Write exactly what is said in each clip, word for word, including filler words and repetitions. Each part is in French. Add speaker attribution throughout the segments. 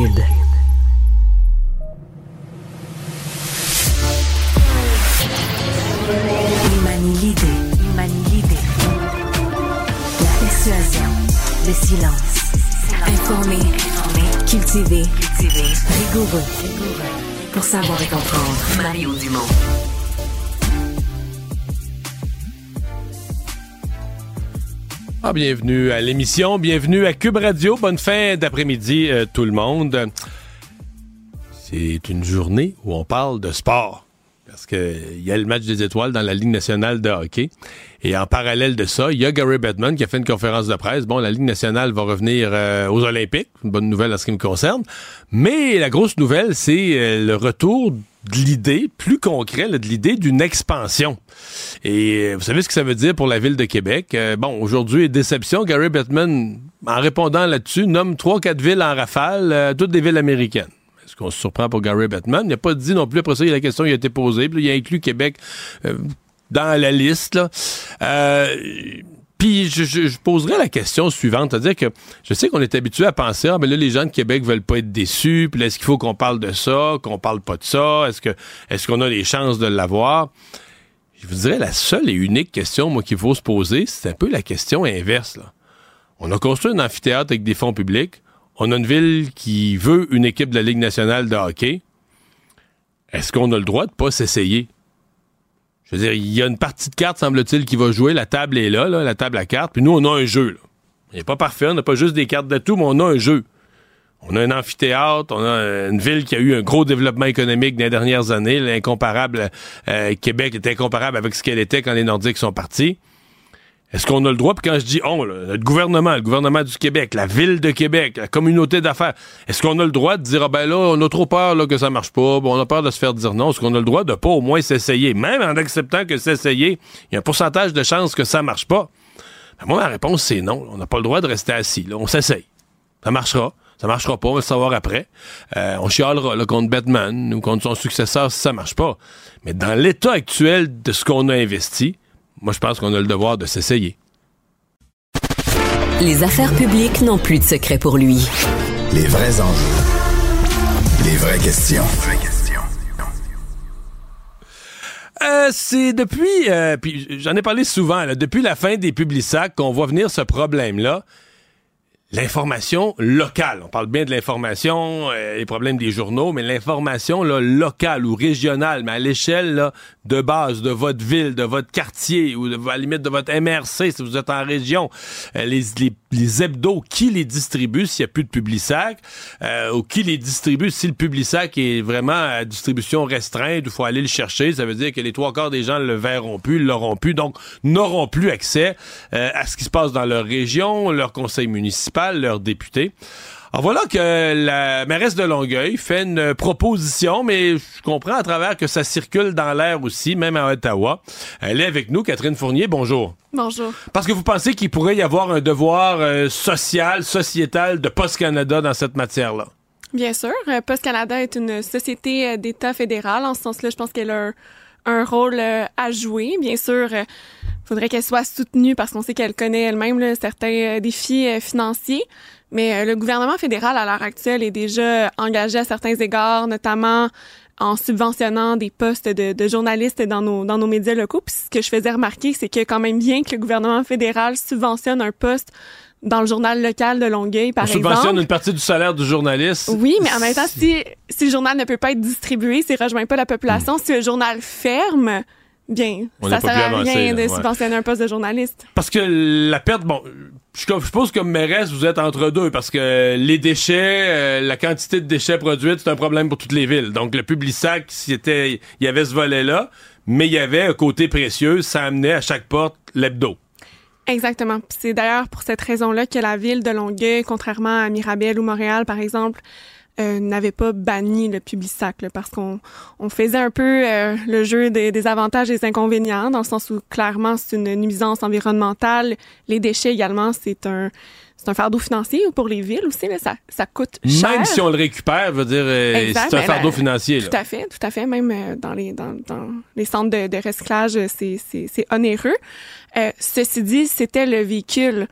Speaker 1: Il manie l'idée, il manie l'idée. La persuasion, le silence. Informé, informé, cultivé, cultivé, rigoureux, rigoureux. Pour savoir et comprendre, Mario Dumont.
Speaker 2: Ah, bienvenue à l'émission, bienvenue à Cube Radio. Bonne fin d'après-midi, euh, tout le monde. C'est une journée où on parle de sport. Parce qu'il y a le match des étoiles dans la Ligue nationale de hockey. Et en parallèle de ça, il y a Gary Bettman qui a fait une conférence de presse. Bon, la Ligue nationale va revenir euh, aux Olympiques. Une bonne nouvelle en ce qui me concerne. Mais la grosse nouvelle, c'est euh, le retour de l'idée, plus concret, là, de l'idée d'une expansion. Et vous savez ce que ça veut dire pour la ville de Québec? Euh, bon, aujourd'hui, déception. Gary Bettman, en répondant là-dessus, nomme trois quatre villes en rafale, euh, toutes des villes américaines. Est-ce qu'on se surprend pour Gary Bettman? Il n'a pas dit non plus, après ça, il y a la question qui a été posée, puis il a inclus Québec euh, dans la liste, là. Euh, Puis je, je, je poserais la question suivante, c'est-à-dire que je sais qu'on est habitué à penser, ah ben là les gens de Québec veulent pas être déçus, puis là est-ce qu'il faut qu'on parle de ça, qu'on parle pas de ça, est-ce que est-ce qu'on a les chances de l'avoir? Je vous dirais la seule et unique question moi qu'il faut se poser, c'est un peu la question inverse, là. On a construit un amphithéâtre avec des fonds publics, on a une ville qui veut une équipe de la Ligue nationale de hockey. Est-ce qu'on a le droit de pas s'essayer? Je veux dire, il y a une partie de cartes, semble-t-il, qui va jouer. La table est là, là la table à cartes. Puis nous, on a un jeu. Là. Il n'est pas parfait, on n'a pas juste des cartes de tout, mais on a un jeu. On a un amphithéâtre, on a une ville qui a eu un gros développement économique dans les dernières années. L'incomparable euh, Québec est incomparable avec ce qu'elle était quand les Nordiques sont partis. Est-ce qu'on a le droit, puis quand je dis on, là, notre gouvernement, le gouvernement du Québec, la ville de Québec, la communauté d'affaires, est-ce qu'on a le droit de dire, ah ben là, on a trop peur là, que ça marche pas, bon, on a peur de se faire dire non, est-ce qu'on a le droit de pas au moins s'essayer, même en acceptant que s'essayer, il y a un pourcentage de chances que ça marche pas? Ben moi, ma réponse, c'est non. On n'a pas le droit de rester assis, là. On s'essaye. Ça marchera. Ça marchera pas, on va le savoir après. Euh, on chialera là, contre Bettman ou contre son successeur si ça marche pas. Mais dans l'état actuel de ce qu'on a investi, moi, je pense qu'on a le devoir de s'essayer.
Speaker 1: Les affaires publiques n'ont plus de secret pour lui.
Speaker 3: Les vrais enjeux. Les vraies questions. Vraies questions.
Speaker 2: Euh, c'est depuis, euh, puis j'en ai parlé souvent, là, depuis la fin des Publisac qu'on voit venir ce problème-là. L'information locale. On parle bien de l'information, euh, les problèmes des journaux, mais l'information là, locale ou régionale, mais à l'échelle là, de base de votre ville, de votre quartier ou de, à la limite de votre M R C si vous êtes en région. Euh, les, les, les hebdos, qui les distribue s'il n'y a plus de Publisac euh, ou qui les distribue si le Publisac est vraiment à distribution restreinte, il faut aller le chercher. Ça veut dire que les trois quarts des gens le verront plus, l'auront plus, donc n'auront plus accès euh, à ce qui se passe dans leur région, leur conseil municipal, leurs députés. Alors voilà que la mairesse de Longueuil fait une proposition, mais je comprends à travers que ça circule dans l'air aussi, même à Ottawa. Elle est avec nous, Catherine Fournier, bonjour.
Speaker 4: Bonjour. Parce
Speaker 2: que vous pensez qu'il pourrait y avoir un devoir euh, social, sociétal de Post Canada dans cette matière-là?
Speaker 4: Bien sûr. Post Canada est une société d'État fédéral. En ce sens-là, je pense qu'elle a un, un rôle euh, à jouer. Bien sûr, il euh, faudrait qu'elle soit soutenue parce qu'on sait qu'elle connaît elle-même là, certains euh, défis euh, financiers. Mais euh, le gouvernement fédéral, à l'heure actuelle, est déjà engagé à certains égards, notamment en subventionnant des postes de, de journalistes dans nos, dans nos médias locaux. Puis ce que je faisais remarquer, c'est que quand même bien que le gouvernement fédéral subventionne un poste dans le journal local de Longueuil, par exemple. On subventionne
Speaker 2: une partie du salaire du journaliste.
Speaker 4: Oui, mais en même temps, si, si le journal ne peut pas être distribué, s'il ne rejoint pas la population, mmh. si le journal ferme, bien, on ça ne sert à rien de là, subventionner ouais. un poste de journaliste.
Speaker 2: Parce que la perte, bon, je suppose que comme mairesse, vous êtes entre deux, parce que les déchets, euh, la quantité de déchets produits, c'est un problème pour toutes les villes. Donc le Publisac, il y avait ce volet-là, mais il y avait un côté précieux, ça amenait à chaque porte l'hebdo.
Speaker 4: Exactement. Puis c'est d'ailleurs pour cette raison-là que la ville de Longueuil, contrairement à Mirabel ou Montréal, par exemple, euh, n'avait pas banni le Publisac, là, parce qu'on on faisait un peu euh, le jeu des, des avantages et des inconvénients, dans le sens où, clairement, c'est une nuisance environnementale. Les déchets, également, c'est un c'est un fardeau financier pour les villes aussi. Là, ça, ça coûte cher.
Speaker 2: Même si on le récupère, veut dire, euh, exact, c'est un fardeau là, financier. Là.
Speaker 4: Tout à fait, tout à fait. Même euh, dans les dans, dans les centres de, de recyclage, c'est, c'est, c'est onéreux. Euh, ceci dit, c'était le véhicule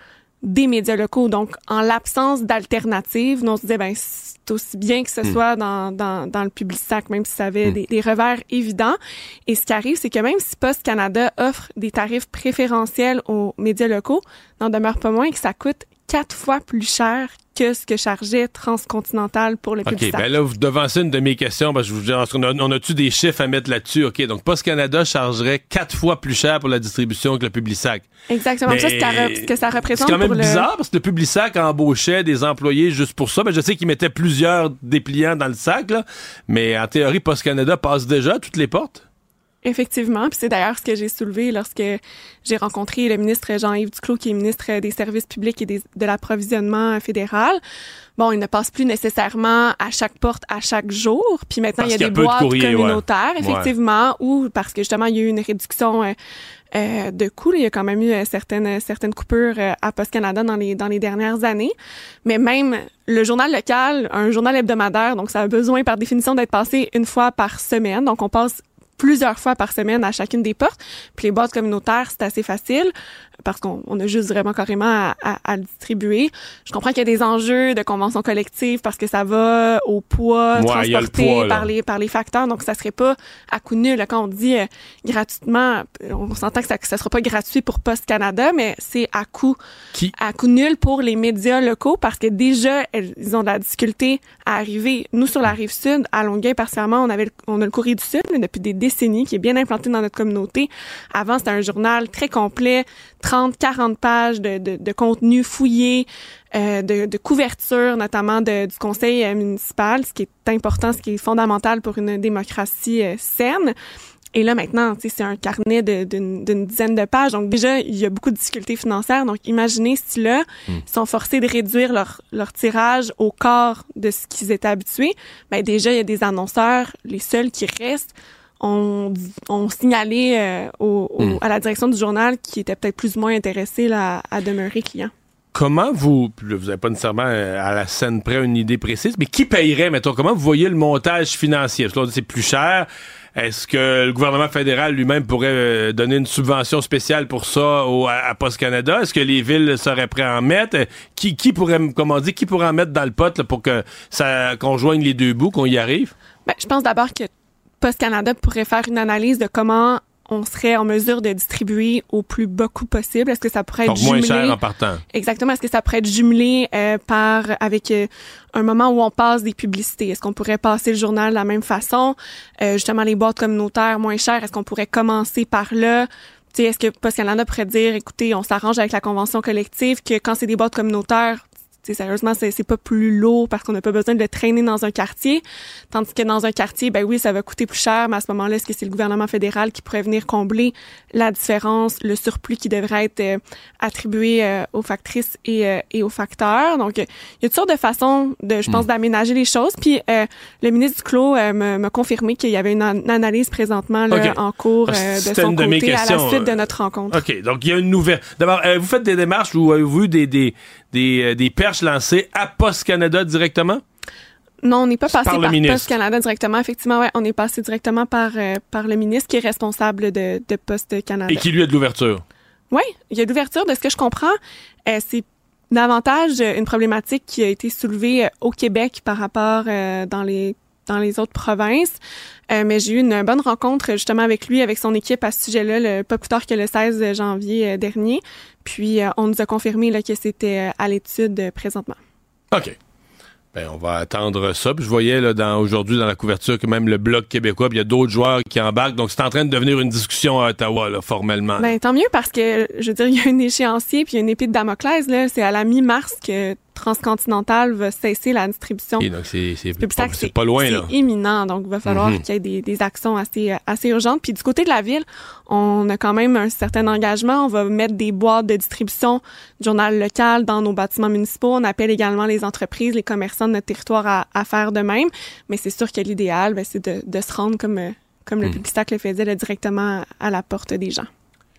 Speaker 4: des médias locaux. Donc, en l'absence d'alternatives, nous, on se disait, ben, c'est aussi bien que ce mmh. soit dans, dans, dans le Publisac, même si ça avait mmh. des, des revers évidents. Et ce qui arrive, c'est que même si Post Canada offre des tarifs préférentiels aux médias locaux, n'en demeure pas moins que ça coûte quatre fois plus cher que ce que chargeait Transcontinental pour le
Speaker 2: OK,
Speaker 4: Publisac.
Speaker 2: bien là, vous devancez une de mes questions, parce que je vous dis, on a, on a-tu des chiffres à mettre là-dessus? OK, donc Post Canada chargerait quatre fois plus cher pour la distribution que le Publisac.
Speaker 4: Exactement,
Speaker 2: mais
Speaker 4: ça, c'est ce que ça représente.
Speaker 2: C'est quand même
Speaker 4: pour
Speaker 2: bizarre,
Speaker 4: le...
Speaker 2: parce que le Publisac embauchait des employés juste pour ça. Ben, je sais qu'ils mettaient plusieurs dépliants dans le sac, là, mais en théorie, Post Canada passe déjà à toutes les portes.
Speaker 4: Effectivement, puis c'est d'ailleurs ce que j'ai soulevé lorsque j'ai rencontré le ministre Jean-Yves Duclos, qui est ministre des Services publics et des, de l'approvisionnement fédéral. Bon, il ne passe plus nécessairement à chaque porte à chaque jour, puis maintenant
Speaker 2: parce
Speaker 4: il y a des
Speaker 2: y a
Speaker 4: boîtes
Speaker 2: de courrier,
Speaker 4: communautaires,
Speaker 2: ouais.
Speaker 4: effectivement, ouais. ou parce que justement il y a eu une réduction euh, euh, de coûts. Il y a quand même eu euh, certaines certaines coupures euh, à Post Canada dans les dans les dernières années, mais même le journal local, un journal hebdomadaire, donc ça a besoin par définition d'être passé une fois par semaine, donc on passe plusieurs fois par semaine à chacune des portes. Puis les boîtes communautaires, c'est assez facile parce qu'on on a juste vraiment carrément à, à, à le distribuer. Je comprends qu'il y a des enjeux de convention collective parce que ça va au poids
Speaker 2: ouais,
Speaker 4: transporté
Speaker 2: poids,
Speaker 4: par les par les facteurs. Donc, ça serait pas à coût nul. Là, quand on dit euh, gratuitement, on s'entend que ça ne sera pas gratuit pour Post Canada, mais c'est à coût,
Speaker 2: Qui?
Speaker 4: à coût nul pour les médias locaux parce que déjà, elles, ils ont de la difficulté à arriver. Nous, sur la Rive-Sud, à Longueuil, particulièrement, on avait le, on a le Courrier du Sud mais depuis des décennies, qui est bien implanté dans notre communauté. Avant, c'était un journal très complet, trente, quarante pages de, de, de contenu fouillé, euh, de, de couverture, notamment de, du conseil euh, municipal, ce qui est important, ce qui est fondamental pour une démocratie euh, saine. Et là, maintenant, tu sais, c'est un carnet de, d'une, d'une dizaine de pages. Donc, déjà, il y a beaucoup de difficultés financières. Donc, imaginez si là, mmh. ils sont forcés de réduire leur, leur tirage au quart de ce qu'ils étaient habitués. Ben, déjà, il y a des annonceurs, les seuls qui restent, ont, ont signalé euh, au, au, mmh. à la direction du journal qui était peut-être plus ou moins intéressés là, à, à demeurer clients.
Speaker 2: Comment vous, vous n'avez pas nécessairement à la scène près une idée précise, mais qui payerait, mettons, comment vous voyez le montage financier? Parce que là, c'est plus cher. Est-ce que le gouvernement fédéral lui-même pourrait donner une subvention spéciale pour ça au, à, à Post Canada? Est-ce que les villes seraient prêtes à en mettre? Qui, qui pourrait, comment dire, qui pourrait en mettre dans le pot là, pour que ça, qu'on joigne les deux bouts, qu'on y arrive? Ben,
Speaker 4: je pense d'abord que Post Canada pourrait faire une analyse de comment on serait en mesure de distribuer au plus bas coût possible. Est-ce que ça pourrait être jumelé...
Speaker 2: moins cher en partant.
Speaker 4: Exactement. Est-ce que ça pourrait être jumelé euh, par avec euh, un moment où on passe des publicités? Est-ce qu'on pourrait passer le journal de la même façon? Euh, justement, les boîtes communautaires moins chères, est-ce qu'on pourrait commencer par là? Tu sais, est-ce que Post Canada pourrait dire, écoutez, on s'arrange avec la convention collective que quand c'est des boîtes communautaires, t'sais, sérieusement, c'est, c'est pas plus lourd parce qu'on n'a pas besoin de le traîner dans un quartier. Tandis que dans un quartier, ben oui, ça va coûter plus cher, mais à ce moment-là, est-ce que c'est le gouvernement fédéral qui pourrait venir combler la différence, le surplus qui devrait être euh, attribué euh, aux factrices et, euh, et aux facteurs? Donc, il y a toutes sortes de façons, de, je pense, mmh. d'aménager les choses. Puis, euh, le ministre Duclos euh, m'a, m'a confirmé qu'il y avait une, an- une analyse présentement là, okay. en cours euh, de son de côté à la suite de notre rencontre.
Speaker 2: OK. Donc, il y a une nouvelle... D'abord, euh, vous faites des démarches ou avez-vous eu des, des, des, euh, des perches lancées à Post Canada directement?
Speaker 4: Non, on n'est pas passé
Speaker 2: par,
Speaker 4: par
Speaker 2: Post
Speaker 4: Canada directement. Effectivement, ouais, on est passé directement par euh, par le ministre qui est responsable de, de Post Canada.
Speaker 2: Et qui lui a de l'ouverture.
Speaker 4: Oui, il y a de l'ouverture. De ce que je comprends, euh, c'est davantage une problématique qui a été soulevée au Québec par rapport euh, dans les dans les autres provinces. Euh, mais j'ai eu une bonne rencontre justement avec lui, avec son équipe à ce sujet-là, le, pas plus tard que le seize janvier euh, dernier. Puis euh, on nous a confirmé là, que c'était euh, à l'étude euh, présentement.
Speaker 2: OK. Ben, on va attendre ça. Puis je voyais là, dans, aujourd'hui dans la couverture que même le Bloc québécois, puis il y a d'autres joueurs qui embarquent. Donc c'est en train de devenir une discussion à Ottawa, là, formellement.
Speaker 4: Ben, tant mieux parce que, je veux dire, il y a un échéancier puis il y a une épée de Damoclès. Là, c'est à la mi-mars que Transcontinental va cesser la distribution.
Speaker 2: Et donc c'est, c'est,
Speaker 4: c'est,
Speaker 2: pas, c'est pas loin.
Speaker 4: C'est
Speaker 2: là.
Speaker 4: imminent, donc il va falloir mm-hmm. qu'il y ait des, des actions assez, assez urgentes. Puis du côté de la ville, on a quand même un certain engagement. On va mettre des boîtes de distribution du journal local dans nos bâtiments municipaux. On appelle également les entreprises, les commerçants de notre territoire à, à faire de même. Mais c'est sûr que l'idéal, ben, c'est de, de se rendre comme, comme le mm. Publisac le faisait là, directement à la porte des gens.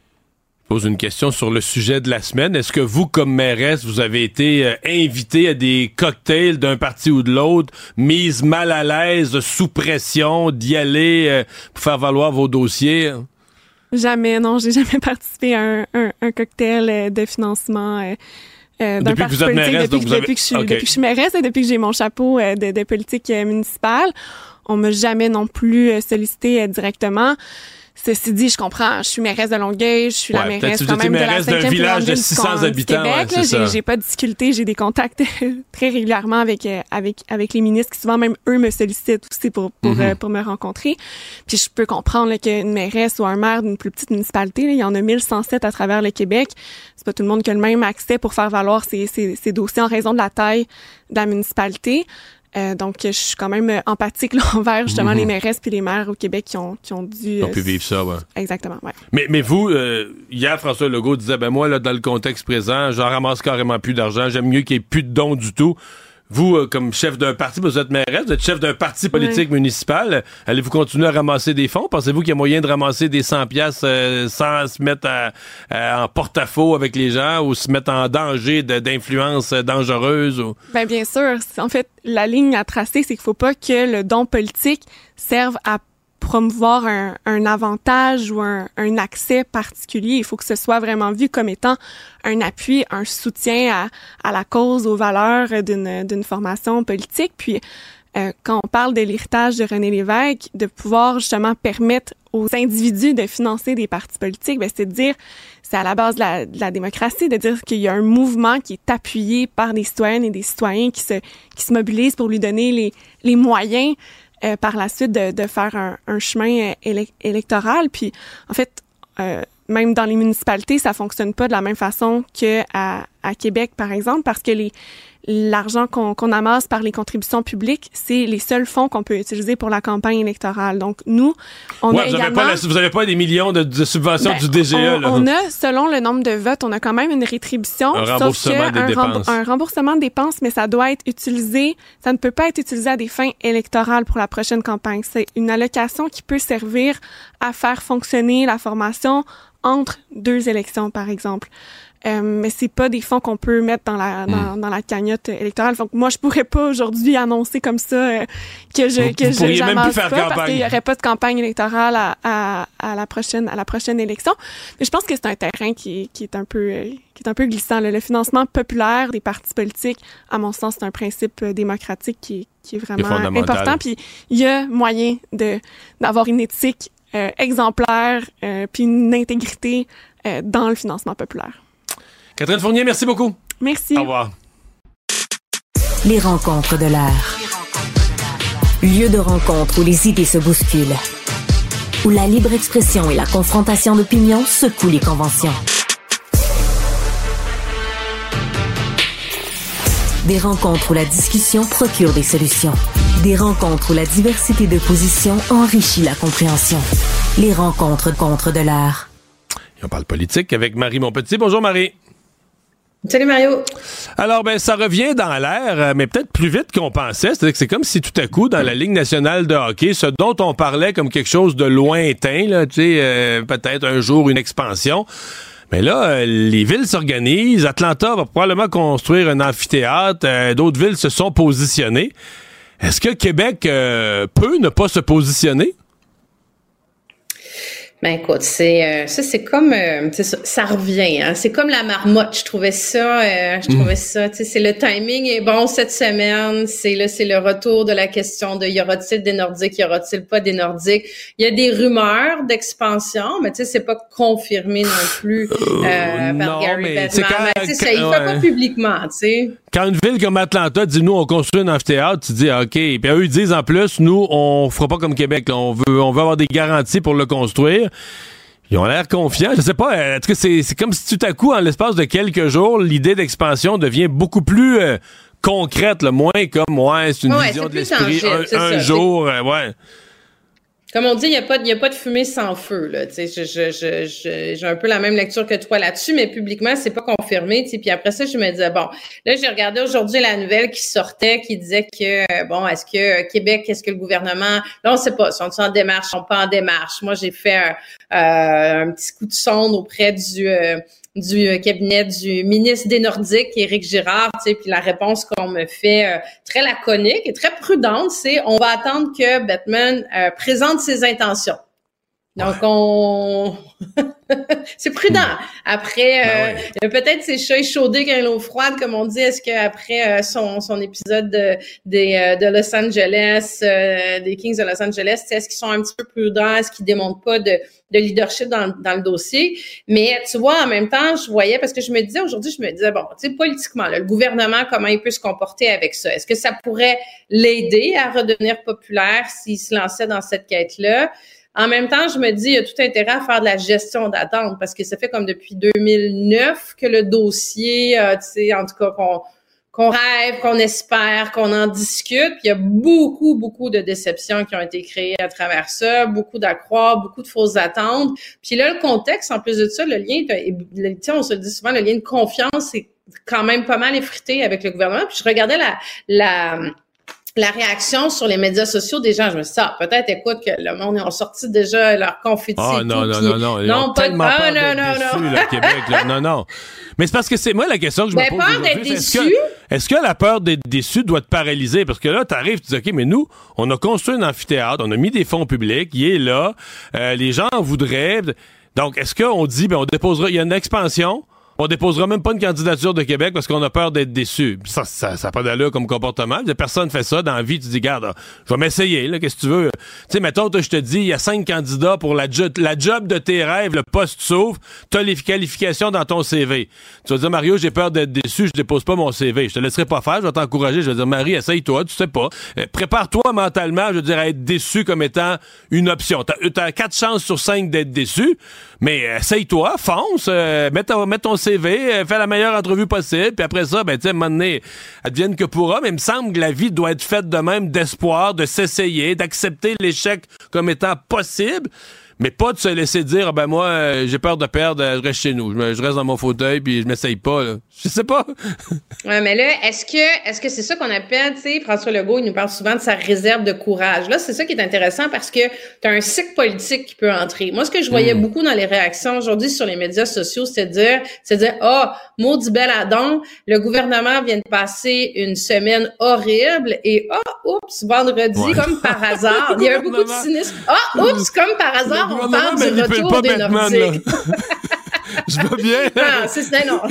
Speaker 2: Je pose une question sur le sujet de la semaine. Est-ce que vous, comme mairesse, vous avez été euh, invité à des cocktails d'un parti ou de l'autre, mise mal à l'aise, sous pression, d'y aller euh, pour faire valoir vos dossiers?
Speaker 4: Jamais, non. J'ai jamais participé à un, un, un cocktail de financement. Euh, Euh, d'un
Speaker 2: depuis
Speaker 4: parti
Speaker 2: que vous êtes
Speaker 4: politique,
Speaker 2: mairesse,
Speaker 4: depuis,
Speaker 2: donc vous avez...
Speaker 4: depuis, que je suis,
Speaker 2: okay.
Speaker 4: depuis que je suis mairesse et depuis que j'ai mon chapeau euh, de, de politique euh, municipale. On m'a jamais non plus euh, sollicité euh, directement. Ceci dit, je comprends, je suis mairesse de Longueuil, je suis
Speaker 2: ouais,
Speaker 4: la mairesse quand
Speaker 2: tu
Speaker 4: même de la
Speaker 2: mairesse d'un
Speaker 4: cinquième
Speaker 2: village de
Speaker 4: plus grande
Speaker 2: six cents
Speaker 4: ville
Speaker 2: habitants,
Speaker 4: du Québec.
Speaker 2: ouais, c'est
Speaker 4: J'ai,
Speaker 2: ça.
Speaker 4: j'ai pas de difficulté, j'ai des contacts très régulièrement avec euh, avec avec les ministres qui souvent même eux me sollicitent aussi pour pour mm-hmm. euh, pour me rencontrer. Puis je peux comprendre là, qu'une mairesse ou un maire d'une plus petite municipalité, là, il y en a mille cent sept à travers le Québec. C'est pas tout le monde qui a le même accès pour faire valoir ces ces, ces dossiers en raison de la taille de la municipalité. Euh, donc, je suis quand même empathique là, envers justement mm-hmm. les mairesses puis les maires au Québec qui ont qui ont dû...
Speaker 2: Ils ont euh, pu vivre ça, ouais.
Speaker 4: Exactement, ouais.
Speaker 2: Mais, mais vous, euh, hier, François Legault disait, ben moi, là, dans le contexte présent, j'en ramasse carrément plus d'argent, j'aime mieux qu'il n'y ait plus de dons du tout. Vous, euh, comme chef d'un parti, vous êtes mairesse, vous êtes chef d'un parti politique oui. municipal, allez-vous continuer à ramasser des fonds? Pensez-vous qu'il y a moyen de ramasser des cent piastres euh, sans se mettre à, à, en porte-à-faux avec les gens ou se mettre en danger de, d'influence dangereuse? Ou...
Speaker 4: Ben, bien sûr. En fait, la ligne à tracer, c'est qu'il faut pas que le don politique serve à promouvoir un, un avantage ou un, un accès particulier. Il faut que ce soit vraiment vu comme étant un appui, un soutien à, à la cause, aux valeurs d'une, d'une formation politique. Puis, euh, quand on parle de l'héritage de René Lévesque, de pouvoir justement permettre aux individus de financer des partis politiques, ben, c'est de dire, c'est à la base de la, de la démocratie, de dire qu'il y a un mouvement qui est appuyé par des citoyennes et des citoyens qui se, qui se mobilisent pour lui donner les, les moyens Euh, par la suite de, de faire un, un chemin élec- électoral. Puis, en fait, euh, même dans les municipalités, ça fonctionne pas de la même façon que à, à Québec, par exemple, parce que les l'argent qu'on, qu'on amasse par les contributions publiques, c'est les seuls fonds qu'on peut utiliser pour la campagne électorale. Donc, nous, on
Speaker 2: ouais,
Speaker 4: a
Speaker 2: vous
Speaker 4: également...
Speaker 2: Avez pas la, vous n'avez pas des millions de, de subventions
Speaker 4: ben,
Speaker 2: du D G E,
Speaker 4: on,
Speaker 2: là.
Speaker 4: On a, selon le nombre de votes, on a quand même une rétribution.
Speaker 2: Un remboursement
Speaker 4: sauf que
Speaker 2: des
Speaker 4: un
Speaker 2: dépenses.
Speaker 4: Remb- un remboursement de dépenses, mais ça doit être utilisé, ça ne peut pas être utilisé à des fins électorales pour la prochaine campagne. C'est une allocation qui peut servir à faire fonctionner la formation entre deux élections, par exemple. Euh, mais c'est pas des fonds qu'on peut mettre dans la dans, mmh. dans la cagnotte électorale. Donc moi je pourrais pas aujourd'hui annoncer comme ça euh, que je
Speaker 2: vous,
Speaker 4: que
Speaker 2: vous
Speaker 4: je j'amasse
Speaker 2: pas
Speaker 4: campagne. Parce qu'il y aurait pas de campagne électorale à, à à la prochaine à la prochaine élection. Mais je pense que c'est un terrain qui est, qui est un peu euh, qui est un peu glissant là. Le financement populaire des partis politiques, à mon sens, c'est un principe euh, démocratique qui est qui est vraiment est important. Puis il y a moyen de d'avoir une éthique euh, exemplaire euh, puis une intégrité euh, dans le financement populaire.
Speaker 2: Catherine Fournier, merci beaucoup.
Speaker 4: Merci.
Speaker 2: Au revoir.
Speaker 1: Les rencontres de l'heure. Lieu de rencontre où les idées se bousculent. Où la libre expression et la confrontation d'opinions secouent les conventions. Des rencontres où la discussion procure des solutions. Des rencontres où la diversité de positions enrichit la compréhension. Les rencontres contre de l'heure.
Speaker 2: Et on parle politique avec Marie Montpetit. Bonjour Marie.
Speaker 5: Salut Mario.
Speaker 2: Alors, ben, ça revient dans l'air, mais peut-être plus vite qu'on pensait. C'est-à-dire que c'est comme si tout à coup, dans la Ligue nationale de hockey, ce dont on parlait comme quelque chose de lointain, là, tu sais, euh, peut-être un jour une expansion. Mais là, euh, les villes s'organisent. Atlanta va probablement construire un amphithéâtre. Euh, d'autres villes se sont positionnées. Est-ce que Québec euh, peut ne pas se positionner?
Speaker 5: Ben écoute, c'est euh, ça, c'est comme euh, c'est ça, ça revient. Hein, c'est comme la marmotte. Je trouvais ça, euh, je trouvais mmh. ça. Tu sais, c'est le timing est bon cette semaine. C'est là, c'est le retour de la question de y aura-t-il des Nordiques, y aura-t-il pas des Nordiques. Il y a des rumeurs d'expansion, mais tu sais, c'est pas confirmé non plus euh, par non, Gary Bettman. Mais tu sais, ça, il ouais. fait pas publiquement, tu sais.
Speaker 2: Quand une ville comme Atlanta dit, nous, on construit un amphithéâtre, tu dis, OK. Puis eux, ils disent, en plus, nous, on fera pas comme Québec. Là. On veut, on veut avoir des garanties pour le construire. Ils ont l'air confiants. Je sais pas. En tout cas, c'est, c'est comme si tout à coup, en l'espace de quelques jours, l'idée d'expansion devient beaucoup plus euh, concrète, là, moins comme, ouais, c'est une
Speaker 5: ouais,
Speaker 2: vision
Speaker 5: c'est
Speaker 2: de l'esprit.
Speaker 5: tangible,
Speaker 2: un un
Speaker 5: ça,
Speaker 2: jour, euh, ouais.
Speaker 5: Comme on dit, il n'y a pas, il y a pas de fumée sans feu, là. Tu sais, je, je, je, je, j'ai un peu la même lecture que toi là-dessus, mais publiquement, c'est pas confirmé, tu sais. Puis après ça, je me disais, bon, là, j'ai regardé aujourd'hui la nouvelle qui sortait, qui disait que, bon, est-ce que Québec, est-ce que le gouvernement, là, on sait pas, sont-ils en démarche, sont pas en démarche. Moi, j'ai fait un, euh, un petit coup de sonde auprès du, euh, du cabinet du ministre des Nordiques, Éric Girard, tu sais, puis la réponse qu'on me fait euh, très laconique et très prudente, c'est on va attendre que Bettman euh, présente ses intentions. Donc, on... c'est prudent. Après,
Speaker 2: ben
Speaker 5: euh,
Speaker 2: ouais.
Speaker 5: il y a peut-être ces chats échaudés qui ont l'eau froide, comme on dit. Est-ce qu'après euh, son, son épisode de, des, euh, de Los Angeles, euh, des Kings de Los Angeles, est-ce qu'ils sont un petit peu prudents? Est-ce qu'ils démontrent pas de, de leadership dans, dans le dossier? Mais tu vois, en même temps, je voyais, parce que je me disais, aujourd'hui, je me disais, bon, tu sais, politiquement, là, le gouvernement, comment il peut se comporter avec ça? Est-ce que ça pourrait l'aider à redevenir populaire s'il se lançait dans cette quête-là? En même temps, je me dis, il y a tout intérêt à faire de la gestion d'attente parce que ça fait comme depuis deux mille neuf que le dossier, euh, tu sais, en tout cas, qu'on, qu'on rêve, qu'on espère, qu'on en discute. Puis il y a beaucoup, beaucoup de déceptions qui ont été créées à travers ça, beaucoup d'accrocs, beaucoup de fausses attentes. Puis là, le contexte, en plus de ça, le lien, tu sais, on se dit souvent, le lien de confiance, c'est quand même pas mal effrité avec le gouvernement. Puis je regardais la... la la réaction sur les médias sociaux des gens, je me suis dit, ah, peut-être, écoute, que le monde ont sorti déjà leur confetti.
Speaker 2: Ah,
Speaker 5: et
Speaker 2: non,
Speaker 5: tout,
Speaker 2: non,
Speaker 5: puis,
Speaker 2: non, non, ils
Speaker 5: non,
Speaker 2: ont
Speaker 5: pas
Speaker 2: tellement
Speaker 5: de...
Speaker 2: peur
Speaker 5: ah,
Speaker 2: d'être
Speaker 5: non, non,
Speaker 2: déçus,
Speaker 5: non.
Speaker 2: là, Québec, là. Non, non. Mais c'est parce que c'est moi la question que je me
Speaker 5: Ben,
Speaker 2: pose
Speaker 5: peur
Speaker 2: aujourd'hui.
Speaker 5: d'être
Speaker 2: c'est, Est-ce
Speaker 5: déçu?
Speaker 2: que, est-ce que la peur d'être déçu doit te paralyser? Parce que là, t'arrives, tu dis, OK, mais nous, on a construit un amphithéâtre, on a mis des fonds publics, il est là, euh, les gens en voudraient. Donc, est-ce qu'on dit, ben, on déposera, il y a une expansion, on déposera même pas une candidature de Québec parce qu'on a peur d'être déçu. Ça, ça, ça n'a pas d'allure comme comportement. Personne fait ça dans la vie. Tu dis, regarde, je vais m'essayer, là, qu'est-ce que tu veux? Tu sais, mettons, je te dis, il y a cinq candidats pour la, jo- la job de tes rêves, le poste s'ouvre, t'as les qualifications dans ton C V. Tu vas dire, Mario, j'ai peur d'être déçu, je dépose pas mon C V. Je te laisserai pas faire, je vais t'encourager. Je vais dire, Marie, essaye-toi, tu sais pas. Euh, prépare-toi mentalement, je veux dire, à être déçu comme étant une option. T'as, t'as quatre chances sur cinq d'être déçu, mais essaye-toi, fonce, euh, mets, ton, mets ton C V, euh, fais la meilleure entrevue possible, puis après ça, ben, tu sais, à un moment donné, advienne que pourra, mais il me semble que la vie doit être faite de même d'espoir, de s'essayer, d'accepter l'échec comme étant possible, mais pas de se laisser dire, ah ben moi, euh, j'ai peur de perdre, euh, je reste chez nous, je, me, je reste dans mon fauteuil, puis je m'essaye pas, là. Je sais pas.
Speaker 5: Ouais, mais là, est-ce que est-ce que c'est ça qu'on appelle, tu sais, François Legault, il nous parle souvent de sa réserve de courage. Là, c'est ça qui est intéressant parce que tu as un cycle politique qui peut entrer. Moi, ce que je voyais mmh. beaucoup dans les réactions aujourd'hui sur les médias sociaux, c'est de dire, c'est de dire, ah, oh, maudit bel adon, le gouvernement vient de passer une semaine horrible et ah, oh, oups, vendredi, ouais. comme par hasard, il y a eu beaucoup de cynisme. Ah, oh, oups, comme par hasard, on parle du retour des Nordiques.
Speaker 2: Je vais bien.
Speaker 5: Non, c'est ça, non.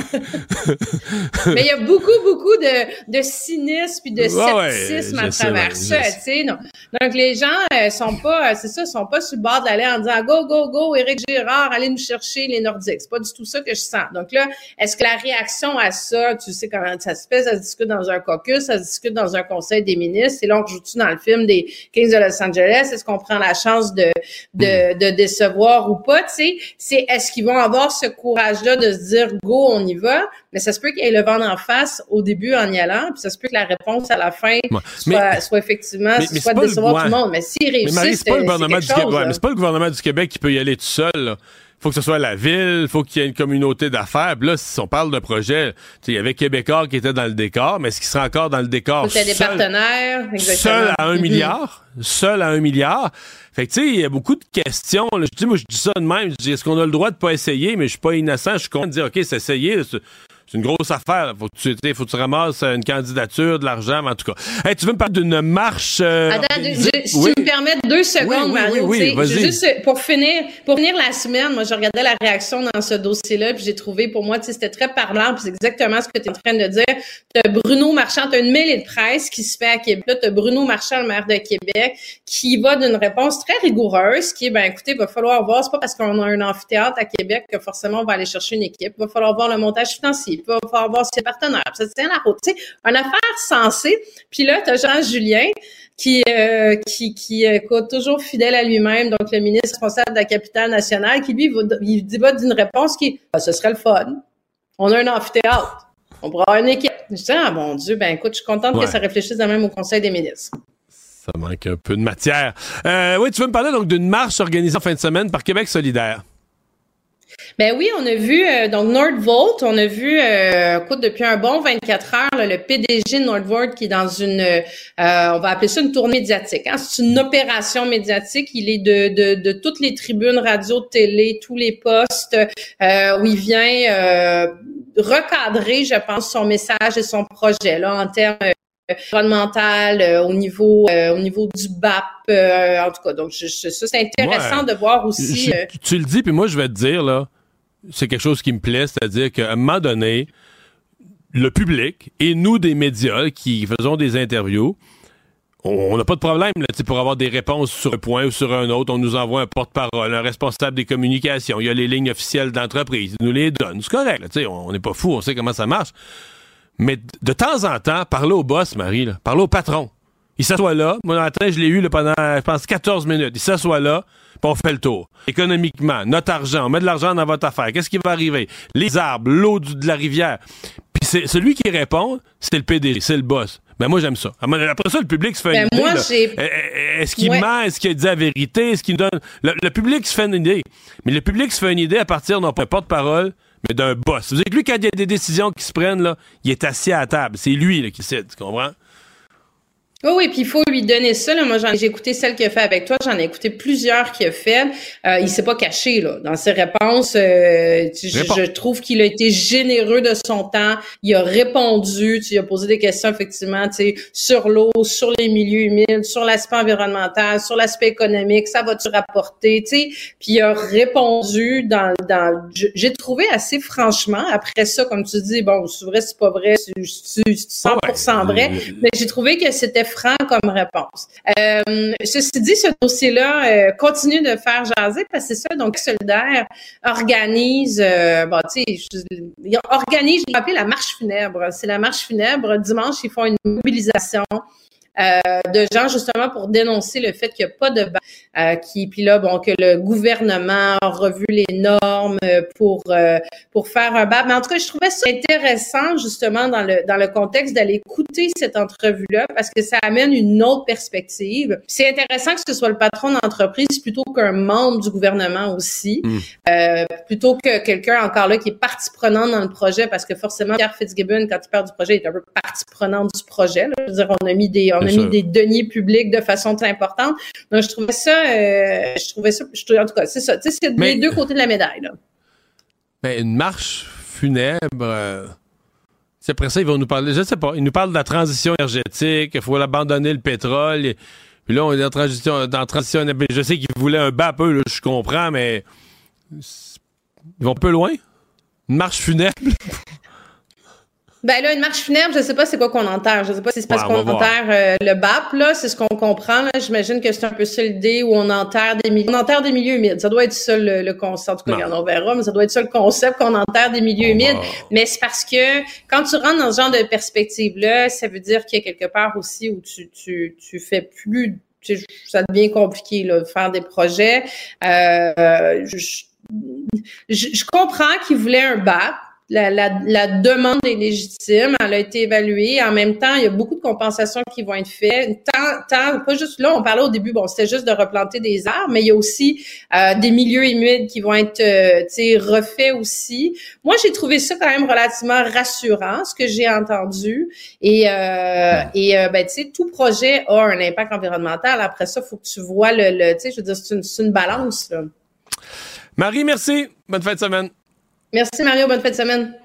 Speaker 5: Mais il y a beaucoup, beaucoup de, de cynisme puis de scepticisme ouais, ouais, à travers ça, tu sais. Non. Donc, les gens euh, sont pas, euh, c'est ça, sont pas sur le bord de l'aller en disant « Go, go, go, Éric Girard, allez nous chercher les Nordiques ». C'est pas du tout ça que je sens. Donc là, est-ce que la réaction à ça, tu sais comment ça se fait, ça se discute dans un caucus, ça se discute dans un conseil des ministres, et là, on joue-tu dans le film des Kings de Los Angeles, est-ce qu'on prend la chance de, de, de décevoir ou pas, tu sais? C'est, est-ce qu'ils vont avoir ce courage-là de se dire « Go, on y va », mais ça se peut qu'il y ait le vent d'en face au début en y allant, puis ça se peut que la réponse à la fin ouais. soit, mais, soit effectivement mais, mais soit de décevoir le, ouais. tout le monde. Mais s'ils réussissent, mais Marie, c'est, pas le gouvernement
Speaker 2: du
Speaker 5: chose,
Speaker 2: Québec, ouais, mais c'est pas le gouvernement du Québec qui peut y aller tout seul, là. Faut que ce soit la ville, faut qu'il y ait une communauté d'affaires. Puis là, si on parle de projet, il y avait Québécois qui était dans le décor, mais est-ce qu'il sera encore dans le décor?
Speaker 5: C'était des partenaires, exactement.
Speaker 2: Seul à un
Speaker 5: mm-hmm.
Speaker 2: milliard. Seul à un milliard. Fait que tu sais, il y a beaucoup de questions. Là. Je dis, moi, je dis ça de même. Je dis, est-ce qu'on a le droit de pas essayer? Mais je suis pas innocent. Je suis content de dire, OK, c'est essayer. C'est, c'est une grosse affaire. Faut que tu, faut que tu ramasses une candidature, de l'argent, mais en tout cas. Hey, tu veux me parler d'une marche? Euh,
Speaker 5: Attends, je, si oui. tu me permets deux secondes,
Speaker 2: oui, oui,
Speaker 5: Mario.
Speaker 2: Oui, oui, oui,
Speaker 5: je, juste pour finir, pour finir la semaine, moi, je regardais la réaction dans ce dossier-là, puis j'ai trouvé, pour moi, tu sais, c'était très parlant, puis c'est exactement ce que tu es en train de dire. T'as Bruno Marchand, t'as une mêlée de presse qui se fait à Québec. Là, t'as Bruno Marchand, le maire de Québec, qui va d'une réponse très rigoureuse, qui est, ben, écoutez, il va falloir voir, c'est pas parce qu'on a un amphithéâtre à Québec que forcément on va aller chercher une équipe. Il va falloir voir le montage financier, il va falloir voir ses partenaires. Ça tient la route. Tu sais, une affaire sensée. Puis là, t'as Jean-Julien qui euh, qui qui écoute toujours fidèle à lui-même, donc le ministre responsable de la capitale nationale, qui lui, il dit va d'une réponse qui, ah, ce serait le fun. On a un amphithéâtre. On pourra avoir une équipe. Je dis, ah, mon Dieu, ben écoute, je suis contente ouais. que ça réfléchisse de même au Conseil des ministres.
Speaker 2: Ça manque un peu de matière. Euh, oui, tu veux me parler donc d'une marche organisée en fin de semaine par Québec solidaire?
Speaker 5: Ben oui, on a vu, euh, donc Nordvolt, on a vu, euh, écoute, depuis un bon vingt-quatre heures, là, le P D G de Nordvolt qui est dans une, euh, on va appeler ça une tournée médiatique. Hein? C'est une opération médiatique. Il est de, de, de toutes les tribunes radio, télé, tous les postes euh, où il vient euh, recadrer, je pense, son message et son projet là en termes environnemental, euh, au niveau euh, au niveau du B A P, euh, en tout cas. Donc, je, je, ça, c'est intéressant ouais. de voir aussi...
Speaker 2: Je, euh... Tu le dis, puis moi, je vais te dire, là, c'est quelque chose qui me plaît, c'est-à-dire qu'à un moment donné, le public et nous, des médias qui faisons des interviews, on n'a pas de problème là, pour avoir des réponses sur un point ou sur un autre. On nous envoie un porte-parole, un responsable des communications. Il y a les lignes officielles d'entreprise. Ils nous les donnent. C'est correct. Là, on n'est pas fou. On sait comment ça marche. Mais de temps en temps, parler au boss, Marie, là, parler au patron. Il s'assoit là. Moi, le matin, je l'ai eu là, pendant, je pense, quatorze minutes. Il s'assoit là, puis on fait le tour. Économiquement, notre argent, on met de l'argent dans votre affaire. Qu'est-ce qui va arriver? Les arbres, l'eau du, de la rivière. Puis c'est, celui qui répond, c'est le P D G, c'est le boss. Ben moi, j'aime ça. Après ça, le public se fait une ben idée. Moi, j'ai... Est-ce qu'il ouais. ment? Est-ce qu'il dit la vérité? Est-ce qu'il donne... Le, le public se fait une idée. Mais le public se fait une idée à partir non pas d'un porte-parole, mais d'un boss. Vous savez que lui, quand il y a des décisions qui se prennent, là, il est assis à la table. C'est lui là, qui cède, tu comprends?
Speaker 5: Oui, oui, puis il faut lui donner ça. Là. Moi, j'en, j'ai écouté celle qu'il a fait avec toi. J'en ai écouté plusieurs qu'il a fait. Euh, il s'est pas caché là dans ses réponses. Euh, je, je trouve qu'il a été généreux de son temps. Il a répondu. Tu lui as posé des questions effectivement, tu sais, sur l'eau, sur les milieux humides, sur l'aspect environnemental, sur l'aspect économique. Ça va-tu rapporter, tu sais? Puis il a répondu dans, dans. J'ai trouvé assez franchement. Après ça, comme tu dis, bon, c'est vrai, c'est pas vrai, c'est, c'est cent pour cent vrai. Mais j'ai trouvé que c'était franc comme réponse. Euh, ceci dit, ce dossier-là euh, continue de faire jaser parce que c'est ça. Donc, Solidaire organise, euh, bon, tu sais, ils organisent, je l'ai appelé la marche funèbre. C'est la marche funèbre. Dimanche, ils font une mobilisation euh, de gens justement pour dénoncer le fait qu'il n'y a pas de banc, euh, qui puis là bon que le gouvernement a revu les normes pour euh, pour faire un B A P. Mais en tout cas, je trouvais ça intéressant justement dans le dans le contexte d'aller écouter cette entrevue-là parce que ça amène une autre perspective. C'est intéressant que ce soit le patron d'entreprise plutôt qu'un membre du gouvernement aussi, mmh. euh, plutôt que quelqu'un encore là qui est partie prenante dans le projet parce que forcément Pierre Fitzgibbon quand il parle du projet il est un peu partie prenante du projet. Là. Je veux dire, on a mis des on On a mis des deniers publics de façon très importante. Donc, je trouvais ça, euh, je trouvais ça, je trouvais, en tout cas, c'est ça. Tu sais, c'est mais, les deux côtés de la médaille, là.
Speaker 2: Mais une marche funèbre, euh, après ça, ils vont nous parler, je sais pas, ils nous parlent de la transition énergétique, il faut abandonner le pétrole. Et, puis là, on est en transition, dans transition, je sais qu'ils voulaient un B A P, là, je comprends, mais ils vont un peu loin. Une marche funèbre.
Speaker 5: Ben là, une marche funèbre, je sais pas c'est quoi qu'on enterre. Je sais pas si c'est parce ouais, qu'on enterre euh, le B A P, là, c'est ce qu'on comprend. Là. J'imagine que c'est un peu ça l'idée où on enterre des milieux. On enterre des milieux humides. Ça doit être ça le, le concept. En tout cas, regarde, on verra, mais ça doit être ça le concept qu'on enterre des milieux humides. Mais c'est parce que quand tu rentres dans ce genre de perspective-là, ça veut dire qu'il y a quelque part aussi où tu tu tu fais plus. Tu sais, ça devient compliqué là, de faire des projets. Euh, je, je, je comprends qu'ils voulaient un B A P. La, la, la demande est légitime, elle a été évaluée. En même temps, il y a beaucoup de compensations qui vont être faites. Tant, tant, pas juste là, on parlait au début, bon, c'était juste de replanter des arbres, mais il y a aussi euh, des milieux humides qui vont être, euh, tu sais, refaits aussi. Moi, j'ai trouvé ça quand même relativement rassurant, ce que j'ai entendu. Et, euh, et euh, ben, tu sais, tout projet a un impact environnemental. Après ça, il faut que tu vois le, le tu sais, je veux dire, c'est une, c'est une balance, là.
Speaker 2: Marie, merci. Bonne fin de semaine.
Speaker 5: Merci Mario, bonne fin de semaine.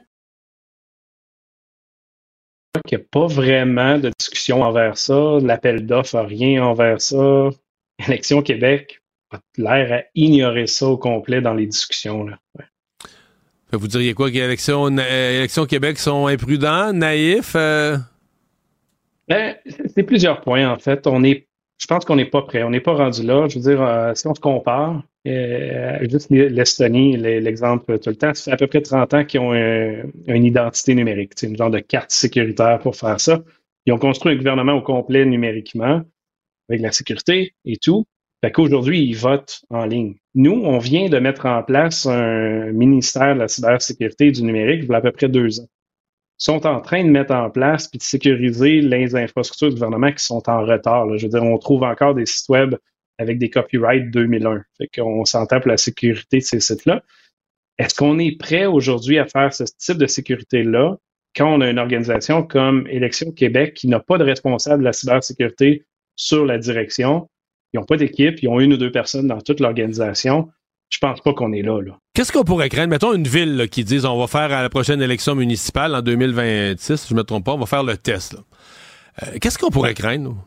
Speaker 6: Il n'y a pas vraiment de discussion envers ça. L'appel d'offres, rien envers ça. Élection Québec a l'air à ignorer ça au complet dans les discussions. Là. Ouais.
Speaker 2: Vous diriez quoi? Que l'élection, euh, élection Québec sont imprudents, naïfs? Euh...
Speaker 6: Ben, c'est plusieurs points, en fait. On est, je pense qu'on n'est pas prêt. On n'est pas rendu là. Je veux dire, euh, si on se compare, Euh, juste l'Estonie, l'exemple tout le temps, ça fait à peu près trente ans qu'ils ont un, une identité numérique, une genre de carte sécuritaire pour faire ça. Ils ont construit un gouvernement au complet numériquement, avec la sécurité et tout. Fait qu'aujourd'hui, ils votent en ligne. Nous, on vient de mettre en place un ministère de la cybersécurité et du numérique il y a à peu près deux ans. Ils sont en train de mettre en place puis de sécuriser les infrastructures du gouvernement qui sont en retard. Là. Je veux dire, on trouve encore des sites web avec des copyrights deux mille un. Fait qu'on s'entend pour la sécurité de ces sites-là. Est-ce qu'on est prêt aujourd'hui à faire ce type de sécurité-là quand on a une organisation comme Élection Québec qui n'a pas de responsable de la cybersécurité sur la direction? Ils n'ont pas d'équipe, ils ont une ou deux personnes dans toute l'organisation. Je pense pas qu'on est là, là.
Speaker 2: Qu'est-ce qu'on pourrait craindre? Mettons une ville là, qui dise on va faire à la prochaine élection municipale en deux mille vingt-six, si je ne me trompe pas, on va faire le test. Là. Euh, qu'est-ce qu'on pourrait craindre, nous?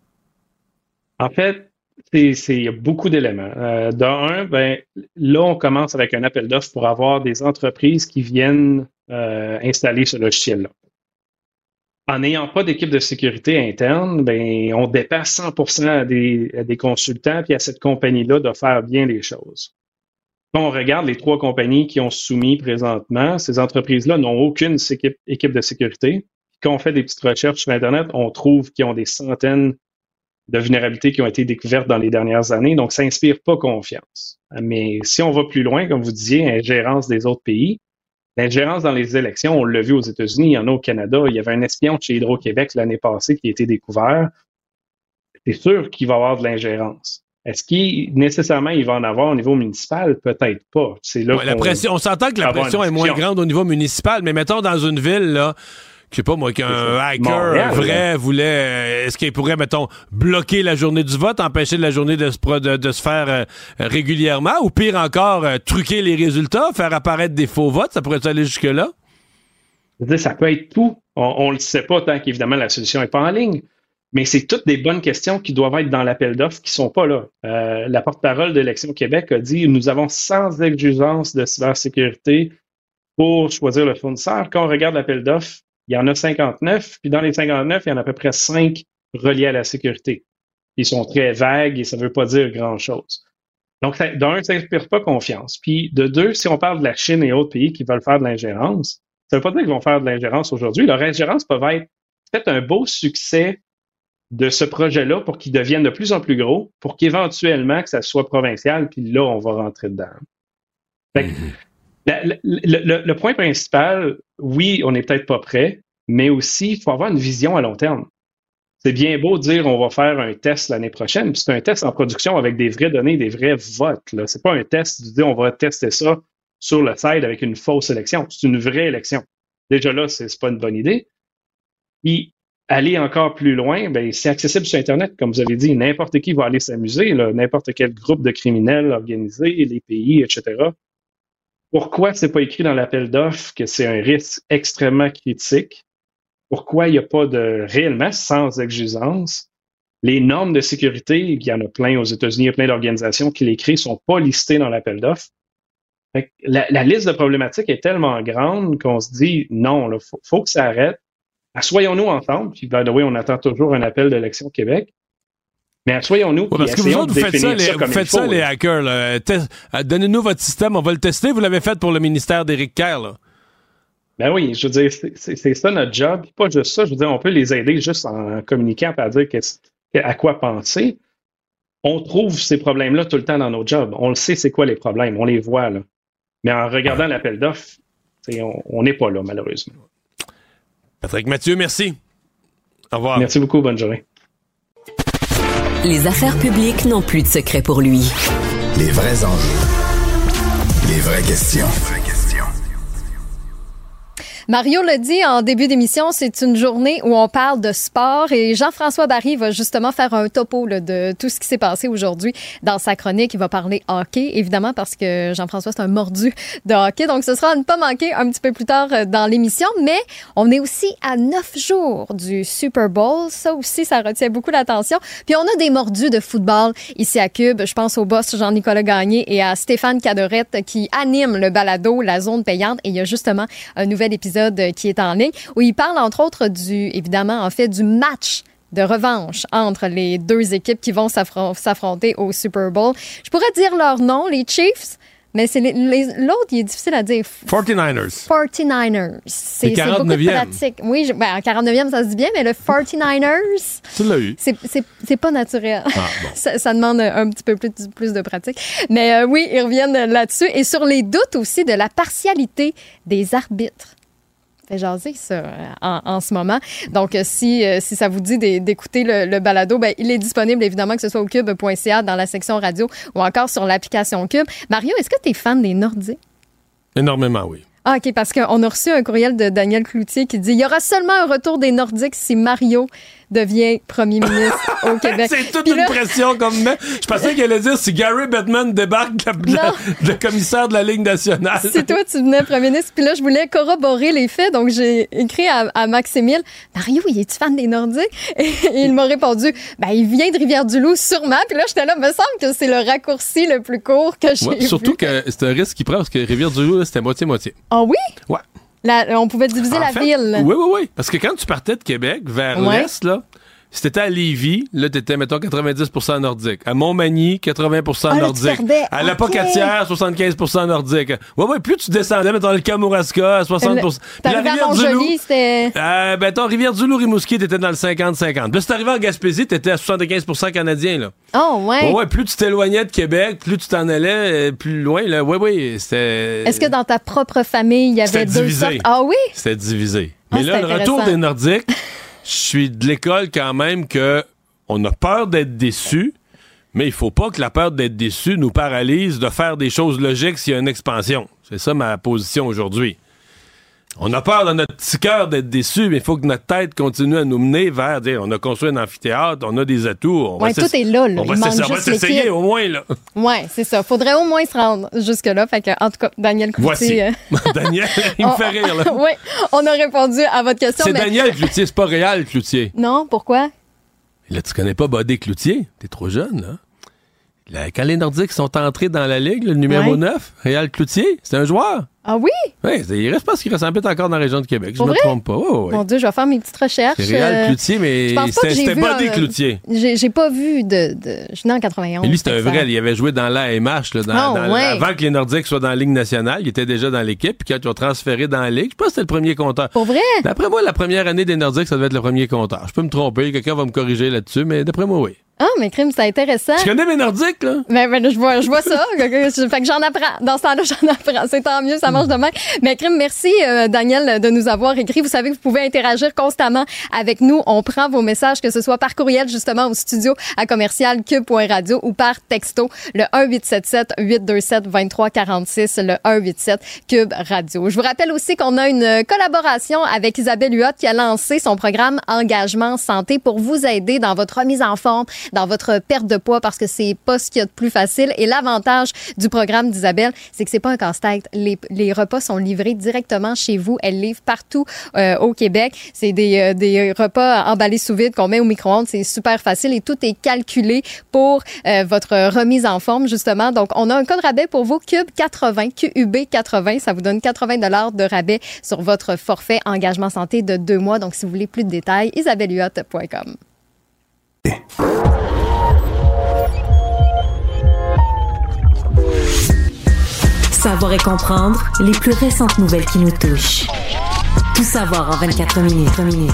Speaker 6: En fait, c'est, c'est, il y a beaucoup d'éléments. Euh, d'un, ben, là, on commence avec un appel d'offres pour avoir des entreprises qui viennent euh, installer ce logiciel-là. En n'ayant pas d'équipe de sécurité interne, ben, on dépend cent pour cent à des, à des consultants puis à cette compagnie-là de faire bien les choses. Quand on regarde les trois compagnies qui ont soumis présentement, ces entreprises-là n'ont aucune équipe, équipe de sécurité. Quand on fait des petites recherches sur Internet, on trouve qu'ils ont des centaines de vulnérabilités qui ont été découvertes dans les dernières années, donc ça n'inspire pas confiance. Mais si on va plus loin, comme vous disiez, ingérence des autres pays, l'ingérence dans les élections, on l'a vu aux États-Unis, il y en a au Canada, il y avait un espion de chez Hydro-Québec l'année passée qui a été découvert. C'est sûr qu'il va y avoir de l'ingérence. Est-ce qu'il nécessairement il va en avoir au niveau municipal? Peut-être pas. C'est là
Speaker 2: ouais, la pression, on s'entend que la pression est moins grande au niveau municipal, mais mettons dans une ville, là, je sais pas moi, qu'un hacker Montréal, vrai là. voulait, est-ce qu'il pourrait, mettons, bloquer la journée du vote, empêcher la journée de se, de, de se faire euh, régulièrement, ou pire encore, euh, truquer les résultats, faire apparaître des faux votes, ça pourrait aller jusque-là?
Speaker 6: Je veux dire, ça peut être tout. On ne le sait pas tant qu'évidemment la solution n'est pas en ligne, mais c'est toutes des bonnes questions qui doivent être dans l'appel d'offres qui sont pas là. Euh, la porte-parole d'Élections Québec a dit « Nous avons sans exigence de cybersécurité pour choisir le fournisseur. » Quand on regarde l'appel d'offres, il y en a cinquante-neuf, puis dans les cinquante-neuf, il y en a à peu près cinq reliés à la sécurité. Ils sont très vagues et ça ne veut pas dire grand-chose. Donc, ça, d'un, ça n'inspire pas confiance. Puis, de deux, si on parle de la Chine et autres pays qui veulent faire de l'ingérence, ça ne veut pas dire qu'ils vont faire de l'ingérence aujourd'hui. Leur ingérence peut être peut-être un beau succès de ce projet-là pour qu'il devienne de plus en plus gros, pour qu'éventuellement, que ça soit provincial, puis là, on va rentrer dedans. Fait que, mm-hmm. La, le, le, le point principal, oui, on n'est peut-être pas prêt, mais aussi, il faut avoir une vision à long terme. C'est bien beau de dire on va faire un test l'année prochaine, puis c'est un test en production avec des vraies données, des vrais votes. Là. C'est pas un test de dire on va tester ça sur le site avec une fausse élection. C'est une vraie élection. Déjà là, c'est, c'est pas une bonne idée. Puis, aller encore plus loin, ben, c'est accessible sur Internet, comme vous avez dit. N'importe qui va aller s'amuser, là, n'importe quel groupe de criminels organisés, les pays, et cetera. Pourquoi c'est pas écrit dans l'appel d'offres que c'est un risque extrêmement critique? Pourquoi il n'y a pas de réellement sans exigence? Les normes de sécurité, il y en a plein aux États-Unis, il y a plein d'organisations qui les créent, sont pas listées dans l'appel d'offres. Fait que la, la liste de problématiques est tellement grande qu'on se dit non, il faut, faut que ça arrête. Assoyons-nous ensemble, puis by the way, on attend toujours un appel d'Élections Québec. Mais assoyons-nous,
Speaker 2: ouais, parce que vous autres, vous faites ça, les, ça, vous faites ça faut, les hackers. Là. Test, donnez-nous votre système, on va le tester. Vous l'avez fait pour le ministère d'Éric Kerr. Là.
Speaker 6: Ben oui, je veux dire, c'est, c'est, c'est ça notre job. Pas juste ça, je veux dire, on peut les aider juste en communiquant et à dire à quoi penser. On trouve ces problèmes-là tout le temps dans nos jobs. On le sait, c'est quoi les problèmes, on les voit. Là. Mais en regardant l'appel d'offres, on n'est pas là, malheureusement.
Speaker 2: Patrick Mathieu, merci. Au revoir.
Speaker 6: Merci beaucoup, bonne journée.
Speaker 1: Les affaires publiques n'ont plus de secret pour lui.
Speaker 3: Les vrais enjeux. Les vraies questions.
Speaker 7: Mario l'a dit en début d'émission, c'est une journée où on parle de sport et Jean-François Barry va justement faire un topo là, de tout ce qui s'est passé aujourd'hui dans sa chronique. Il va parler hockey, évidemment, parce que Jean-François, c'est un mordu de hockey. Donc, ce sera à ne pas manquer un petit peu plus tard dans l'émission. Mais on est aussi à neuf jours du Super Bowl. Ça aussi, ça retient beaucoup l'attention. Puis, on a des mordus de football ici à Cube. Je pense au boss Jean-Nicolas Gagné et à Stéphane Cadorette qui anime le balado La Zone Payante. Et il y a justement un nouvel épisode qui est en ligne, où il parle entre autres du, évidemment, en fait, du match de revanche entre les deux équipes qui vont s'affron- s'affronter au Super Bowl. Je pourrais dire leur nom, les Chiefs, mais c'est les, les, l'autre, il est difficile à dire.
Speaker 2: forty-niners.
Speaker 7: forty-niners. C'est,
Speaker 2: c'est quarante-neuvième.
Speaker 7: C'est beaucoup de pratique. Oui, je, ben, en quarante-neuvième, ça se dit bien, mais le forty-niners,
Speaker 2: tu l'as eu.
Speaker 7: C'est, c'est, c'est pas naturel. Ah, bon. ça, ça demande un petit peu plus, plus de pratique. Mais euh, oui, ils reviennent là-dessus. Et sur les doutes aussi de la partialité des arbitres. Fait jaser ça en, en ce moment. Donc, si, si ça vous dit d'écouter le, le balado, ben, il est disponible évidemment que ce soit au cube point c a dans la section radio ou encore sur l'application Cube. Mario, est-ce que tu es fan des Nordiques?
Speaker 2: Énormément, oui.
Speaker 7: Ah, OK, parce qu'on a reçu un courriel de Daniel Cloutier qui dit « Il y aura seulement un retour des Nordiques si Mario devient premier ministre au Québec.
Speaker 2: C'est toute
Speaker 7: Puis
Speaker 2: une
Speaker 7: là,
Speaker 2: pression comme ça. Je pensais qu'elle allait dire si Gary Bettman débarque de la, le commissaire de la Ligue nationale.
Speaker 7: Si toi, tu venais premier ministre, puis là, je voulais corroborer les faits, donc j'ai écrit à, à Maximile, Mario, il est-tu fan des Nordiques? Et, et il m'a répondu, ben, il vient de Rivière-du-Loup, sûrement. Puis là, j'étais là, me semble que c'est le raccourci le plus court que j'ai
Speaker 2: Ouais,
Speaker 7: vu.
Speaker 2: surtout que c'est un risque qu'il prend parce que Rivière-du-Loup, là, c'était moitié-moitié.
Speaker 7: Ah oui?
Speaker 2: Ouais.
Speaker 7: La- on pouvait diviser
Speaker 2: En
Speaker 7: la
Speaker 2: fait,
Speaker 7: ville.
Speaker 2: Oui, oui, oui. Parce que quand tu partais de Québec vers
Speaker 7: Ouais.
Speaker 2: l'est, là, si t'étais à Lévis, là, t'étais, mettons, quatre-vingt-dix pour cent nordique. À Montmagny, quatre-vingts pour cent
Speaker 7: Ah, là, tu
Speaker 2: nordique.
Speaker 7: perdais.
Speaker 2: À la
Speaker 7: Ok.
Speaker 2: Pocatière, soixante-quinze pour cent nordique. Ouais, ouais, plus tu descendais, mettons, le Kamouraska, à soixante pour cent. Puis la
Speaker 7: T'arrivais à
Speaker 2: Rivière-du-Loup,
Speaker 7: Montjoly, c'était...
Speaker 2: euh, ben, ton Rivière-du-Loup-Rimouski, t'étais dans le cinquante cinquante. Puis si t'arrivais en Gaspésie, t'étais à soixante-quinze pour cent canadien, là.
Speaker 7: Oh, ouais.
Speaker 2: Ouais, ouais, plus tu t'éloignais de Québec, plus tu t'en allais euh, plus loin, là. Ouais, ouais, c'était...
Speaker 7: Est-ce que dans ta propre famille, il y avait
Speaker 2: C'était
Speaker 7: deux
Speaker 2: divisé.
Speaker 7: sortes? Ah oui?
Speaker 2: C'était divisé.
Speaker 7: Ah,
Speaker 2: Mais
Speaker 7: c'est
Speaker 2: là, le retour
Speaker 7: intéressant.
Speaker 2: des Nordiques, je suis de l'école quand même que on a peur d'être déçu, mais il faut pas que la peur d'être déçu nous paralyse de faire des choses logiques s'il y a une expansion. C'est ça ma position aujourd'hui. On a peur dans notre petit cœur d'être déçu, mais il faut que notre tête continue à nous mener vers dire on a construit un amphithéâtre, on a des atouts. On
Speaker 7: Ouais,
Speaker 2: va
Speaker 7: tout
Speaker 2: s'ess-
Speaker 7: est là, là.
Speaker 2: On va
Speaker 7: Il manque
Speaker 2: s'ess- on va
Speaker 7: juste
Speaker 2: s'essayer
Speaker 7: l'équipe.
Speaker 2: au moins, là.
Speaker 7: Ouais, c'est ça. Faudrait au moins se rendre jusque-là. Fait que, en tout cas, Daniel
Speaker 2: Voici.
Speaker 7: Cloutier... euh,
Speaker 2: Daniel, il me
Speaker 7: on-
Speaker 2: fait rire, là.
Speaker 7: Oui, on a répondu à votre question.
Speaker 2: C'est
Speaker 7: mais...
Speaker 2: Daniel Cloutier, c'est pas Réal Cloutier.
Speaker 7: Non, pourquoi?
Speaker 2: Là, tu connais pas Bodé Cloutier? T'es trop jeune, là. Là, quand les Nordiques sont entrés dans la Ligue, le numéro
Speaker 7: Ouais.
Speaker 2: neuf, Réal Cloutier, c'est un joueur.
Speaker 7: Ah oui?
Speaker 2: Oui, il reste pas ce qu'il ressemble peut-être encore dans la région de Québec. Je
Speaker 7: Pour
Speaker 2: me
Speaker 7: vrai?
Speaker 2: trompe pas. Ouais, ouais, ouais.
Speaker 7: Mon Dieu, je vais faire mes petites recherches.
Speaker 2: C'est Réal
Speaker 7: Euh,
Speaker 2: Cloutier, mais
Speaker 7: je pense pas
Speaker 2: c'était
Speaker 7: que j'ai
Speaker 2: c'était
Speaker 7: vu
Speaker 2: Bodé
Speaker 7: un-
Speaker 2: Cloutier.
Speaker 7: J'ai, j'ai pas vu de, de... Je suis né en quatre-vingt-onze.
Speaker 2: Mais lui, c'était un
Speaker 7: fait que
Speaker 2: vrai.
Speaker 7: ça-
Speaker 2: Il avait joué dans l'A M H, là, dans,
Speaker 7: Oh,
Speaker 2: dans-
Speaker 7: ouais.
Speaker 2: avant que les Nordiques soient dans la Ligue nationale. Il était déjà dans l'équipe. Puis quand ils ont transféré dans la Ligue, je pense que c'était le premier compteur.
Speaker 7: Pour vrai?
Speaker 2: D'après moi, la première année des Nordiques, ça devait être le premier compteur. Je peux me tromper, quelqu'un va me corriger là-dessus, mais d'après moi, oui.
Speaker 7: Ah, mais crime, c'est intéressant.
Speaker 2: Tu connais mes Nordiques, là?
Speaker 7: Ben, ben, je vois, je vois ça. fait que j'en apprends. Dans ce temps-là, j'en apprends. C'est tant mieux, ça marche demain. Mais crime, merci, euh, Daniel, de nous avoir écrit. Vous savez que vous pouvez interagir constamment avec nous. On prend vos messages, que ce soit par courriel, justement, au studio à commercial cube point radio ou par texto, le un huit sept sept huit deux sept deux trois quatre six, le un huit sept cube radio. Je vous rappelle aussi qu'on a une collaboration avec Isabelle Huot qui a lancé son programme Engagement Santé pour vous aider dans votre remise en forme, dans votre perte de poids, parce que c'est pas ce qu'il y a de plus facile. Et l'avantage du programme d'Isabelle, c'est que c'est pas un casse-tête. Les, les repas sont livrés directement chez vous. Elle livre partout euh, au Québec. C'est des, euh, des repas emballés sous vide qu'on met au micro-ondes. C'est super facile et tout est calculé pour euh, votre remise en forme, justement. Donc, on a un code rabais pour vous, Cube quatre-vingts, Q U B quatre-vingts. Ça vous donne quatre-vingts dollars de rabais sur votre forfait engagement santé de deux mois. Donc, si vous voulez plus de détails, isabelle huot point com.
Speaker 1: Savoir et comprendre les plus récentes nouvelles qui nous touchent. Tout savoir en vingt-quatre minutes. minutes.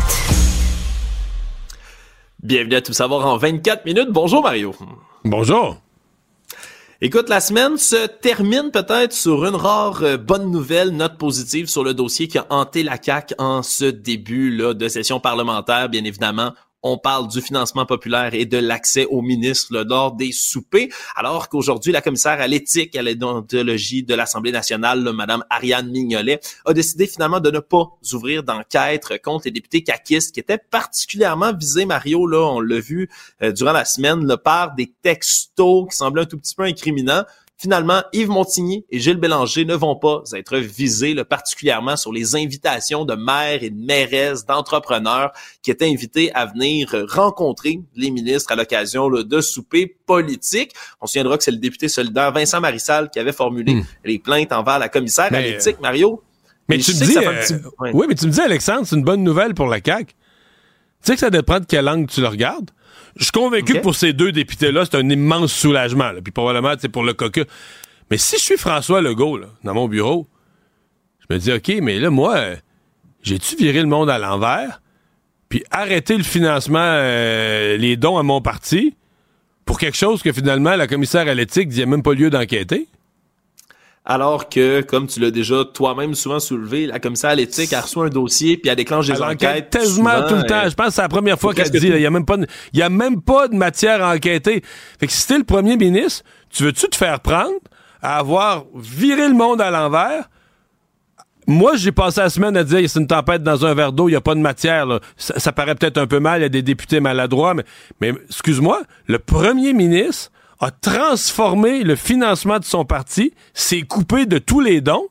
Speaker 8: Bienvenue à Tout savoir en vingt-quatre minutes. Bonjour Mario.
Speaker 2: Bonjour.
Speaker 8: Écoute, la semaine se termine peut-être sur une rare euh, bonne nouvelle, note positive sur le dossier qui a hanté la C A Q en ce début là, de session parlementaire, bien évidemment. On parle du financement populaire et de l'accès aux ministres là, lors des soupers, alors qu'aujourd'hui, la commissaire à l'éthique et à l'idéologie de l'Assemblée nationale, là, Mme Ariane Mignolet, a décidé finalement de ne pas ouvrir d'enquête contre les députés caquistes qui étaient particulièrement visés, Mario, là, on l'a vu euh, durant la semaine, là, par des textos qui semblaient un tout petit peu incriminants. Finalement, Yves Montigny et Gilles Bélanger ne vont pas être visés, là, particulièrement sur les invitations de maires et de mairesses, d'entrepreneurs qui étaient invités à venir rencontrer les ministres à l'occasion là, de soupers politiques. On se souviendra que c'est le député solidaire Vincent Marissal qui avait formulé mmh. les plaintes envers la commissaire mais, à l'éthique, Mario.
Speaker 2: Mais tu me dis, euh, petit... ouais. oui, mais tu me dis, Alexandre, c'est une bonne nouvelle pour la C A Q. Tu sais que ça dépend de quelle langue tu le regardes. Je suis convaincu okay. que pour ces deux députés-là, c'est un immense soulagement. Là. Puis probablement, c'est pour le caucus. Mais si je suis François Legault, là, dans mon bureau, je me dis, OK, mais là, moi, euh, j'ai-tu viré le monde à l'envers, puis arrêté le financement, euh, les dons à mon parti, pour quelque chose que finalement, la commissaire à l'éthique dit qu'il n'y a même pas lieu d'enquêter?
Speaker 8: Alors que, comme tu l'as déjà toi-même souvent soulevé, la commissaire à l'éthique, elle reçoit un dossier puis elle déclenche des elle enquêtes.
Speaker 2: Tellement
Speaker 8: souvent,
Speaker 2: tout le temps. Je pense que c'est la première fois qu'elle dit, il n'y a même pas de, il y a même pas de matière à enquêter. Fait que si t'es le premier ministre, tu veux-tu te faire prendre à avoir viré le monde à l'envers moi, j'ai passé la semaine à dire c'est une tempête dans un verre d'eau, il n'y a pas de matière. Là. Ça, ça paraît peut-être un peu mal, il y a des députés maladroits, mais, mais excuse-moi, le premier ministre a transformé le financement de son parti, s'est coupé de tous les dons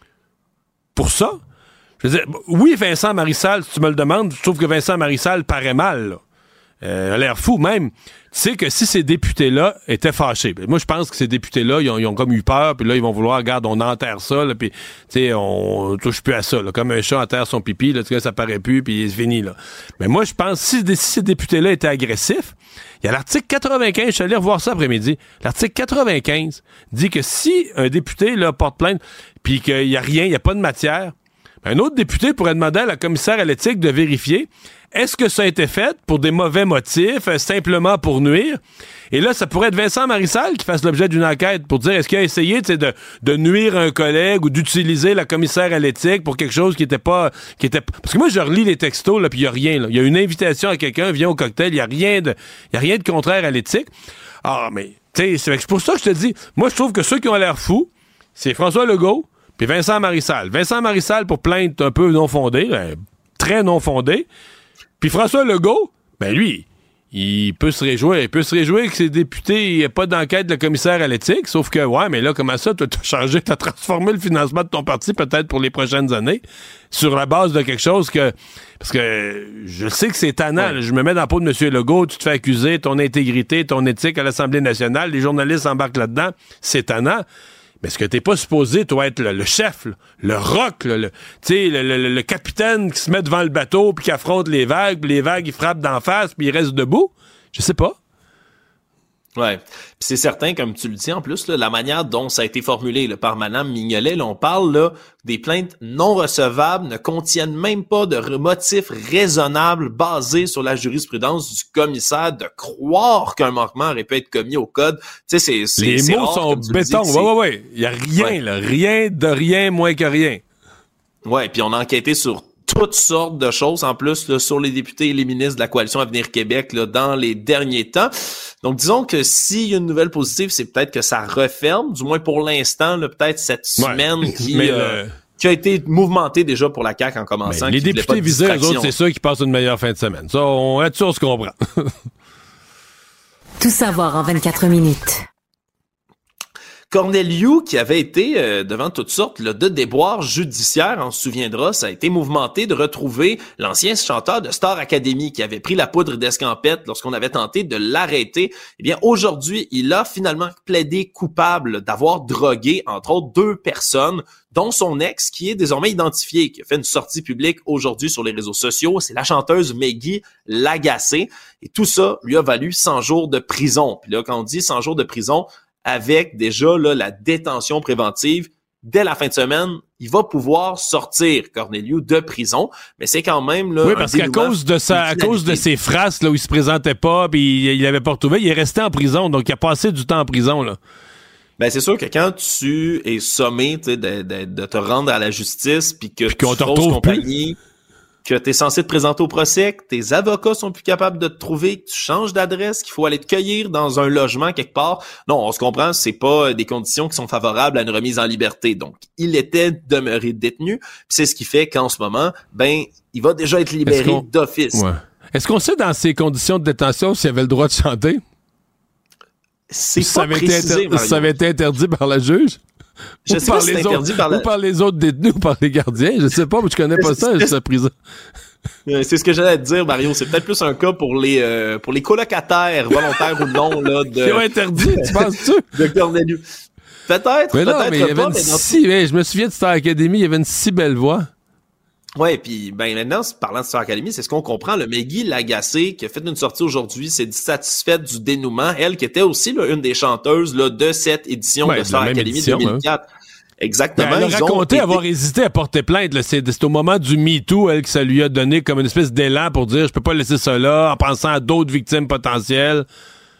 Speaker 2: pour ça. Je veux dire, oui, Vincent Marissal, si tu me le demandes, je trouve que Vincent Marissal paraît mal, là. Euh, a l'air fou même. Tu sais que si ces députés-là étaient fâchés, moi je pense que ces députés-là, ils ont, ils ont comme eu peur, puis là ils vont vouloir, regarde, on enterre ça, là, puis tu sais, on touche plus à ça, là, comme un chat enterre son pipi, là, tu sais, ça paraît plus, puis c'est fini, là. Mais moi je pense, si, si ces députés-là étaient agressifs, il y a l'article quatre-vingt-quinze, je suis allé revoir ça après-midi, l'article quatre-vingt-quinze dit que si un député, là, porte plainte, puis qu'il y a rien, il y a pas de matière, un autre député pourrait demander à la commissaire à l'éthique de vérifier est-ce que ça a été fait pour des mauvais motifs, euh, simplement pour nuire? Et là, ça pourrait être Vincent Marissal qui fasse l'objet d'une enquête pour dire est-ce qu'il a essayé de, de nuire à un collègue ou d'utiliser la commissaire à l'éthique pour quelque chose qui était pas... qui était Parce que moi, je relis les textos, là, puis il n'y a rien. Il y a une invitation à quelqu'un, viens au cocktail, il n'y a rien de y a rien de contraire à l'éthique. Ah, mais, tu sais, c'est pour ça que je te dis, moi, je trouve que ceux qui ont l'air fous, c'est François Legault puis Vincent Marissal. Vincent Marissal pour plainte un peu non fondée, euh, très non fondée. Puis François Legault, ben lui, il peut se réjouir. Il peut se réjouir que ses députés, il n'y ait pas d'enquête de commissaire à l'éthique, sauf que, ouais, mais là, comment ça, tu as changé, tu as transformé le financement de ton parti peut-être pour les prochaines années sur la base de quelque chose que... Parce que je sais que c'est tannant. Ouais. Là, je me mets dans la peau de M. Legault, tu te fais accuser, ton intégrité, ton éthique à l'Assemblée nationale, les journalistes embarquent là-dedans, c'est tannant. Mais est-ce que t'es pas supposé, toi, être le, le chef, là, le roc, là, le, le, le, le capitaine qui se met devant le bateau puis qui affronte les vagues, puis les vagues, ils frappent d'en face puis ils restent debout? Je sais pas.
Speaker 8: Ouais. Puis c'est certain, comme tu le dis en plus, là, la manière dont ça a été formulé là, par Mme Mignolet, là, on parle là, des plaintes non recevables ne contiennent même pas de motifs raisonnables basés sur la jurisprudence du commissaire de croire qu'un manquement aurait pu être commis au code. Tu sais, c'est, c'est,
Speaker 2: les
Speaker 8: c'est
Speaker 2: mots
Speaker 8: rare,
Speaker 2: sont béton. Oui, oui, oui. Il y a rien, ouais. là. Rien de rien moins que rien.
Speaker 8: Ouais, puis on a enquêté sur toutes sortes de choses, en plus, là, sur les députés et les ministres de la Coalition Avenir Québec là, dans les derniers temps. Donc, disons que s'il y a une nouvelle positive, c'est peut-être que ça referme, du moins pour l'instant, là, peut-être cette semaine ouais, qui, euh, le... qui a été mouvementée déjà pour la C A Q en commençant.
Speaker 2: Les députés visés, eux autres, c'est ceux qui passent une meilleure fin de semaine. Ça, on, là-dessus, on se comprend.
Speaker 1: Tout savoir en vingt-quatre minutes.
Speaker 8: Corneliu, qui avait été euh, devant toutes sortes là, de déboires judiciaires, on se souviendra, ça a été mouvementé de retrouver l'ancien chanteur de Star Academy qui avait pris la poudre d'escampette lorsqu'on avait tenté de l'arrêter. Eh bien, aujourd'hui, il a finalement plaidé coupable d'avoir drogué, entre autres, deux personnes, dont son ex, qui est désormais identifié, qui a fait une sortie publique aujourd'hui sur les réseaux sociaux. C'est la chanteuse Meggy Lagacé. Et tout ça lui a valu cent jours de prison. Puis là, quand on dit cent jours de prison, avec déjà là, la détention préventive, dès la fin de semaine, il va pouvoir sortir, Corneliu, de prison. Mais c'est quand même... là.
Speaker 2: Oui, parce qu'à cause de sa, à cause de ses frasques là, où il se présentait pas, puis il l'avait pas retrouvé, il est resté en prison. Donc, il a passé du temps en prison, là.
Speaker 8: Ben c'est sûr que quand tu es sommé de, de, de te rendre à la justice, puis que
Speaker 2: puis
Speaker 8: tu
Speaker 2: qu'on te
Speaker 8: fausses
Speaker 2: retrouve
Speaker 8: compagnie... Plus. Que tu es censé te présenter au procès, que tes avocats sont plus capables de te trouver, que tu changes d'adresse, qu'il faut aller te cueillir dans un logement quelque part. Non, on se comprend, c'est pas des conditions qui sont favorables à une remise en liberté. Donc, il était demeuré détenu, puis c'est ce qui fait qu'en ce moment, ben, il va déjà être libéré d'office.
Speaker 2: Ouais. Est-ce qu'on sait dans ces conditions de détention s'il avait le droit de chanter?
Speaker 8: C'est
Speaker 2: ça
Speaker 8: pas
Speaker 2: avait
Speaker 8: précisé,
Speaker 2: été inter- Ça avait été interdit par la juge?
Speaker 8: Je ou sais pas si c'est interdit
Speaker 2: autres,
Speaker 8: par la...
Speaker 2: Ou par les autres détenus ou par les gardiens. Je sais pas, mais je connais pas ça, cette prison.
Speaker 8: C'est ce que j'allais te dire, Mario. C'est peut-être plus un cas pour les euh, pour les colocataires, volontaires ou non, là, de...
Speaker 2: Qui ont interdit, tu penses-tu?
Speaker 8: De Corneliu. Peut-être,
Speaker 2: mais non,
Speaker 8: peut-être
Speaker 2: mais il y avait
Speaker 8: pas,
Speaker 2: une
Speaker 8: mais dans...
Speaker 2: si... je me souviens de Star Academy, il y avait une si belle voix.
Speaker 8: Ouais, puis ben maintenant, parlant de Star Academy, c'est ce qu'on comprend. Le Meggy Lagacé, qui a fait une sortie aujourd'hui, s'est satisfaite du dénouement. Elle, qui était aussi là, une des chanteuses là, de cette édition ouais, de Star Academy édition, deux mille quatre. Hein. Exactement.
Speaker 2: Ben, elle a raconté ont... avoir hésité à porter plainte. Là. C'est, c'est au moment du MeToo, elle, que ça lui a donné comme une espèce d'élan pour dire « Je peux pas laisser ça là » en pensant à d'autres victimes potentielles.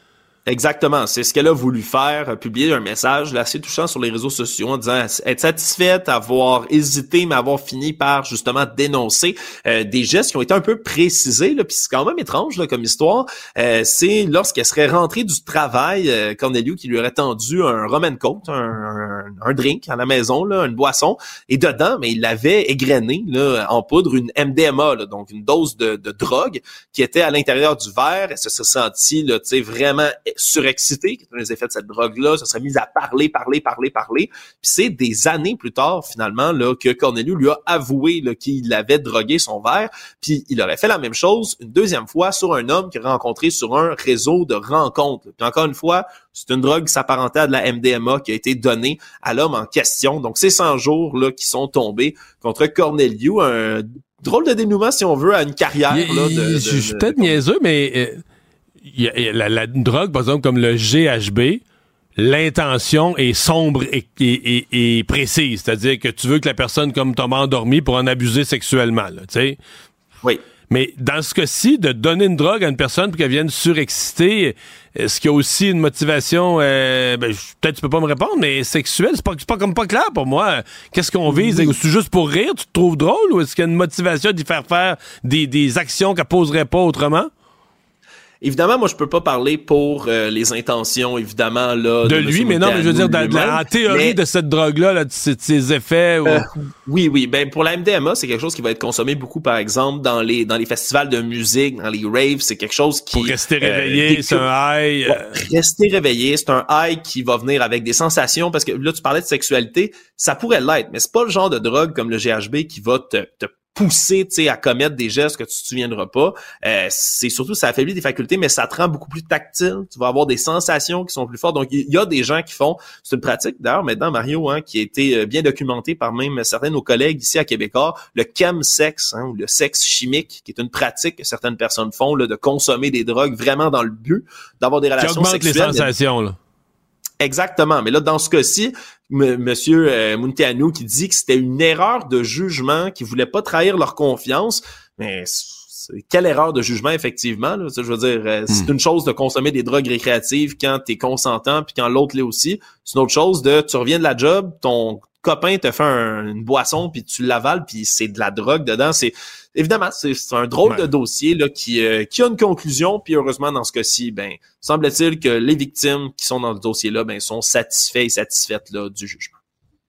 Speaker 8: Exactement, c'est ce qu'elle a voulu faire, publier un message là, assez touchant sur les réseaux sociaux en disant être satisfaite, avoir hésité, mais avoir fini par justement dénoncer euh, des gestes qui ont été un peu précisés, là, puis c'est quand même étrange là, comme histoire. Euh, c'est lorsqu'elle serait rentrée du travail, euh, Corneliu qui lui aurait tendu un rum and coke, un, un, un drink à la maison, là, une boisson, et dedans, mais il l'avait égrené là, en poudre une M D M A, là, donc une dose de, de drogue qui était à l'intérieur du verre. Elle se serait sentie là, tu sais, vraiment surexcité, qui étaient les effets de cette drogue-là, ça serait mis à parler, parler, parler, parler. Puis c'est des années plus tard, finalement, là, que Corneliu lui a avoué là, qu'il avait drogué son verre. Puis il aurait fait la même chose une deuxième fois sur un homme qu'il a rencontré sur un réseau de rencontres. Puis encore une fois, c'est une drogue qui s'apparentait à de la M D M A qui a été donnée à l'homme en question. Donc c'est cent jours là, qui sont tombés contre Corneliu. Un drôle de dénouement, si on veut, à une carrière.
Speaker 2: Il,
Speaker 8: là, de, de,
Speaker 2: je suis
Speaker 8: de,
Speaker 2: peut-être
Speaker 8: de...
Speaker 2: niaiseux, mais... Euh... Il y a, il y a la, la drogue, par exemple, comme le G H B, l'intention est sombre et, et, et, et précise. C'est-à-dire que tu veux que la personne comme tombe endormie pour en abuser sexuellement, tu sais.
Speaker 8: Oui.
Speaker 2: Mais dans ce cas-ci, de donner une drogue à une personne pour qu'elle vienne surexciter, est-ce qu'il y a aussi une motivation, euh, ben, peut-être tu peux pas me répondre, mais sexuelle, c'est pas, c'est pas comme pas clair pour moi. Qu'est-ce qu'on vise? Oui. C'est juste pour rire? Tu te trouves drôle? Ou est-ce qu'il y a une motivation d'y faire faire des, des actions qu'elle poserait pas autrement?
Speaker 8: Évidemment, moi, je peux pas parler pour euh, les intentions, évidemment, là. De,
Speaker 2: de lui, mais non, mais je veux dire, de, de la, en théorie mais, de cette drogue-là, là, de ses effets. Ou...
Speaker 8: Euh, oui, oui. Ben, pour la M D M A, c'est quelque chose qui va être consommé beaucoup, par exemple, dans les dans les festivals de musique, dans les raves. C'est quelque chose qui...
Speaker 2: Pour rester réveillé, euh, c'est un high.
Speaker 8: Euh... Rester réveillé, c'est un high qui va venir avec des sensations, parce que là, tu parlais de sexualité, ça pourrait l'être, mais c'est pas le genre de drogue comme le G H B qui va te, te pousser, tu sais, à commettre des gestes que tu te souviendras pas. Euh, c'est surtout, ça affaiblit tes facultés, mais ça te rend beaucoup plus tactile. Tu vas avoir des sensations qui sont plus fortes. Donc, il y a des gens qui font, c'est une pratique, d'ailleurs, maintenant, Mario, hein, qui a été bien documentée par même certains de nos collègues ici à Québécois, le chemsex, hein, ou le sexe chimique, qui est une pratique que certaines personnes font, là, de consommer des drogues vraiment dans le but d'avoir des relations
Speaker 2: sexuelles. Qui augmente les sensations, là.
Speaker 8: Exactement. Mais là, dans ce cas-ci, M. Monsieur euh, Munteanu qui dit que c'était une erreur de jugement, qu'ils voulaient pas trahir leur confiance. Mais c'est, quelle erreur de jugement, effectivement, là? Je veux dire, euh, mm. c'est une chose de consommer des drogues récréatives quand t'es consentant, puis quand l'autre l'est aussi. C'est une autre chose de, tu reviens de la job, ton copain te fait un, une boisson, puis tu l'avales, puis c'est de la drogue dedans. C'est évidemment, c'est, c'est un drôle ouais. de dossier là qui euh, qui a une conclusion, puis heureusement dans ce cas-ci, ben semble-t-il que les victimes qui sont dans le dossier-là, ben sont satisfaits et satisfaites là du jugement.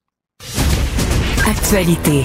Speaker 1: Actualité.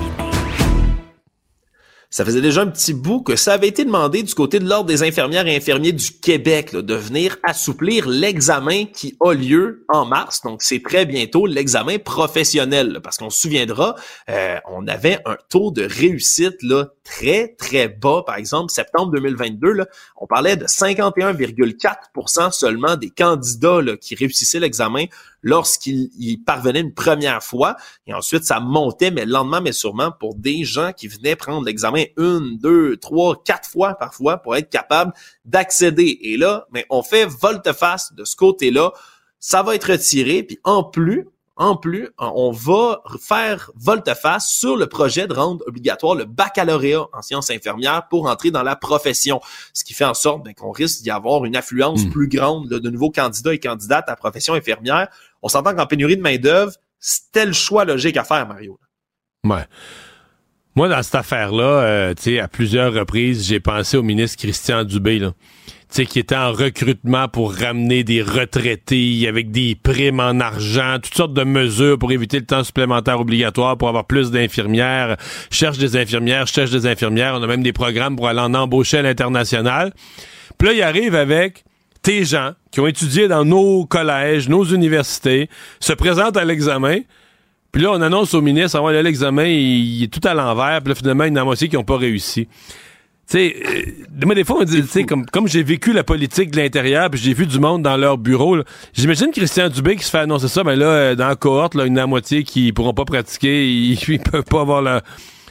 Speaker 8: Ça faisait déjà un petit bout que ça avait été demandé du côté de l'Ordre des infirmières et infirmiers du Québec là, de venir assouplir l'examen qui a lieu en mars. Donc, c'est très bientôt l'examen professionnel. Là, parce qu'on se souviendra, euh, on avait un taux de réussite là très, très bas. Par exemple, septembre deux mille vingt-deux, là, on parlait de cinquante et un virgule quatre pour cent seulement des candidats là, qui réussissaient l'examen lorsqu'ils y parvenaient une première fois. Et ensuite, ça montait, mais lentement, mais sûrement, pour des gens qui venaient prendre l'examen une, deux, trois, quatre fois parfois pour être capable d'accéder. Et là, mais on fait volte-face de ce côté-là. Ça va être retiré. Puis en plus, en plus, on va faire volte-face sur le projet de rendre obligatoire le baccalauréat en sciences infirmières pour entrer dans la profession. Ce qui fait en sorte ben, qu'on risque d'y avoir une affluence mmh. plus grande là, de nouveaux candidats et candidates à la profession infirmière. On s'entend qu'en pénurie de main-d'œuvre, c'était le choix logique à faire, Mario.
Speaker 2: Ouais. Moi, dans cette affaire-là, euh, tu sais, à plusieurs reprises, j'ai pensé au ministre Christian Dubé, là. Tu sais, qui était en recrutement pour ramener des retraités avec des primes en argent, toutes sortes de mesures pour éviter le temps supplémentaire obligatoire, pour avoir plus d'infirmières. Cherche des infirmières, cherche des infirmières. On a même des programmes pour aller en embaucher à l'international. Puis là, il arrive avec tes gens qui ont étudié dans nos collèges, nos universités, se présentent à l'examen. Puis là, on annonce au ministre, ah ouais, là, l'examen, il, il est tout à l'envers. Puis là, finalement, il y en a moitié qui n'ont pas réussi. Tu sais, euh, moi, des fois, on dit, tu sais, comme, comme j'ai vécu la politique de l'intérieur, puis j'ai vu du monde dans leur bureau, là, j'imagine Christian Dubé qui se fait annoncer ça, ben là, dans la cohorte, là, il y en a la moitié qui pourront pas pratiquer, ils, ils peuvent pas avoir la...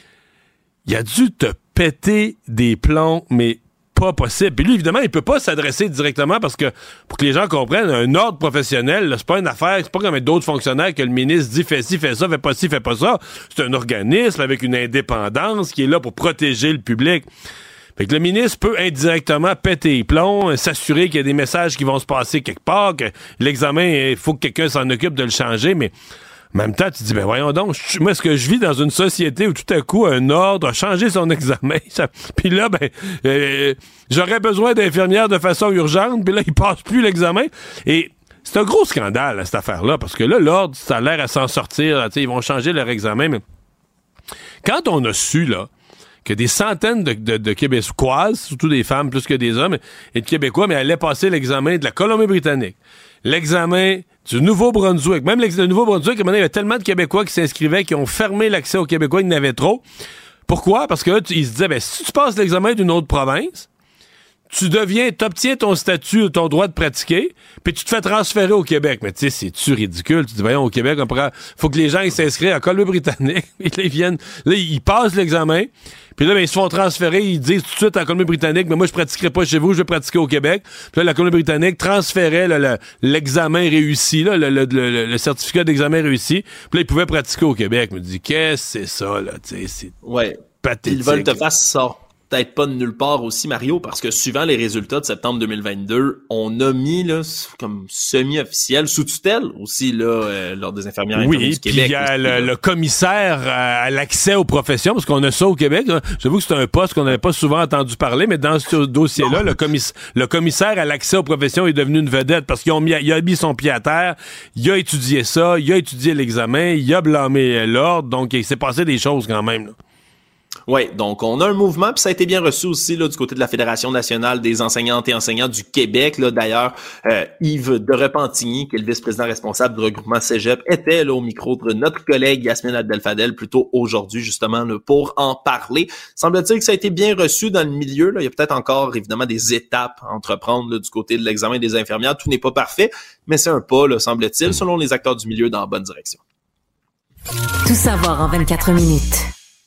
Speaker 2: Il a dû te péter des plombs, mais pas possible. Puis lui, évidemment, il peut pas s'adresser directement parce que, pour que les gens comprennent, un ordre professionnel, là, c'est pas une affaire, c'est pas comme d'autres fonctionnaires que le ministre dit fais ci, fais ça, fais pas ci, fais pas ça. C'est un organisme avec une indépendance qui est là pour protéger le public. Fait que le ministre peut indirectement péter les plombs, s'assurer qu'il y a des messages qui vont se passer quelque part, que l'examen, il faut que quelqu'un s'en occupe de le changer, mais en même temps, tu te dis, ben voyons donc, je, moi, est-ce que je vis dans une société où tout à coup, un ordre a changé son examen? Puis là, ben, euh, j'aurais besoin d'infirmières de façon urgente, puis là, il passe plus l'examen. Et c'est un gros scandale, là, cette affaire-là, parce que là, l'ordre, ça a l'air à s'en sortir, là, ils vont changer leur examen, mais quand on a su, là, que des centaines de, de, de Québécoises, surtout des femmes plus que des hommes, et de Québécois, mais allaient passer l'examen de la Colombie-Britannique, l'examen du Nouveau-Brunswick, même le Nouveau-Brunswick, il y a tellement de Québécois qui s'inscrivaient, qui ont fermé l'accès aux Québécois, il y en avait trop. Pourquoi? Parce que là, tu, ils se disaient, ben, si tu passes l'examen d'une autre province, tu deviens, t'obtiens ton statut, ton droit de pratiquer, puis tu te fais transférer au Québec. Mais tu sais, c'est-tu ridicule? Tu dis, voyons, au Québec, on pourra, faut que les gens ils s'inscrivent à Colombie-Britannique, puis là, ils viennent, là, ils passent l'examen, puis là, ben, ils se font transférer, ils disent tout de suite à la Colombie-Britannique, mais moi, je pratiquerai pas chez vous, je vais pratiquer au Québec. Puis là, la Colombie-Britannique transférait là, le, l'examen réussi, là, le, le, le, le certificat d'examen réussi, puis là, ils pouvaient pratiquer au Québec. Je me dis, qu'est-ce que c'est ça, là? Tu sais, c'est
Speaker 8: ouais.
Speaker 2: pathétique.
Speaker 8: Ils veulent te faire ça. Peut-être pas de nulle part aussi, Mario, parce que suivant les résultats de septembre deux mille vingt-deux, on a mis là comme semi-officiel, sous tutelle aussi là euh, lors des infirmières
Speaker 2: oui,
Speaker 8: du Québec. Oui,
Speaker 2: il y a le, le commissaire à, à l'accès aux professions, parce qu'on a ça au Québec. Là. J'avoue que c'est un poste qu'on n'avait pas souvent entendu parler, mais dans ce dossier-là, le, commis- le commissaire à l'accès aux professions est devenu une vedette parce qu'il a mis, il a mis son pied à terre, il a étudié ça, il a étudié l'examen, il a blâmé l'ordre, donc il s'est passé des choses quand même, là.
Speaker 8: Oui, donc on a un mouvement, puis ça a été bien reçu aussi là du côté de la Fédération nationale des enseignantes et enseignants du Québec. Là, d'ailleurs, euh, Yves de Repentigny, qui est le vice-président responsable du regroupement Cégep, était là au micro de notre collègue Yasmine Abdel-Fadel plus tôt aujourd'hui, justement, là, pour en parler. Semble-t-il que ça a été bien reçu dans le milieu. Là. Il y a peut-être encore, évidemment, des étapes à entreprendre là, du côté de l'examen des infirmières. Tout n'est pas parfait, mais c'est un pas, là, semble-t-il, selon les acteurs du milieu, dans la bonne direction.
Speaker 1: Tout savoir en vingt-quatre minutes.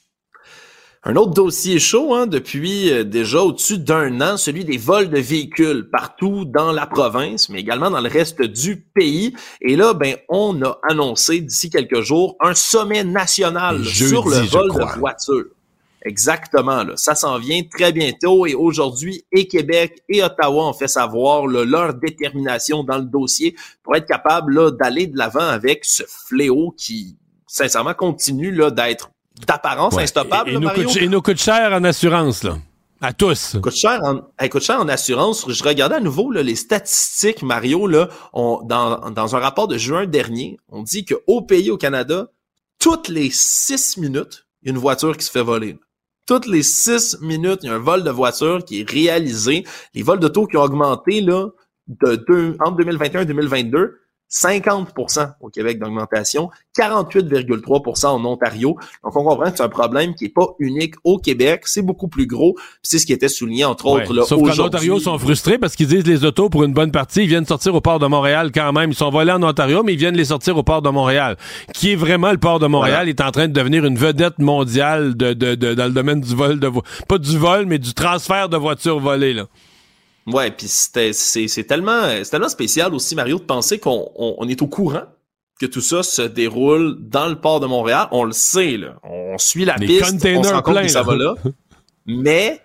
Speaker 8: Un autre dossier chaud, hein, depuis euh, déjà au-dessus d'un an, celui des vols de véhicules partout dans la province, mais également dans le reste du pays. Et là, ben, on a annoncé d'ici quelques jours un sommet national
Speaker 2: Jeudi,
Speaker 8: sur le vol
Speaker 2: je crois.
Speaker 8: de voitures. Exactement, là. Ça s'en vient très bientôt et aujourd'hui, et Québec et Ottawa ont fait savoir là, leur détermination dans le dossier pour être capable là, d'aller de l'avant avec ce fléau qui, sincèrement, continue là, d'être d'apparence
Speaker 2: Ouais.
Speaker 8: instoppable,
Speaker 2: Et, et,
Speaker 8: là,
Speaker 2: nous
Speaker 8: Mario.
Speaker 2: coûte, et nous coûte cher en assurance, là. À tous.
Speaker 8: Coûte cher en, elle coûte cher en assurance. Je regardais à nouveau là, les statistiques, Mario, là, on, dans, dans un rapport de juin dernier, on dit qu'au pays, au Canada, toutes les six minutes, il y a une voiture qui se fait voler. Toutes les six minutes, il y a un vol de voiture qui est réalisé. Les vols d'auto qui ont augmenté là, de deux, entre deux mille vingt et un et deux mille vingt-deux. cinquante pour cent au Québec d'augmentation, quarante-huit virgule trois pour cent en Ontario. Donc, on comprend que c'est un problème qui est pas unique au Québec. C'est beaucoup plus gros. Puis c'est ce qui était souligné, entre
Speaker 2: Ouais.
Speaker 8: autres, là,
Speaker 2: Sauf
Speaker 8: aujourd'hui.
Speaker 2: qu'en Ontario, ils sont frustrés parce qu'ils disent les autos, pour une bonne partie, ils viennent sortir au port de Montréal quand même. Ils sont volés en Ontario, mais ils viennent les sortir au port de Montréal. Qui est vraiment le port de Montréal,
Speaker 8: Voilà.
Speaker 2: est en train de devenir une vedette mondiale de, de, de, dans le domaine du vol de vo- pas du vol, mais du transfert de voitures volées, là.
Speaker 8: Ouais, puis c'était c'est c'est tellement c'est tellement spécial aussi, Mario, de penser qu'on on, on est au courant que tout ça se déroule dans le port de Montréal. On le sait, là. On suit la
Speaker 2: Les
Speaker 8: piste, on
Speaker 2: containers
Speaker 8: se rend compte
Speaker 2: pleins,
Speaker 8: que ça
Speaker 2: là.
Speaker 8: va là. Mais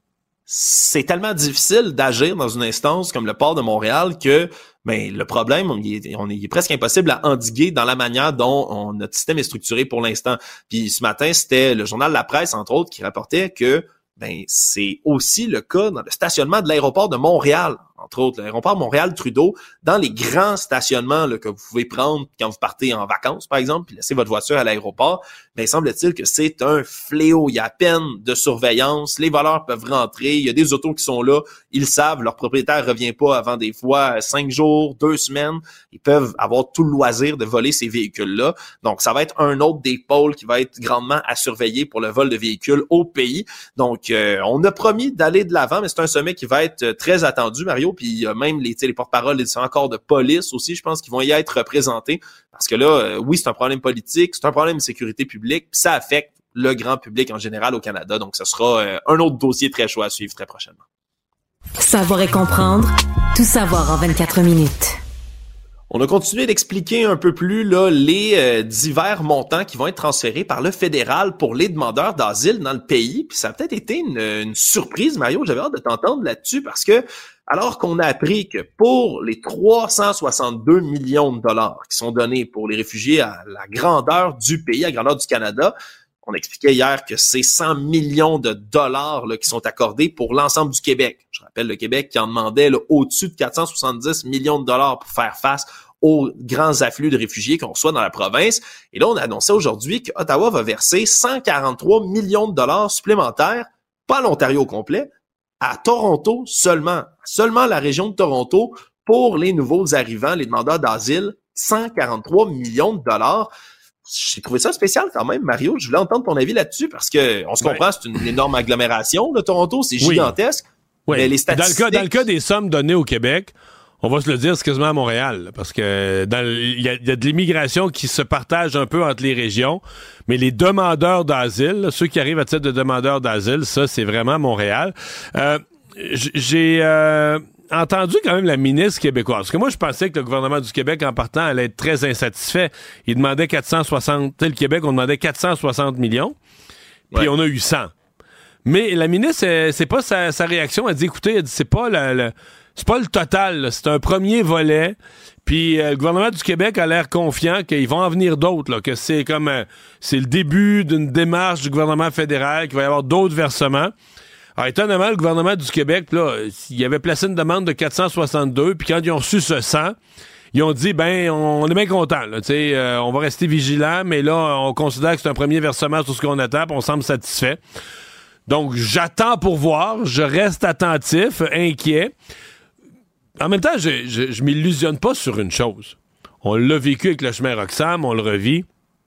Speaker 8: c'est tellement difficile d'agir dans une instance comme le port de Montréal que ben le problème, il est, on est, il est presque impossible à endiguer dans la manière dont on, notre système est structuré pour l'instant. Puis ce matin, c'était le journal La Presse, entre autres, qui rapportait que ben c'est aussi le cas dans le stationnement de l'aéroport de Montréal, entre autres, l'aéroport Montréal-Trudeau, dans les grands stationnements là, que vous pouvez prendre quand vous partez en vacances, par exemple, puis laisser votre voiture à l'aéroport, ben semble-t-il que c'est un fléau. Il y a à peine de surveillance, les voleurs peuvent rentrer, il y a des autos qui sont là, ils savent, leur propriétaire revient pas avant des fois cinq jours, deux semaines, ils peuvent avoir tout le loisir de voler ces véhicules-là. Donc, ça va être un autre des pôles qui va être grandement à surveiller pour le vol de véhicules au pays. Donc, euh, on a promis d'aller de l'avant, mais c'est un sommet qui va être très attendu, Mario. Puis il y a même les, les porte-paroles des différents corps de police aussi, je pense qu'ils vont y être représentés. Parce que là, euh, oui, c'est un problème politique, c'est un problème de sécurité publique, puis ça affecte le grand public en général au Canada. Donc, ce sera euh, un autre dossier très chaud à suivre très prochainement.
Speaker 1: Savoir et comprendre, tout savoir en vingt-quatre minutes.
Speaker 8: On a continué d'expliquer un peu plus là, les euh, divers montants qui vont être transférés par le fédéral pour les demandeurs d'asile dans le pays. Puis ça a peut-être été une, une surprise, Mario. J'avais hâte de t'entendre là-dessus parce que alors qu'on a appris que pour les trois cent soixante-deux millions de dollars qui sont donnés pour les réfugiés à la grandeur du pays, à la grandeur du Canada, on expliquait hier que c'est cent millions de dollars là, qui sont accordés pour l'ensemble du Québec. Je rappelle le Québec qui en demandait là, au-dessus de quatre cent soixante-dix millions de dollars pour faire face aux grands afflux de réfugiés qu'on reçoit dans la province. Et là, on a annoncé aujourd'hui qu'Ottawa va verser cent quarante-trois millions de dollars supplémentaires, pas à l'Ontario au complet, à Toronto seulement, seulement la région de Toronto, pour les nouveaux arrivants, les demandeurs d'asile, cent quarante-trois millions de dollars. J'ai trouvé ça spécial quand même, Mario. Je voulais entendre ton avis là-dessus parce que on se comprend, ouais. C'est une énorme agglomération de Toronto, c'est gigantesque.
Speaker 2: Oui.
Speaker 8: Mais les statistiques...
Speaker 2: Dans le cas, dans le cas des sommes données au Québec, on va se le dire, c'est quasiment à Montréal, parce que dans il y, y a de l'immigration qui se partage un peu entre les régions, mais les demandeurs d'asile, ceux qui arrivent à titre de demandeurs d'asile, ça, c'est vraiment Montréal. Euh, j'ai euh, entendu quand même la ministre québécoise, parce que moi, je pensais que le gouvernement du Québec, en partant, allait être très insatisfait. Il demandait quatre cent soixante... Tu sais, le Québec, on demandait quatre cent soixante millions, puis ouais. On a eu cent. Mais la ministre, c'est pas sa, sa réaction. Elle dit, écoutez, elle dit, c'est pas la... la c'est pas le total, là. C'est un premier volet. Puis euh, le gouvernement du Québec a l'air confiant qu'ils vont en venir d'autres, là, que c'est comme euh, c'est le début d'une démarche du gouvernement fédéral, qu'il va y avoir d'autres versements. Alors, étonnamment, le gouvernement du Québec, là, il avait placé une demande de quatre cent soixante-deux, puis quand ils ont reçu ce cent, ils ont dit, ben, on, on est bien contents, là, tu sais, euh, on va rester vigilants, mais là, on considère que c'est un premier versement sur ce qu'on attend, puis on semble satisfait. Donc, j'attends pour voir, je reste attentif, inquiet. En même temps, je, je, je m'illusionne pas sur une chose. On l'a vécu avec le chemin Roxham, on le revit.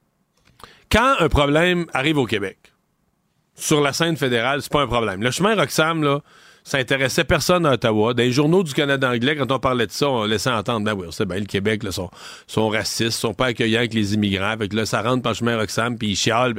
Speaker 2: Quand un problème arrive au Québec, sur la scène fédérale, c'est pas un problème. Le chemin Roxham, là, ça intéressait personne à Ottawa. Dans les journaux du Canada anglais, quand on parlait de ça, on laissait entendre, ben oui, on sait bien, le Québec, là, sont, sont racistes, sont pas accueillants avec les immigrants. Fait que là, ça rentre par le chemin Roxham, puis ils chialent.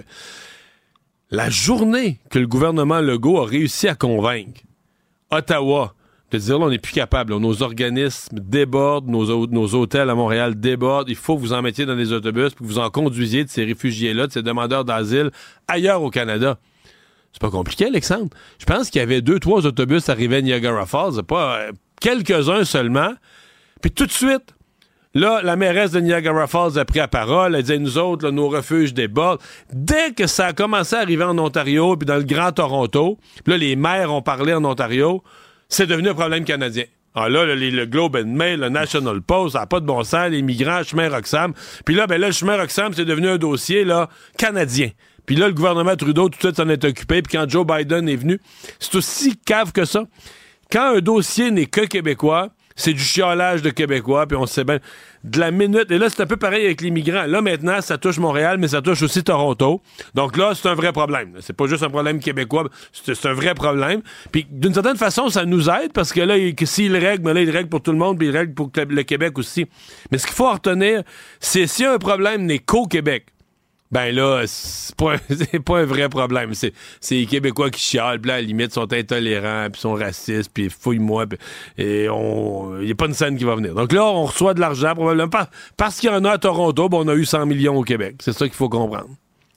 Speaker 2: La journée que le gouvernement Legault a réussi à convaincre Ottawa de dire, là, on n'est plus capable. Là, nos organismes débordent, nos, nos hôtels à Montréal débordent. Il faut que vous en mettiez dans des autobus puis que vous en conduisiez de ces réfugiés-là, de ces demandeurs d'asile ailleurs au Canada. C'est pas compliqué, Alexandre. Je pense qu'il y avait deux, trois autobus arrivés à Niagara Falls, pas euh, quelques-uns seulement. Puis tout de suite, là, la mairesse de Niagara Falls a pris la parole. Elle disait, nous autres, là, nos refuges débordent. Dès que ça a commencé à arriver en Ontario puis dans le Grand Toronto, puis là, les maires ont parlé en Ontario, c'est devenu un problème canadien. Alors là, le, le Globe and Mail, le National Post, ça n'a pas de bon sens, les migrants, chemin Roxham. Puis là, ben là, le chemin Roxham, c'est devenu un dossier là canadien. Puis là, le gouvernement Trudeau, tout de suite, s'en est occupé. Puis quand Joe Biden est venu, c'est aussi cave que ça. Quand un dossier n'est que québécois, c'est du chiolage de Québécois, puis on sait bien, de la minute, et là, c'est un peu pareil avec les migrants. Là, maintenant, ça touche Montréal, mais ça touche aussi Toronto. Donc là, c'est un vrai problème. C'est pas juste un problème québécois, c'est, c'est un vrai problème. Puis d'une certaine façon, ça nous aide, parce que là, il, s'il règle, mais là, il règle pour tout le monde, puis il règle pour le Québec aussi. Mais ce qu'il faut retenir, c'est si un problème n'est qu'au Québec, ben là, c'est pas, un, c'est pas un vrai problème. C'est, c'est les Québécois qui chialent, puis là, à la limite, sont intolérants, puis sont racistes, puis fouille-moi, pis, et on... il n'y a pas une scène qui va venir. Donc là, on reçoit de l'argent, probablement, par, parce qu'il y en a à Toronto, ben on a eu cent millions au Québec. C'est ça qu'il faut comprendre.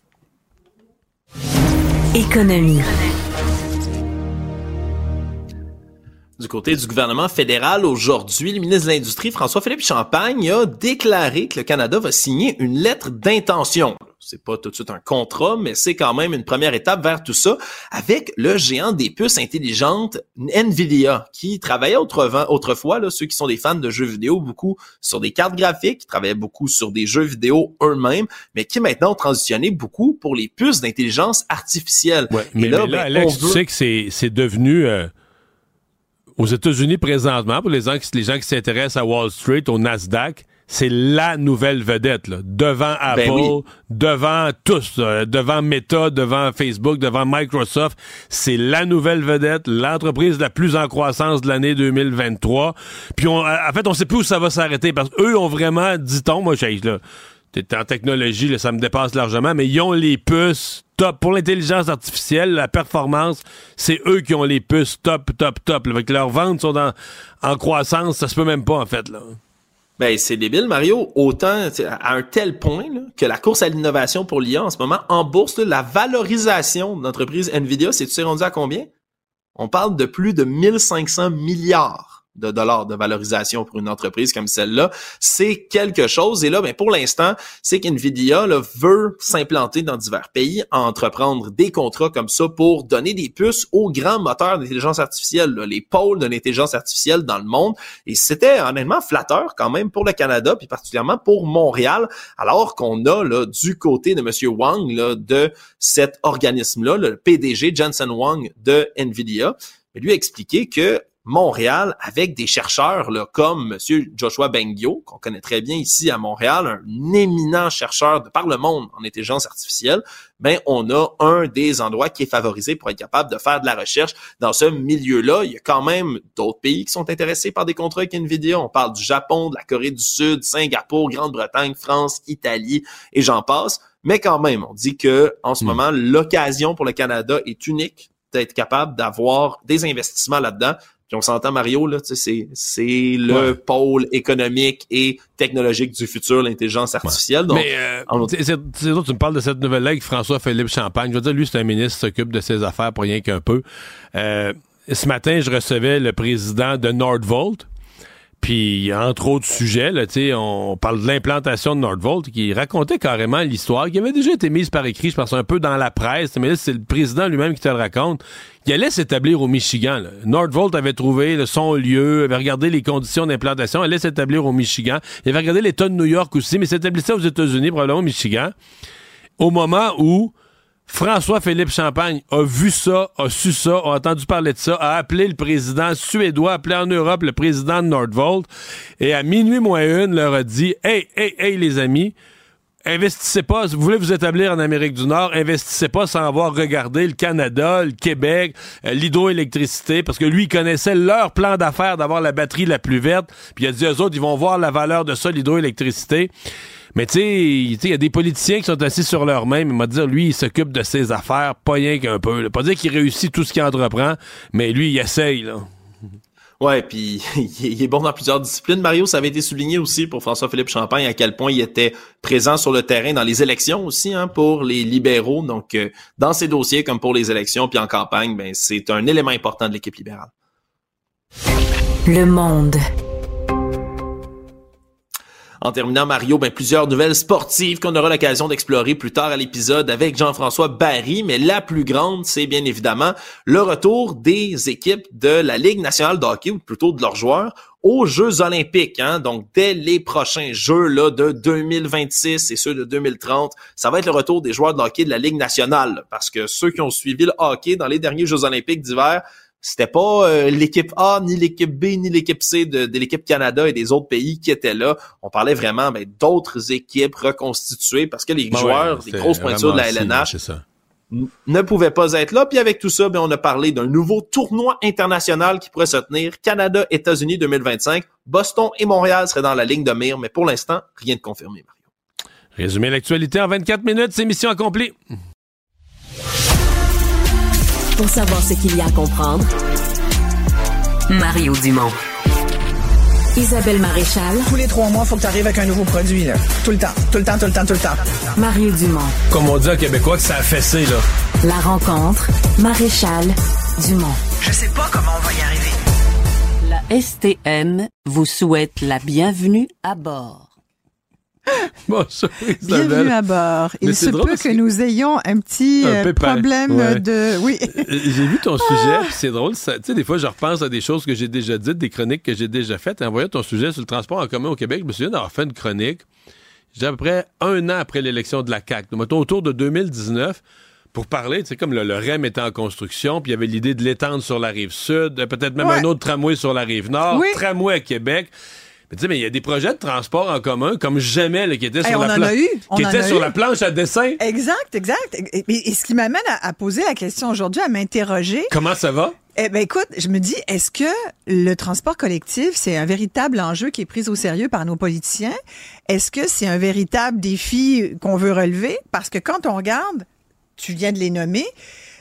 Speaker 1: Économie.
Speaker 8: Du côté du gouvernement fédéral, aujourd'hui, le ministre de l'Industrie, François-Philippe Champagne, a déclaré que le Canada va signer une lettre d'intention. C'est pas tout de suite un contrat, mais c'est quand même une première étape vers tout ça, avec le géant des puces intelligentes Nvidia, qui travaillait autrefois, autrefois là, ceux qui sont des fans de jeux vidéo, beaucoup sur des cartes graphiques, qui travaillaient beaucoup sur des jeux vidéo eux-mêmes, mais qui maintenant ont transitionné beaucoup pour les puces d'intelligence artificielle.
Speaker 2: Ouais, mais, là, mais là, ben, Alex, veut... tu sais que c'est, c'est devenu... Euh... Aux États-Unis, présentement, pour les gens, qui, les gens qui s'intéressent à Wall Street, au Nasdaq, c'est la nouvelle vedette, là. Devant Apple, ben oui. devant tous, euh, devant Meta, devant Facebook, devant Microsoft. C'est la nouvelle vedette, l'entreprise la plus en croissance de l'année deux mille vingt-trois. Puis, on, en fait, on sait plus où ça va s'arrêter, parce qu'eux ont vraiment, dit-on, moi, je là, t'es en technologie, là, ça me dépasse largement, mais ils ont les puces top. Pour l'intelligence artificielle, la performance, c'est eux qui ont les puces top, top, top. Là. Avec leurs ventes sont dans, en croissance, ça se peut même pas, en fait, là.
Speaker 8: Ben, c'est débile, Mario, autant à un tel point là, que la course à l'innovation pour l'I A en ce moment, en bourse, là, la valorisation de l'entreprise Nvidia, c'est tu sais rendu à combien? On parle de plus de mille cinq cents milliards de dollars de valorisation pour une entreprise comme celle-là. C'est quelque chose. Et là, ben, pour l'instant, c'est qu'Nvidia là, veut s'implanter dans divers pays, entreprendre des contrats comme ça pour donner des puces aux grands moteurs d'intelligence artificielle, là, les pôles de l'intelligence artificielle dans le monde. Et c'était honnêtement flatteur quand même pour le Canada, puis particulièrement pour Montréal, alors qu'on a là du côté de M. Wang, là, de cet organisme-là, le P D G Jensen Huang de Nvidia, lui a expliqué que Montréal, avec des chercheurs là, comme M. Joshua Bengio, qu'on connaît très bien ici à Montréal, un éminent chercheur de par le monde en intelligence artificielle, ben on a un des endroits qui est favorisé pour être capable de faire de la recherche dans ce milieu-là. Il y a quand même d'autres pays qui sont intéressés par des contrats avec Nvidia. On parle du Japon, de la Corée du Sud, Singapour, Grande-Bretagne, France, Italie et j'en passe. Mais quand même, on dit que en ce mmh. moment, l'occasion pour le Canada est unique d'être capable d'avoir des investissements là-dedans. Puis on s'entend, Mario, là, tu sais, c'est, c'est le ouais. pôle économique et technologique du futur, l'intelligence artificielle. Ouais. Donc,
Speaker 2: mais euh, on... c'est, c'est, c'est toi, tu me parles de cette nouvelle-là avec François-Philippe Champagne. Je veux dire, lui, c'est un ministre qui s'occupe de ses affaires pour rien qu'un peu. Euh, ce matin, je recevais le président de Nordvolt. Puis, entre autres sujets, là, on parle de l'implantation de Nordvolt, qui racontait carrément l'histoire, qui avait déjà été mise par écrit, je pense, un peu dans la presse, mais là, c'est le président lui-même qui te le raconte. Il allait s'établir au Michigan. Là. Nordvolt avait trouvé là, son lieu, avait regardé les conditions d'implantation, allait s'établir au Michigan. Il avait regardé l'État de New York aussi, mais s'établissait aux États-Unis, probablement au Michigan, au moment où François-Philippe Champagne a vu ça, a su ça, a entendu parler de ça, a appelé le président suédois, a appelé en Europe le président de Nordvolt, et à minuit moins une, leur a dit « Hey, hey, hey, les amis, investissez pas, si vous voulez vous établir en Amérique du Nord, investissez pas sans avoir regardé le Canada, le Québec, euh, l'hydroélectricité, parce que lui, il connaissait leur plan d'affaires d'avoir la batterie la plus verte, puis il a dit, eux autres, ils vont voir la valeur de ça, l'hydroélectricité. » Mais tu sais, il y a des politiciens qui sont assis sur leur main, mais m'a dire, lui, il s'occupe de ses affaires, pas rien qu'un peu. Là. Pas dire qu'il réussit tout ce qu'il entreprend, mais lui, il essaye, là.
Speaker 8: Ouais, puis il est bon dans plusieurs disciplines. Mario, ça avait été souligné aussi pour François-Philippe Champagne à quel point il était présent sur le terrain dans les élections aussi, hein, pour les libéraux. Donc, euh, dans ces dossiers, comme pour les élections, puis en campagne, ben c'est un élément important de l'équipe libérale.
Speaker 1: Le Monde.
Speaker 8: En terminant, Mario, ben, plusieurs nouvelles sportives qu'on aura l'occasion d'explorer plus tard à l'épisode avec Jean-François Barry, mais la plus grande, c'est bien évidemment le retour des équipes de la Ligue nationale de hockey, ou plutôt de leurs joueurs, aux Jeux olympiques, hein. Donc, dès les prochains Jeux, là, de deux mille vingt-six et ceux de deux mille trente, ça va être le retour des joueurs de hockey de la Ligue nationale, parce que ceux qui ont suivi le hockey dans les derniers Jeux olympiques d'hiver, c'était pas euh, l'équipe A, ni l'équipe B, ni l'équipe C de, de l'équipe Canada et des autres pays qui étaient là. On parlait vraiment ben, d'autres équipes reconstituées parce que les ben joueurs, ouais, les grosses pointures de la L N H
Speaker 2: ça.
Speaker 8: n- ne pouvaient pas être là. Puis avec tout ça, ben, on a parlé d'un nouveau tournoi international qui pourrait se tenir. Canada-États-Unis deux mille vingt-cinq. Boston et Montréal seraient dans la ligne de mire, mais pour l'instant, rien de confirmé, Mario.
Speaker 2: Résumer l'actualité en vingt-quatre minutes, c'est mission accomplie.
Speaker 1: Pour savoir ce qu'il y a à comprendre, Mario Dumont. Isabelle Maréchal.
Speaker 9: Tous les trois mois, il faut que tu arrives avec un nouveau produit, là. Tout le temps, tout le temps, tout le temps, tout le temps.
Speaker 1: Mario Dumont.
Speaker 2: Comme on dit en québécois que ça a fessé, là.
Speaker 1: La rencontre, Maréchal Dumont.
Speaker 9: Je sais pas comment on va y arriver.
Speaker 10: La S T M vous souhaite la bienvenue à bord.
Speaker 2: Bonjour,
Speaker 11: bienvenue à bord. Il se peut que, que nous ayons un petit un euh, problème ouais. de... Oui.
Speaker 2: J'ai vu ton sujet, puis c'est drôle. Tu sais, des fois, je repense à des choses que j'ai déjà dites, des chroniques que j'ai déjà faites. En voyant ton sujet sur le transport en commun au Québec, je me souviens d'avoir fait une chronique, j'ai à peu près un an après l'élection de la C A Q, donc, mettons, autour de deux mille dix-neuf, pour parler, tu sais, comme le, le R E M était en construction, puis il y avait l'idée de l'étendre sur la rive sud, peut-être même ouais. un autre tramway sur la rive nord, oui. tramway à Québec. Mais tu sais, mais il y a des projets de transport en commun comme jamais là, qui étaient sur,
Speaker 11: hey,
Speaker 2: la, pla- qui étaient sur
Speaker 11: eu.
Speaker 2: la planche à dessin.
Speaker 11: Exact, exact. Et, et ce qui m'amène à, à poser la question aujourd'hui, à m'interroger.
Speaker 2: Comment ça va?
Speaker 11: Eh ben écoute, je me dis, est-ce que le transport collectif, c'est un véritable enjeu qui est pris au sérieux par nos politiciens? Est-ce que c'est un véritable défi qu'on veut relever? Parce que quand on regarde, tu viens de les nommer,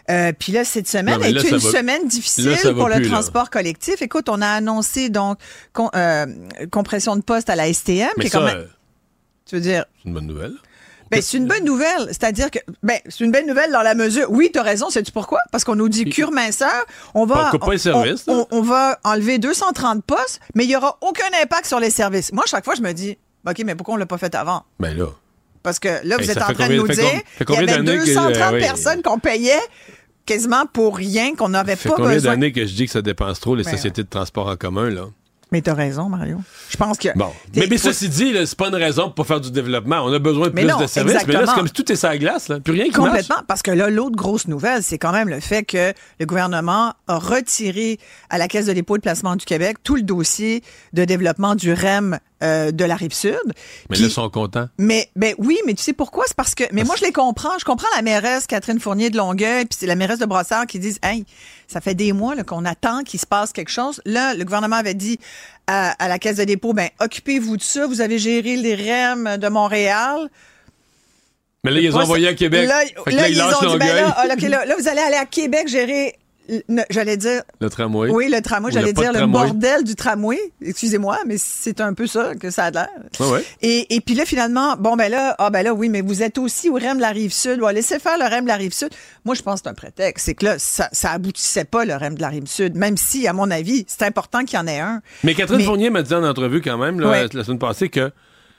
Speaker 11: Euh, puis là, cette semaine
Speaker 2: non,
Speaker 11: est
Speaker 2: là,
Speaker 11: une
Speaker 2: va...
Speaker 11: semaine difficile
Speaker 2: là,
Speaker 11: pour le
Speaker 2: plus,
Speaker 11: transport
Speaker 2: là.
Speaker 11: collectif. Écoute, on a annoncé donc con, euh, compression de poste à la S T M.
Speaker 2: Mais
Speaker 11: qui est
Speaker 2: ça,
Speaker 11: quand même...
Speaker 2: euh,
Speaker 11: tu veux dire...
Speaker 2: c'est une bonne nouvelle.
Speaker 11: Ben, c'est une bonne nouvelle. C'est-à-dire que, ben, c'est une belle nouvelle dans la mesure. Oui, t'as raison. Sais-tu pourquoi? Parce qu'on nous dit cure minceur. On va,
Speaker 2: on coupe pas les services,
Speaker 11: on, on, on va enlever deux cent trente postes, mais il n'y aura aucun impact sur les services. Moi, chaque fois, je me dis, OK, mais pourquoi on l'a pas fait avant?
Speaker 2: Ben là.
Speaker 11: Parce que là, vous
Speaker 2: hey,
Speaker 11: êtes en train
Speaker 2: combien,
Speaker 11: de nous dire, il y avait deux cent trente
Speaker 2: que,
Speaker 11: personnes
Speaker 2: euh, oui.
Speaker 11: qu'on payait quasiment pour rien, qu'on n'avait pas
Speaker 2: combien
Speaker 11: besoin.
Speaker 2: d'années que je dis que ça dépense trop, les
Speaker 11: ben,
Speaker 2: sociétés de transport en commun, là?
Speaker 11: Mais t'as raison, Mario. Je pense que...
Speaker 2: Bon. Mais, mais ceci dit, là, c'est pas une raison pour pas faire du développement. On a besoin de
Speaker 11: mais
Speaker 2: plus
Speaker 11: non,
Speaker 2: de services.
Speaker 11: exactement.
Speaker 2: Mais là, c'est comme si tout est sur la glace. Là. Plus rien qui
Speaker 11: Complètement.
Speaker 2: marche.
Speaker 11: Parce que là, l'autre grosse nouvelle, c'est quand même le fait que le gouvernement a retiré à la Caisse de dépôt et de placement du Québec tout le dossier de développement du R E M euh, de la Rive-Sud.
Speaker 2: Mais
Speaker 11: Puis,
Speaker 2: là, ils sont contents.
Speaker 11: Mais ben oui, mais tu sais pourquoi? C'est parce que... Mais moi, je les comprends. Je comprends la mairesse Catherine Fournier de Longueuil, puis c'est la mairesse de Brossard qui disent, hey, ça fait des mois là, qu'on attend qu'il se passe quelque chose. Là, le gouvernement avait dit à, à la Caisse de dépôt, ben occupez-vous de ça. Vous avez géré les R E M de Montréal.
Speaker 2: Mais là, ils les ont envoyés à Québec.
Speaker 11: Là,
Speaker 2: fait que
Speaker 11: là,
Speaker 2: là ils
Speaker 11: ils
Speaker 2: lâchent
Speaker 11: ont dit, ben
Speaker 2: Longueuil.
Speaker 11: là, ah, okay, là, là, vous allez aller à Québec gérer, le, j'allais dire...
Speaker 2: Le tramway.
Speaker 11: Oui, le tramway.
Speaker 2: Ou
Speaker 11: J'allais
Speaker 2: le pas
Speaker 11: dire
Speaker 2: de
Speaker 11: le
Speaker 2: tramway.
Speaker 11: bordel du tramway. Excusez-moi, mais c'est un peu ça que ça a l'air.
Speaker 2: Ouais, ouais.
Speaker 11: Et, et puis là, finalement, bon, ben là, ah ben là, oui, mais vous êtes aussi au R E M de la Rive-Sud. Ouais, laissez faire le R E M de la Rive-Sud. Moi, je pense que c'est un prétexte. C'est que là, ça, ça aboutissait pas, le R E M de la Rive-Sud. Même si, à mon avis, c'est important qu'il y en ait un.
Speaker 2: Mais Catherine
Speaker 11: Mais-
Speaker 2: Fournier m'a dit en entrevue quand même, là,
Speaker 11: Ouais.
Speaker 2: la semaine passée, que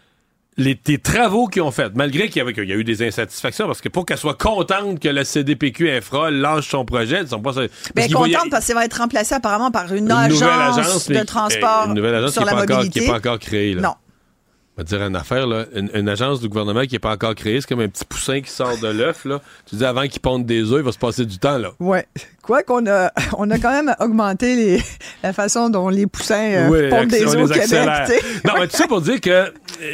Speaker 2: les, les travaux qu'ils ont faits, malgré qu'il y, avait, qu'il y a eu des insatisfactions, parce que pour qu'elle soit contente que la C D P Q Infra lâche son projet, ils sont pas... parce
Speaker 11: Ben,
Speaker 2: qu'ils
Speaker 11: contente
Speaker 2: voyaient-
Speaker 11: parce que ça va être remplacé apparemment par une,
Speaker 2: une
Speaker 11: agence,
Speaker 2: nouvelle agence
Speaker 11: de
Speaker 2: mais-
Speaker 11: transport
Speaker 2: une nouvelle agence
Speaker 11: sur
Speaker 2: qui
Speaker 11: la
Speaker 2: n'est pas, encore-
Speaker 11: mobilité.
Speaker 2: qui est pas encore créée. Là.
Speaker 11: Non.
Speaker 2: On va te dire une affaire, là. Une, une agence du gouvernement qui n'est pas encore créée, c'est comme un petit poussin qui sort de l'œuf. Là. Tu dis avant qu'il ponde des œufs, il va se passer du temps. Là.
Speaker 11: Ouais. Quoi qu'on a, on a quand même augmenté les, la façon dont les poussins euh,
Speaker 2: Oui,
Speaker 11: pondent des
Speaker 2: on
Speaker 11: œufs
Speaker 2: les
Speaker 11: au Québec.
Speaker 2: accélère.
Speaker 11: tu sais.
Speaker 2: Non, mais tout ça pour dire que... euh,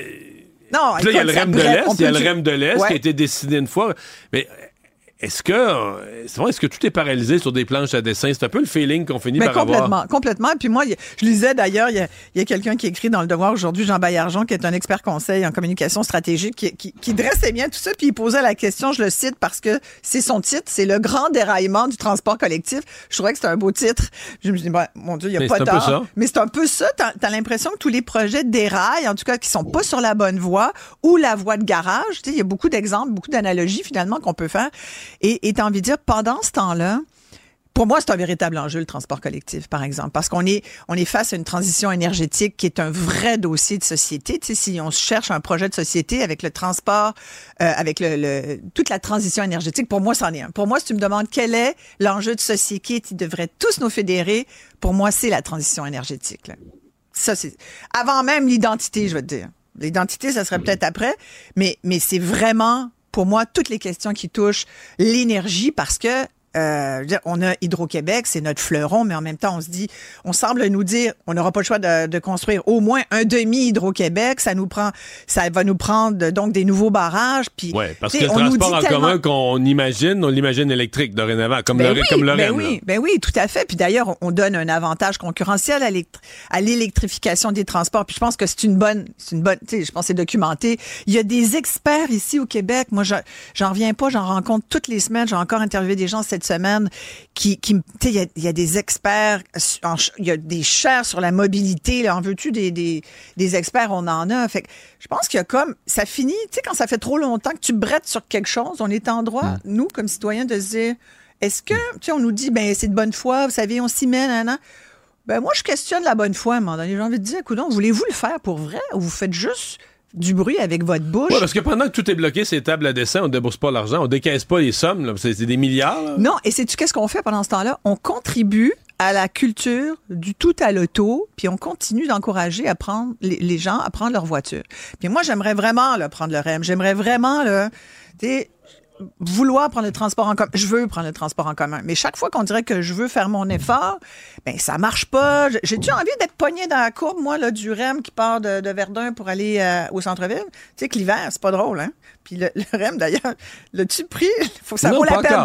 Speaker 11: Non,
Speaker 2: Puis là, il y a le
Speaker 11: écoute,
Speaker 2: R E M de
Speaker 11: ça- bref,
Speaker 2: l'Est,
Speaker 11: on
Speaker 2: il y a le
Speaker 11: peut-
Speaker 2: R E M de l'Est
Speaker 11: Ouais.
Speaker 2: qui a été décidé une fois. Mais est-ce que, euh, c'est vrai, est-ce que tout est paralysé sur des planches à dessin? C'est un peu le feeling qu'on finit
Speaker 11: Mais
Speaker 2: par
Speaker 11: complètement,
Speaker 2: avoir.
Speaker 11: complètement. Puis moi, y a- je lisais d'ailleurs, il y a, il y a quelqu'un qui écrit dans Le Devoir aujourd'hui, Jean Baillargeon, qui est un expert conseil en communication stratégique, qui, qui, qui dressait bien tout ça, puis il posait la question, je le cite parce que c'est son titre, c'est le grand déraillement du transport collectif. Je trouvais que c'était un beau titre. Je me suis dit, ben, mon Dieu, il n'y a
Speaker 2: Mais
Speaker 11: pas
Speaker 2: c'est un peu
Speaker 11: tard.
Speaker 2: ça.
Speaker 11: Mais c'est un peu ça. T'as, t'as l'impression que tous les projets déraillent, en tout cas, qui sont pas sur la bonne voie ou la voie de garage. Tu sais, il y a beaucoup d'exemples, beaucoup d'analogies finalement qu'on peut faire. Et, et t'as envie de dire, pendant ce temps-là, pour moi, c'est un véritable enjeu, le transport collectif, par exemple, parce qu'on est, on est face à une transition énergétique qui est un vrai dossier de société. Tu sais, si on cherche un projet de société avec le transport, euh, avec le, le, toute la transition énergétique, pour moi, c'en est un. Pour moi, si tu me demandes quel est l'enjeu de société qui devrait tous nous fédérer, pour moi, c'est la transition énergétique. Là. Ça, c'est avant même l'identité, je veux te dire. L'identité, ça serait peut-être après, mais, mais c'est vraiment, pour moi, toutes les questions qui touchent l'énergie, parce que Euh, je veux dire, on a Hydro-Québec, c'est notre fleuron, mais en même temps, on se dit, on semble nous dire, on n'aura pas le choix de, de construire au moins un demi Hydro-Québec. Ça nous prend, ça va nous prendre donc des nouveaux barrages. Puis,
Speaker 2: Oui, parce
Speaker 11: tu
Speaker 2: que
Speaker 11: sais,
Speaker 2: le
Speaker 11: on nous
Speaker 2: transport
Speaker 11: dit
Speaker 2: en
Speaker 11: tellement-
Speaker 2: commun qu'on imagine, on l'imagine électrique dorénavant, comme
Speaker 11: Ben
Speaker 2: le,
Speaker 11: oui,
Speaker 2: comme le
Speaker 11: ben
Speaker 2: R E M.
Speaker 11: oui,
Speaker 2: là.
Speaker 11: ben oui, tout à fait. Puis d'ailleurs, on, on donne un avantage concurrentiel à, l'électri- à l'électrification des transports. Puis je pense que c'est une bonne, c'est une bonne, tu sais, je pense que c'est documenté. Il y a des experts ici au Québec. Moi, je, j'en reviens pas, j'en rencontre toutes les semaines. J'ai encore interviewé des gens cette semaine qui, qui, tu sais, il y a, il y a des experts, en ch- il y a des chaires sur la mobilité. Là, en veux-tu des, des, des experts? On en a. Fait que je pense qu'il y a comme, ça finit, tu sais, quand ça fait trop longtemps que tu brettes sur quelque chose, on est en droit,
Speaker 2: Mm.
Speaker 11: nous, comme citoyens, de se dire, est-ce que, tu sais, on nous dit, ben c'est de bonne foi, vous savez, on s'y met, nan, nan. Ben moi, je questionne la bonne foi à un moment donné. J'ai envie de dire, coudonc, voulez-vous le faire pour vrai ou vous faites juste du bruit avec votre bouche?
Speaker 2: Oui, parce que pendant que tout est bloqué, ces tables à dessin, on ne débourse pas l'argent, on décaisse pas les sommes, là, c'est, c'est des milliards. Là.
Speaker 11: Non, et sais-tu qu'est-ce qu'on fait pendant ce temps-là? On contribue à la culture du tout à l'auto, puis on continue d'encourager à prendre les, les gens à prendre leur voiture. Puis moi, j'aimerais vraiment là, prendre le R E M. J'aimerais vraiment là, tu sais, vouloir prendre le transport en commun. Je veux prendre le transport en commun. Mais chaque fois qu'on dirait que je veux faire mon effort, ben ça marche pas. J'ai-tu envie d'être pogné dans la courbe, moi, là, du R E M qui part de, de Verdun pour aller euh, au centre-ville? Tu sais que l'hiver, c'est pas drôle, hein? Puis le, le R E M, d'ailleurs, l'as-tu pris? Faut que ça
Speaker 2: Non,
Speaker 11: vaut la
Speaker 2: pas
Speaker 11: peine.
Speaker 2: encore.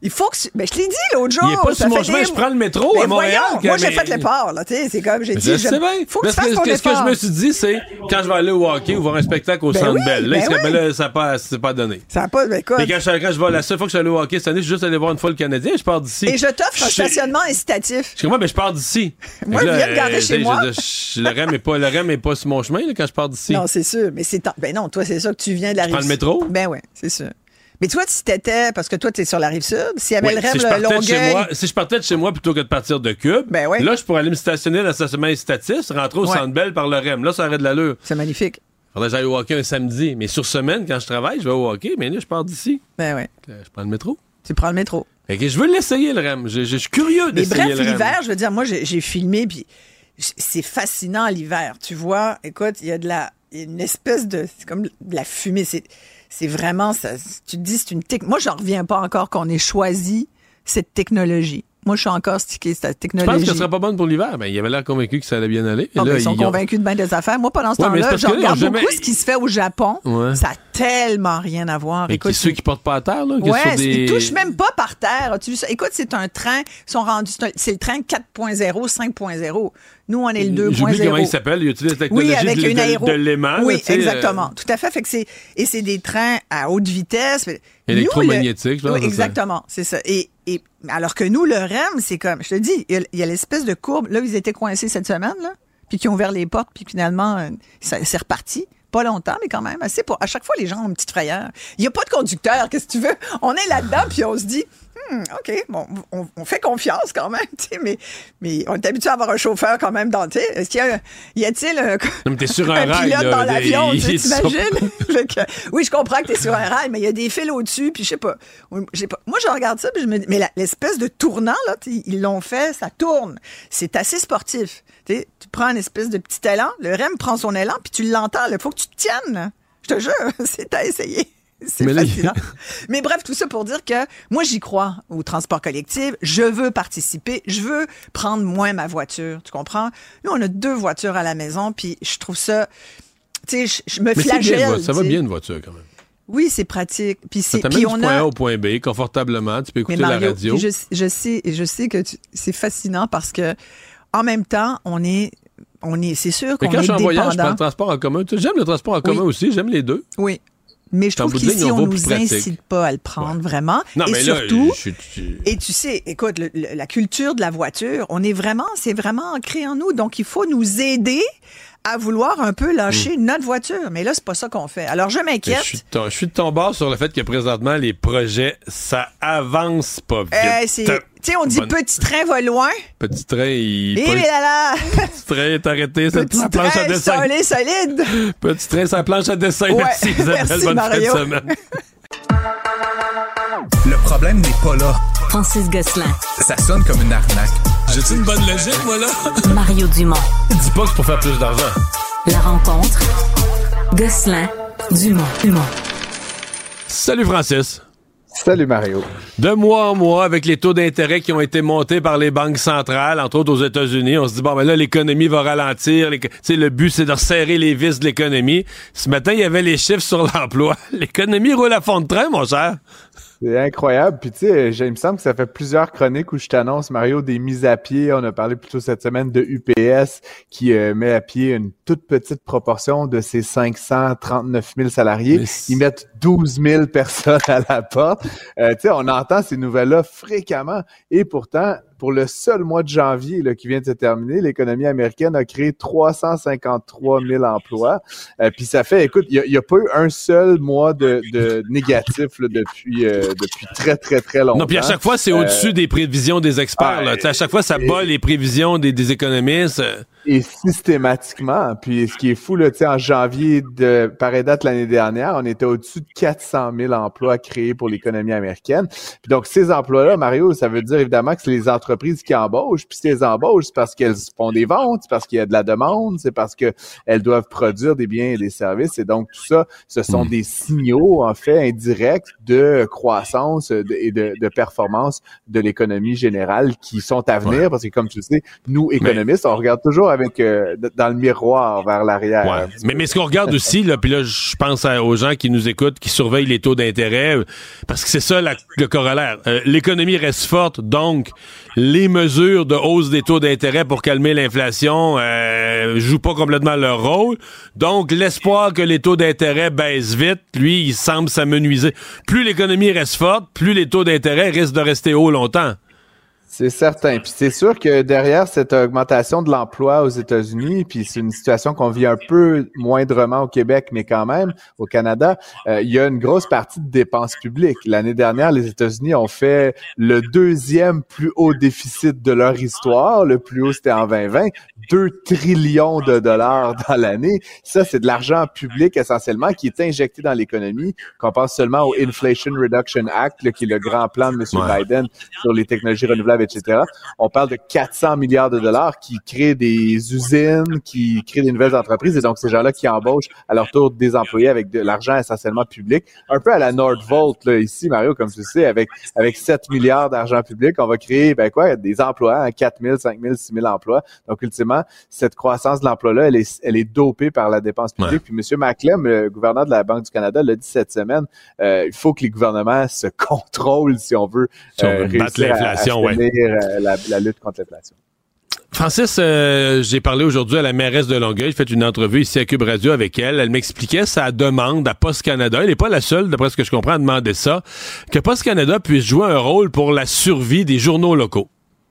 Speaker 11: Il faut que... Ben, je l'ai dit l'autre jour.
Speaker 2: Il est pas sur mon chemin, des... je prends le métro
Speaker 11: mais
Speaker 2: à Montréal.
Speaker 11: Voyons, moi, j'ai fait l'effort, là, tu sais, c'est comme, j'ai dit,
Speaker 2: je
Speaker 11: je...
Speaker 2: sais bien.
Speaker 11: faut que tu fasses
Speaker 2: que,
Speaker 11: ton
Speaker 2: que,
Speaker 11: effort.
Speaker 2: Ce que je me suis dit, c'est, quand je vais aller au hockey ou voir un spectacle au
Speaker 11: ben
Speaker 2: Centre
Speaker 11: oui,
Speaker 2: Bell, là,
Speaker 11: ben
Speaker 2: il serait,
Speaker 11: oui.
Speaker 2: ben là, ça n'a pas, c'est pas donné.
Speaker 11: Ça n'a pas, ben écoute.
Speaker 2: Et quand je, quand je vais, la seule fois que je suis allé au hockey cette année, je suis juste allé voir une fois le Canadien, je pars d'ici.
Speaker 11: Et je t'offre un
Speaker 2: je...
Speaker 11: stationnement incitatif.
Speaker 2: Je moi, mais je pars d'ici.
Speaker 11: Moi, je viens de garder chez moi.
Speaker 2: Je, je, le R E M est pas, le R E M est pas sur mon chemin, là, quand je pars d'ici.
Speaker 11: Non, c'est sûr, mais c'est, ben non, toi, c'est ça que tu viens de la rive.
Speaker 2: Tu prends le métro?
Speaker 11: Ben ouais, c'est sûr. Mais toi, si t'étais, parce que toi, t'es sur la rive sud, s'il y avait
Speaker 2: oui,
Speaker 11: le rêve,
Speaker 2: si
Speaker 11: le Longueuil...
Speaker 2: Moi, si je partais de chez moi plutôt que de partir de Cube,
Speaker 11: ben ouais.
Speaker 2: là, je pourrais aller me stationner dans le stationnement incitatif, rentrer au
Speaker 11: ouais.
Speaker 2: Centre Bell par le R E M. Là, ça aurait de l'allure.
Speaker 11: C'est magnifique.
Speaker 2: Faudrait que j'aille au hockey un samedi. Mais sur semaine, quand je travaille, je vais au hockey, mais là, je pars d'ici.
Speaker 11: Ben ouais.
Speaker 2: Je prends le métro.
Speaker 11: Tu prends le métro.
Speaker 2: Fait que je veux l'essayer, le R E M. Je, je, je suis curieux d'essayer
Speaker 11: mais bref,
Speaker 2: le R E M.
Speaker 11: l'hiver, je veux dire, moi, j'ai, j'ai filmé, puis c'est fascinant l'hiver. Tu vois, écoute, il y a de la... Il y a une espèce de... C'est comme de la fumée. C'est... C'est vraiment, ça, tu te dis, c'est une technologie. Moi, j'en reviens pas encore qu'on ait choisi cette technologie. Moi, je suis encore stické, cette technologie.
Speaker 2: Je pense qu'elle serait pas bonne pour l'hiver. Ben, il avait l'air convaincu que ça allait bien aller. Et
Speaker 11: oh,
Speaker 2: là,
Speaker 11: ben, ils sont
Speaker 2: ils
Speaker 11: convaincus ont... de bien des affaires. Moi, pendant ce
Speaker 2: ouais,
Speaker 11: temps-là, je regarde beaucoup
Speaker 2: jamais...
Speaker 11: ce qui se fait au Japon.
Speaker 2: Ouais.
Speaker 11: Ça a tellement rien à voir.
Speaker 2: Et
Speaker 11: écoute,
Speaker 2: qui, ceux qui portent pas à terre, là?
Speaker 11: Ouais,
Speaker 2: sur des...
Speaker 11: ils touchent même pas par terre. As-tu vu ça? Écoute, c'est un train, ils sont rendus, c'est le train quatre point zéro, cinq point zéro. Nous, on est le deux point zéro.
Speaker 2: J'oublie comment il s'appelle. Il utilise la technologie
Speaker 11: oui, avec
Speaker 2: de,
Speaker 11: une aéro...
Speaker 2: de, de l'aimant.
Speaker 11: Oui,
Speaker 2: là,
Speaker 11: exactement.
Speaker 2: Euh...
Speaker 11: Tout à fait. Fait que c'est... Et c'est des trains à haute vitesse.
Speaker 2: Électromagnétique,
Speaker 11: le... oui, exactement, c'est ça. Et, et alors que nous, le R E M, c'est comme, je te dis, il y a, il y a l'espèce de courbe. Là, ils étaient coincés cette semaine, là, puis qui ont ouvert les portes, puis finalement, euh, ça, c'est reparti. Pas longtemps, mais quand même assez. Pour... À chaque fois, les gens ont une petite frayeur. Il n'y a pas de conducteur, qu'est-ce que tu veux? On est là-dedans, puis on se dit, hmm, OK, bon, on, on fait confiance quand même, tu sais, mais, mais on est habitué à avoir un chauffeur quand même dans, tu sais, est-ce qu'il y a, y a-t-il un,
Speaker 2: non, mais t'es sur un,
Speaker 11: un
Speaker 2: rail,
Speaker 11: pilote
Speaker 2: là,
Speaker 11: dans l'avion,
Speaker 2: il,
Speaker 11: tu
Speaker 2: il
Speaker 11: t'imagines? que, oui, je comprends que t'es sur un rail, mais il y a des fils au-dessus, puis je sais pas, j'ai pas. Moi, je regarde ça, puis je me dis, mais la, l'espèce de tournant, là, ils l'ont fait, ça tourne. C'est assez sportif. T'sais, tu prends une espèce de petit élan, le R E M prend son élan, puis tu l'entends, il faut que tu te tiennes, là. Je te jure, c'est à essayer. C'est mais fascinant. Là, mais bref, tout ça pour dire que moi, j'y crois au transport collectif. Je veux participer. Je veux prendre moins ma voiture. Tu comprends? Nous, on a deux voitures à la maison, puis je trouve ça... Tu sais, je, je me
Speaker 2: mais
Speaker 11: flagelle.
Speaker 2: Bien, ça va bien, une voiture, quand même.
Speaker 11: Oui, c'est pratique. Puis c'est,
Speaker 2: ça t'amène
Speaker 11: puis
Speaker 2: du
Speaker 11: on
Speaker 2: point
Speaker 11: a...
Speaker 2: A au point B, confortablement. Tu peux écouter
Speaker 11: Mario,
Speaker 2: la radio.
Speaker 11: Je, je sais, je sais que tu, c'est fascinant parce que en même temps, on est... On est, c'est sûr qu'on est dépendant. Mais quand je suis en voyage,
Speaker 2: je prends le transport en commun. J'aime le transport en commun oui. aussi, j'aime les deux.
Speaker 11: Oui. Mais je trouve qu'ici, on ne nous incite pas à le prendre ouais. vraiment.
Speaker 2: Non,
Speaker 11: et
Speaker 2: mais
Speaker 11: surtout,
Speaker 2: là, je, je...
Speaker 11: et tu sais, écoute, le, le, la culture de la voiture, on est vraiment, c'est vraiment ancré en nous. Donc, il faut nous aider à vouloir un peu lâcher mmh. notre voiture. Mais là, c'est pas ça qu'on fait. Alors, je m'inquiète.
Speaker 2: Je suis, ton, je suis de ton bord sur le fait que présentement, les projets, ça avance pas vite.
Speaker 11: Euh, c'est... Tu sais, on dit Bonne... petit train va loin.
Speaker 2: Petit train, il...
Speaker 11: Et là là!
Speaker 2: Petit train est arrêté, c'est
Speaker 11: petit
Speaker 2: la planche à dessin.
Speaker 11: Solide, solide.
Speaker 2: Petit train, c'est la planche à dessin.
Speaker 11: Ouais.
Speaker 2: Merci, Isabelle.
Speaker 11: Merci,
Speaker 2: bonne
Speaker 11: Mario.
Speaker 2: fin de semaine.
Speaker 3: Le problème n'est pas là.
Speaker 1: Francis Gosselin.
Speaker 3: Ça sonne comme une arnaque.
Speaker 2: J'ai-tu une bonne logique, moi, là?
Speaker 1: Mario Dumont.
Speaker 2: Dis pas que c'est pour faire plus d'argent.
Speaker 1: La rencontre. Gosselin. Dumont. Dumont.
Speaker 2: Salut, Francis.
Speaker 12: Salut Mario.
Speaker 2: De mois en mois, avec les taux d'intérêt qui ont été montés par les banques centrales, entre autres aux États-Unis, on se dit, bon, ben là, l'économie va ralentir. Les... Le but, c'est de resserrer les vis de l'économie. Ce matin, il y avait les chiffres sur l'emploi. L'économie roule à fond de train, mon cher.
Speaker 12: C'est incroyable. Puis tu sais, il me semble que ça fait plusieurs chroniques où je t'annonce, Mario, des mises à pied. On a parlé plutôt cette semaine de U P S qui euh, met à pied une toute petite proportion de ses cinq cent trente-neuf mille salariés. Ils mettent douze mille personnes à la porte. Euh, tu sais, on entend ces nouvelles-là fréquemment. Et pourtant, pour le seul mois de janvier là, qui vient de se terminer, l'économie américaine a créé trois cent cinquante-trois mille emplois. Euh, puis ça fait, écoute, il n'y a, a pas eu un seul mois de, de négatif là, depuis, euh, depuis très, très, très longtemps.
Speaker 2: Non, puis à chaque fois, c'est euh, au-dessus des prévisions des experts. Ah, là. À chaque fois, ça bat et, les prévisions des, des économistes.
Speaker 12: Et systématiquement. Puis ce qui est fou, là, tu sais, en janvier, de pareille date l'année dernière, on était au-dessus de quatre cent mille emplois créés pour l'économie américaine. Puis donc, ces emplois-là, Mario, ça veut dire évidemment que c'est les entreprises entreprises qui embauchent, puis si elles embauchent, c'est parce qu'elles font des ventes, c'est parce qu'il y a de la demande, c'est parce qu'elles doivent produire des biens et des services, et donc tout ça, ce sont mmh. des signaux, en fait, indirects de croissance de, et de, de performance de l'économie générale qui sont à venir, ouais. parce que comme tu le sais, nous, économistes, mais... on regarde toujours avec euh, dans le miroir vers l'arrière.
Speaker 2: Ouais. Mais, mais ce qu'on regarde aussi, là, puis là, je pense à, aux gens qui nous écoutent, qui surveillent les taux d'intérêt, parce que c'est ça la, le corollaire. Euh, l'économie reste forte, donc les mesures de hausse des taux d'intérêt pour calmer l'inflation euh, jouent pas complètement leur rôle. Donc, l'espoir que les taux d'intérêt baissent vite, lui, il semble s'amenuiser. Plus l'économie reste forte, plus les taux d'intérêt risquent de rester hauts longtemps.
Speaker 12: C'est certain. Puis c'est sûr que derrière cette augmentation de l'emploi aux États-Unis, puis c'est une situation qu'on vit un peu moindrement au Québec, mais quand même au Canada, euh, il y a une grosse partie de dépenses publiques. L'année dernière, les États-Unis ont fait le deuxième plus haut déficit de leur histoire. Le plus haut, c'était en vingt vingt. deux trillions de dollars dans l'année. Ça, c'est de l'argent public essentiellement qui est injecté dans l'économie. Qu'on pense seulement au Inflation Reduction Act, là, qui est le grand plan de M. Ouais. Biden sur les technologies renouvelables, et cetera. On parle de quatre cents milliards de dollars qui créent des usines, qui créent des nouvelles entreprises, et donc ces gens-là qui embauchent à leur tour des employés avec de l'argent essentiellement public. Un peu à la Nordvolt, là, ici, Mario, comme tu sais, avec avec sept milliards d'argent public, on va créer, ben quoi, des emplois, hein, quatre mille, cinq mille, six mille emplois. Donc, ultimement, cette croissance de l'emploi-là, elle est, elle est dopée par la dépense publique. Ouais. Puis M. Maclem, le gouverneur de la Banque du Canada, l'a dit cette semaine, euh, il faut que les gouvernements se contrôlent si on veut,
Speaker 2: si on veut euh, battre l'inflation, ouais.
Speaker 12: La, la lutte contre l'inflation.
Speaker 2: Francis, euh, j'ai parlé aujourd'hui à la mairesse de Longueuil, j'ai fait une entrevue ici à Cube Radio avec elle. Elle m'expliquait sa demande à Poste Canada. Elle n'est pas la seule, d'après ce que je comprends, à demander ça, que Poste Canada puisse jouer un rôle pour la survie des journaux locaux.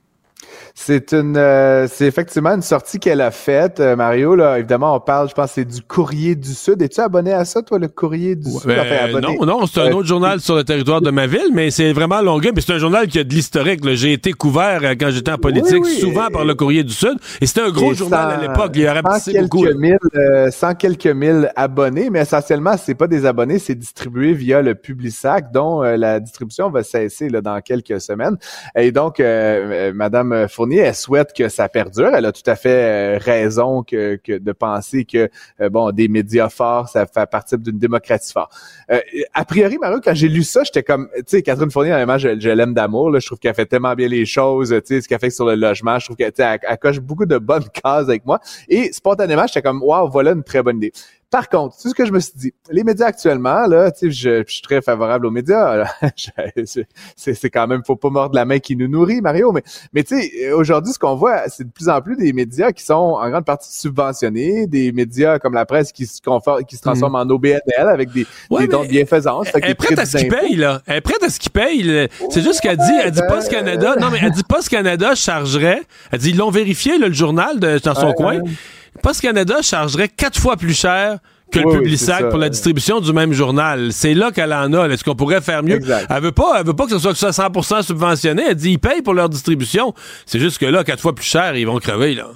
Speaker 12: C'est une, euh, c'est effectivement une sortie qu'elle a faite, euh, Mario. Là, évidemment, on parle, je pense, c'est du Courrier du Sud. Es-tu abonné à ça, toi, le Courrier du Sud?
Speaker 2: Euh, enfin, non, non, c'est un euh, autre journal sur le territoire de ma ville, mais c'est vraiment Longueuil. Mais c'est un journal qui a de l'historique. Là. J'ai été couvert euh, quand j'étais en politique, oui, oui, souvent et, par le Courrier du Sud. Et c'était un gros journal cent, à l'époque. Il y aurait
Speaker 12: cent quelques beaucoup. Mille, euh, cent quelques mille abonnés, mais essentiellement, c'est pas des abonnés, c'est distribué via le Publisac, dont euh, la distribution va cesser là, dans quelques semaines. Et donc, euh, euh, Madame Fournier, elle souhaite que ça perdure. Elle a tout à fait euh, raison que, que de penser que euh, bon, des médias forts, ça fait partie d'une démocratie forte. Euh, a priori, Mario, quand j'ai lu ça, j'étais comme, tu sais, Catherine Fournier, honnêtement, je, je l'aime d'amour. Là, je trouve qu'elle fait tellement bien les choses. Tu sais, ce qu'elle fait sur le logement, je trouve qu'elle elle, elle coche beaucoup de bonnes cases avec moi. Et spontanément, j'étais comme, waouh, voilà une très bonne idée. Par contre, c'est ce que je me suis dit. Les médias actuellement, là, tu sais, je, je suis très favorable aux médias. c'est, c'est quand même, faut pas mordre la main qui nous nourrit, Mario. Mais, mais tu sais, aujourd'hui, ce qu'on voit, c'est de plus en plus des médias qui sont en grande partie subventionnés, des médias comme la presse qui se confortent, qui se transforment mmh. en O B N L avec des, ouais, des dons de bienfaisance.
Speaker 2: Elle est prête à ce qu'ils payent, là. Elle est prête à ce qu'ils payent. C'est juste qu'elle dit, elle dit Poste Canada. Non, mais elle dit Poste Canada chargerait. Elle dit, ils l'ont vérifié, là, le journal de, dans son ouais, coin. Ouais. Poste Canada chargerait quatre fois plus cher que le oui, Publisac oui, pour la distribution du même journal. C'est là qu'elle en a. Là. Est-ce qu'on pourrait faire mieux? Exact. Elle veut pas, elle veut pas que ce soit, que ce soit cent pour cent subventionné. Elle dit, ils payent pour leur distribution. C'est juste que là, quatre fois plus cher, ils vont crever, là.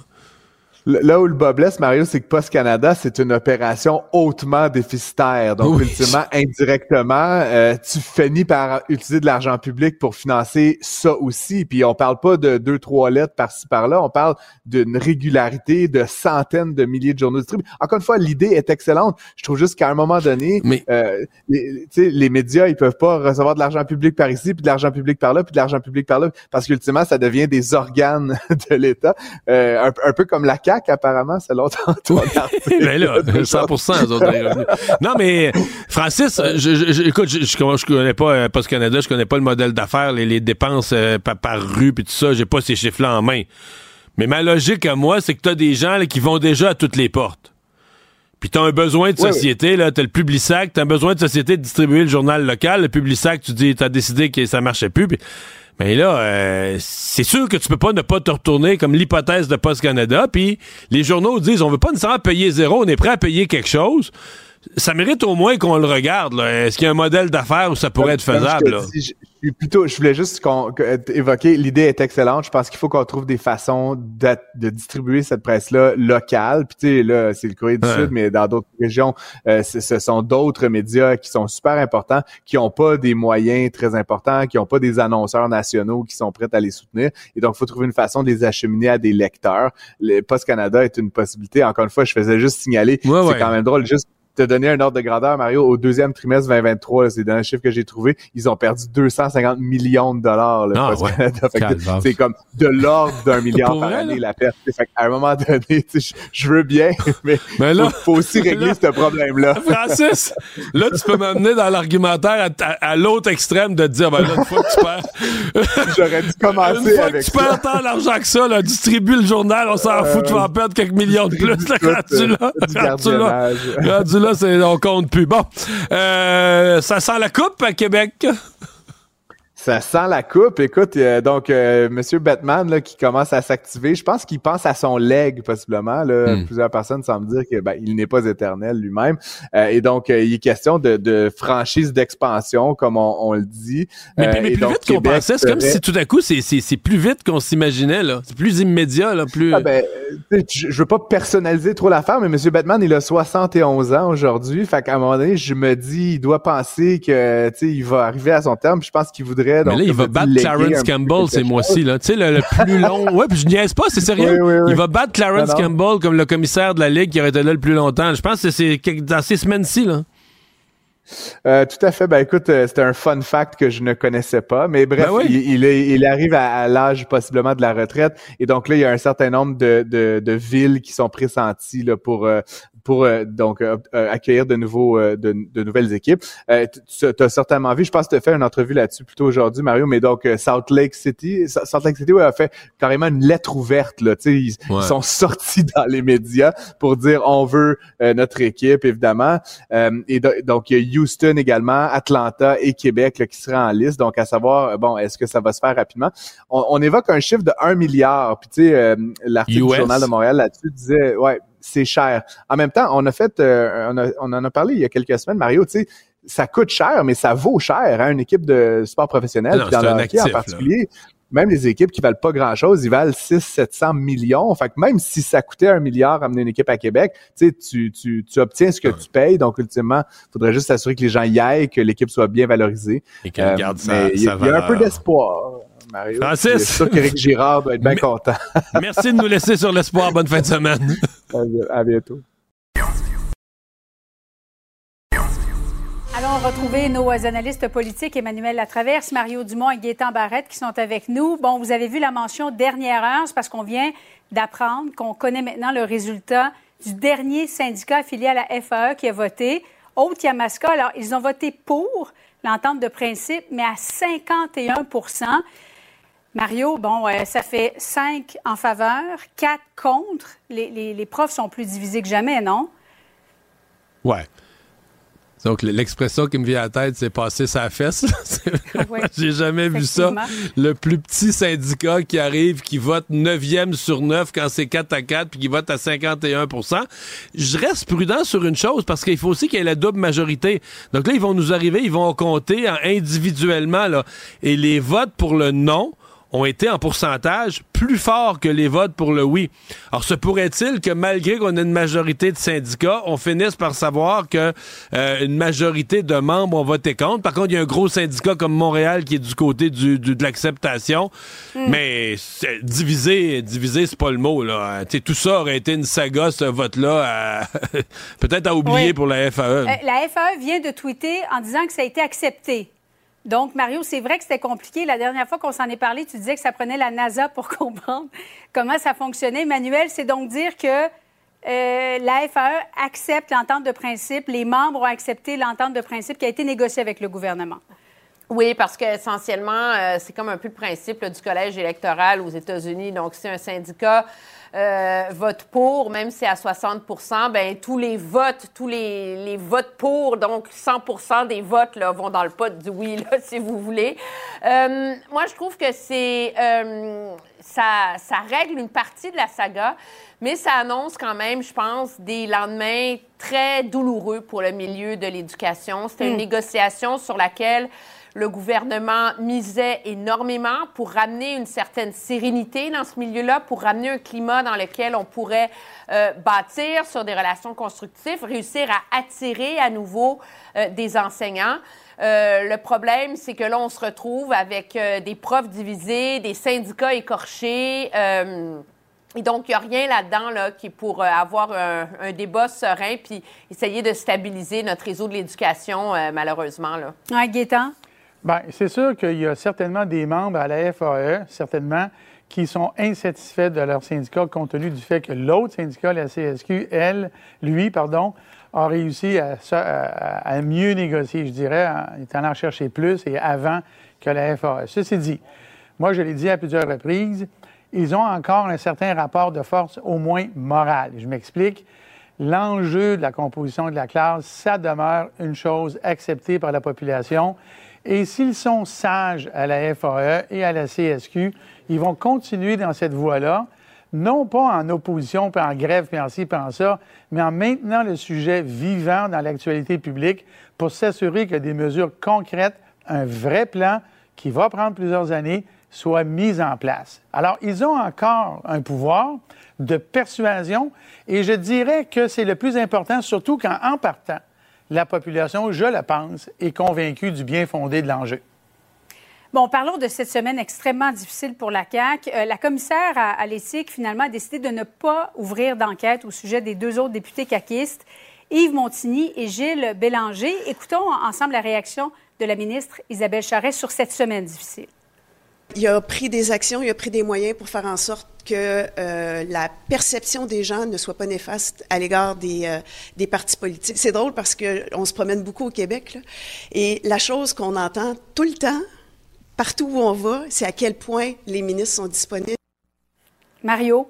Speaker 12: Là où le bas blesse, Mario, c'est que Poste Canada, c'est une opération hautement déficitaire. Donc, oui. ultimement, indirectement, euh, tu finis par utiliser de l'argent public pour financer ça aussi. Puis, on parle pas de deux, trois lettres par-ci, par-là. On parle d'une régularité de centaines de milliers de journaux distribués. Encore une fois, l'idée est excellente. Je trouve juste qu'à un moment donné, Mais... euh, les, les médias, ils peuvent pas recevoir de l'argent public par ici, puis de l'argent public par là, puis de l'argent public par là, parce qu'ultimement, ça devient des organes de l'État. Euh, un, un peu comme la C A Q, apparemment, c'est l'autre ton article.
Speaker 2: Ben là, cent pour cent eux autres revenus. Non, mais Francis, je, je, je, écoute, je, je, je connais pas euh, Poste Canada, je connais pas le modèle d'affaires, les, les dépenses euh, par, par rue puis tout ça, j'ai pas ces chiffres-là en main. Mais ma logique à moi, c'est que t'as des gens là, qui vont déjà à toutes les portes. Puis t'as un besoin de société, oui. là, t'as le Publisac, t'as un besoin de société de distribuer le journal local. Le Publisac, tu dis, t'as décidé que ça marchait plus, puis mais là, euh, c'est sûr que tu peux pas ne pas te retourner comme l'hypothèse de Poste Canada. Puis les journaux disent, on veut pas nécessairement payer zéro, on est prêt à payer quelque chose. Ça mérite au moins qu'on le regarde. Là. Est-ce qu'il y a un modèle d'affaires où ça pourrait comme, être faisable? Là?
Speaker 12: Dis, je, je puis plutôt, je voulais juste qu'on, évoquer, l'idée est excellente. Je pense qu'il faut qu'on trouve des façons de, de distribuer cette presse-là locale. Puis tu sais, là, c'est le Courrier du ouais. Sud, mais dans d'autres régions, euh, ce sont d'autres médias qui sont super importants, qui n'ont pas des moyens très importants, qui n'ont pas des annonceurs nationaux qui sont prêts à les soutenir. Et donc, il faut trouver une façon de les acheminer à des lecteurs. Le Post Canada est une possibilité. Encore une fois, je faisais juste signaler.
Speaker 2: Ouais,
Speaker 12: c'est
Speaker 2: ouais.
Speaker 12: quand même drôle, juste te donner un ordre de grandeur, Mario, au deuxième trimestre vingt vingt-trois, là, c'est dans un chiffre que j'ai trouvé, ils ont perdu deux cent cinquante millions de dollars, le
Speaker 2: ah,
Speaker 12: Post
Speaker 2: ouais.
Speaker 12: Canada. Fait que c'est comme de l'ordre d'un milliard par
Speaker 2: vrai,
Speaker 12: année,
Speaker 2: là?
Speaker 12: la perte. Fait qu'à un moment donné, je, je veux bien, mais,
Speaker 2: mais là,
Speaker 12: faut, faut aussi régler
Speaker 2: là,
Speaker 12: ce problème-là.
Speaker 2: Francis, là, tu peux m'amener dans l'argumentaire à, à, à l'autre extrême de te dire, ben là, une fois que tu perds...
Speaker 12: J'aurais dû commencer
Speaker 2: une fois
Speaker 12: avec
Speaker 2: que tu perds tant d'argent que ça, là, distribue le journal, on s'en euh, fout, tu vas en perdre quelques millions de plus. Là, rendu là, rendu là, rendu là, c'est, on compte plus. Bon, euh, ça sent la coupe à Québec.
Speaker 12: Ça sent la coupe. Écoute, euh, donc, euh, Monsieur Bettman, là, qui commence à s'activer, je pense qu'il pense à son legs, possiblement. Là. Mm. Plusieurs personnes semblent dire que ben, il n'est pas éternel lui-même. Euh, et donc, euh, il est question de, de franchise d'expansion, comme on, on le dit.
Speaker 2: Mais, mais, mais
Speaker 12: euh,
Speaker 2: plus
Speaker 12: donc,
Speaker 2: vite qu'on
Speaker 12: Québec
Speaker 2: pensait, c'est comme si tout à coup, c'est, c'est, c'est plus vite qu'on s'imaginait. Là. C'est plus immédiat. Là, plus...
Speaker 12: Ah ben, je, je veux pas personnaliser trop l'affaire, mais Monsieur Bettman, il a soixante et onze ans aujourd'hui. Fait qu'à un moment donné, je me dis, il doit penser que, tu sais, il va arriver à son terme. Je pense qu'il voudrait...
Speaker 2: Donc, mais là, il va battre Clarence Campbell ces mois-ci, là. Tu sais, le, le plus long. Ouais, puis je niaise pas, c'est sérieux. Oui, oui, oui. Il va battre Clarence non, non. Campbell comme le commissaire de la Ligue qui aurait été là le plus longtemps. Je pense que c'est dans ces semaines-ci, là.
Speaker 12: Euh, tout à fait. Ben écoute, euh, c'était un fun fact que je ne connaissais pas. Mais bref, ben oui. il, il, est, il arrive à, à l'âge possiblement de la retraite. Et donc là, il y a un certain nombre de, de, de villes qui sont pressenties là, pour... Euh, pour euh, donc euh, accueillir de nouveaux euh, de, de nouvelles équipes. Euh, tu as certainement vu, je pense que tu as fait une entrevue là-dessus plus tôt aujourd'hui, Mario, mais donc euh, Salt Lake City, Salt Lake City ouais, a fait carrément une lettre ouverte là, tu sais, ils, ouais. ils sont sortis dans les médias pour dire on veut euh, notre équipe évidemment. Euh, et do- donc il y a Houston également, Atlanta et Québec là, qui seraient en liste. Donc à savoir bon, est-ce que ça va se faire rapidement? On, on évoque un chiffre de un milliard. Puis tu sais, euh, l'article U S du Journal de Montréal là-dessus disait ouais. C'est cher. En même temps, on a fait, euh, on, a, on en a parlé il y a quelques semaines, Mario, tu sais, ça coûte cher, mais ça vaut cher, hein, une équipe de sport professionnel, non, dans le hockey en particulier. Là. Même les équipes qui valent pas grand-chose, ils valent six cents à sept cents millions. Fait que même si ça coûtait un milliard amener une équipe à Québec, tu sais, tu, tu, tu obtiens ce que tu payes. Donc, ultimement, il faudrait juste s'assurer que les gens y aillent, que l'équipe soit bien valorisée.
Speaker 2: Et qu'elle euh, garde sa,
Speaker 12: il y, y a un peu d'espoir. Mario.
Speaker 2: Francis!
Speaker 12: C'est sûr qu'Éric Girard doit être bien content.
Speaker 2: Merci de nous laisser sur l'espoir. Bonne fin de semaine.
Speaker 12: À bientôt.
Speaker 13: Allons retrouver nos analystes politiques, Emmanuel Latraverse, Mario Dumont et Gaétan Barrette qui sont avec nous. Bon, vous avez vu la mention dernière heure, c'est parce qu'on vient d'apprendre qu'on connaît maintenant le résultat du dernier syndicat affilié à la F A E qui a voté, Haute-Yamaska. Alors, ils ont voté pour l'entente de principe, mais à cinquante et un pour cent. Mario, bon, euh, ça fait cinq en faveur, quatre contre. Les, les, les profs sont plus divisés que jamais, non?
Speaker 2: Ouais. Donc, l'expression qui me vient à la tête, c'est passer sa fesse. Oui, j'ai jamais vu ça. Le plus petit syndicat qui arrive, qui vote neuvième sur neuf quand c'est quatre à quatre, puis qui vote à cinquante et un pour cent. Je reste prudent sur une chose, parce qu'il faut aussi qu'il y ait la double majorité. Donc là, ils vont nous arriver, ils vont compter individuellement, là. Et les votes pour le non ont été en pourcentage plus forts que les votes pour le oui. Alors, se pourrait-il que malgré qu'on ait une majorité de syndicats, on finisse par savoir que euh, une majorité de membres ont voté contre. Par contre, il y a un gros syndicat comme Montréal qui est du côté du, du, de l'acceptation. Mm. Mais c'est, diviser, diviser, c'est pas le mot, là. T'sais, tout ça aurait été une saga, ce vote-là, à, peut-être à oublier oui. pour la F A E.
Speaker 13: Euh, la F A E vient de tweeter en disant que ça a été accepté. Donc, Mario, c'est vrai que c'était compliqué. La dernière fois qu'on s'en est parlé, tu disais que ça prenait la NASA pour comprendre comment ça fonctionnait. Emmanuel, c'est donc dire que euh, la F A E accepte l'entente de principe. Les membres ont accepté l'entente de principe qui a été négociée avec le gouvernement.
Speaker 5: Oui, parce qu'essentiellement, euh, c'est comme un peu le principe là, du collège électoral aux États-Unis. Donc, si un syndicat euh, vote pour, même si c'est à soixante pour cent, bien, tous les votes, tous les, les votes pour, donc cent pour cent des votes là, vont dans le pot du oui, là, si vous voulez. Euh, moi, je trouve que c'est... Euh, ça, ça règle une partie de la saga, mais ça annonce quand même, je pense, des lendemains très douloureux pour le milieu de l'éducation. C'était mmh. une négociation sur laquelle
Speaker 14: le gouvernement misait énormément pour ramener une certaine sérénité dans ce milieu-là, pour ramener un climat dans lequel on pourrait euh, bâtir sur des relations constructives, réussir à attirer à nouveau euh, des enseignants. Euh, le problème, c'est que là, on se retrouve avec euh, des profs divisés, des syndicats écorchés. Euh, et donc, il n'y a rien là-dedans là, qui est pour euh, avoir un, un débat serein puis essayer de stabiliser notre réseau de l'éducation, euh, malheureusement. Là.
Speaker 13: Ouais, Gaétan?
Speaker 15: Bien, c'est sûr qu'il y a certainement des membres à la F A E, certainement, qui sont insatisfaits de leur syndicat compte tenu du fait que l'autre syndicat, la C S Q, elle, lui, pardon, a réussi à, à, à mieux négocier, je dirais, en étant allé en chercher plus et avant que la F A E. Ceci dit, moi, je l'ai dit à plusieurs reprises, ils ont encore un certain rapport de force, au moins moral. Je m'explique. L'enjeu de la composition de la classe, ça demeure une chose acceptée par la population. Et s'ils sont sages à la F A E et à la C S Q, ils vont continuer dans cette voie-là, non pas en opposition, puis en grève, puis en ci, puis en ça, mais en maintenant le sujet vivant dans l'actualité publique pour s'assurer qu'il y a des mesures concrètes, un vrai plan qui va prendre plusieurs années, soit mis en place. Alors, ils ont encore un pouvoir de persuasion et je dirais que c'est le plus important, surtout quand, en partant, la population, je le pense, est convaincue du bien fondé de l'enjeu.
Speaker 13: Bon, parlons de cette semaine extrêmement difficile pour la C A Q. Euh, la commissaire à, à l'éthique, finalement, a décidé de ne pas ouvrir d'enquête au sujet des deux autres députés caquistes, Yves Montigny et Gilles Bélanger. Écoutons ensemble la réaction de la ministre Isabelle Charest sur cette semaine difficile.
Speaker 16: Il a pris des actions, il a pris des moyens pour faire en sorte que euh, la perception des gens ne soit pas néfaste à l'égard des, euh, des partis politiques. C'est drôle parce qu'on se promène beaucoup au Québec, là, et la chose qu'on entend tout le temps, partout où on va, c'est à quel point les ministres sont disponibles.
Speaker 13: Mario?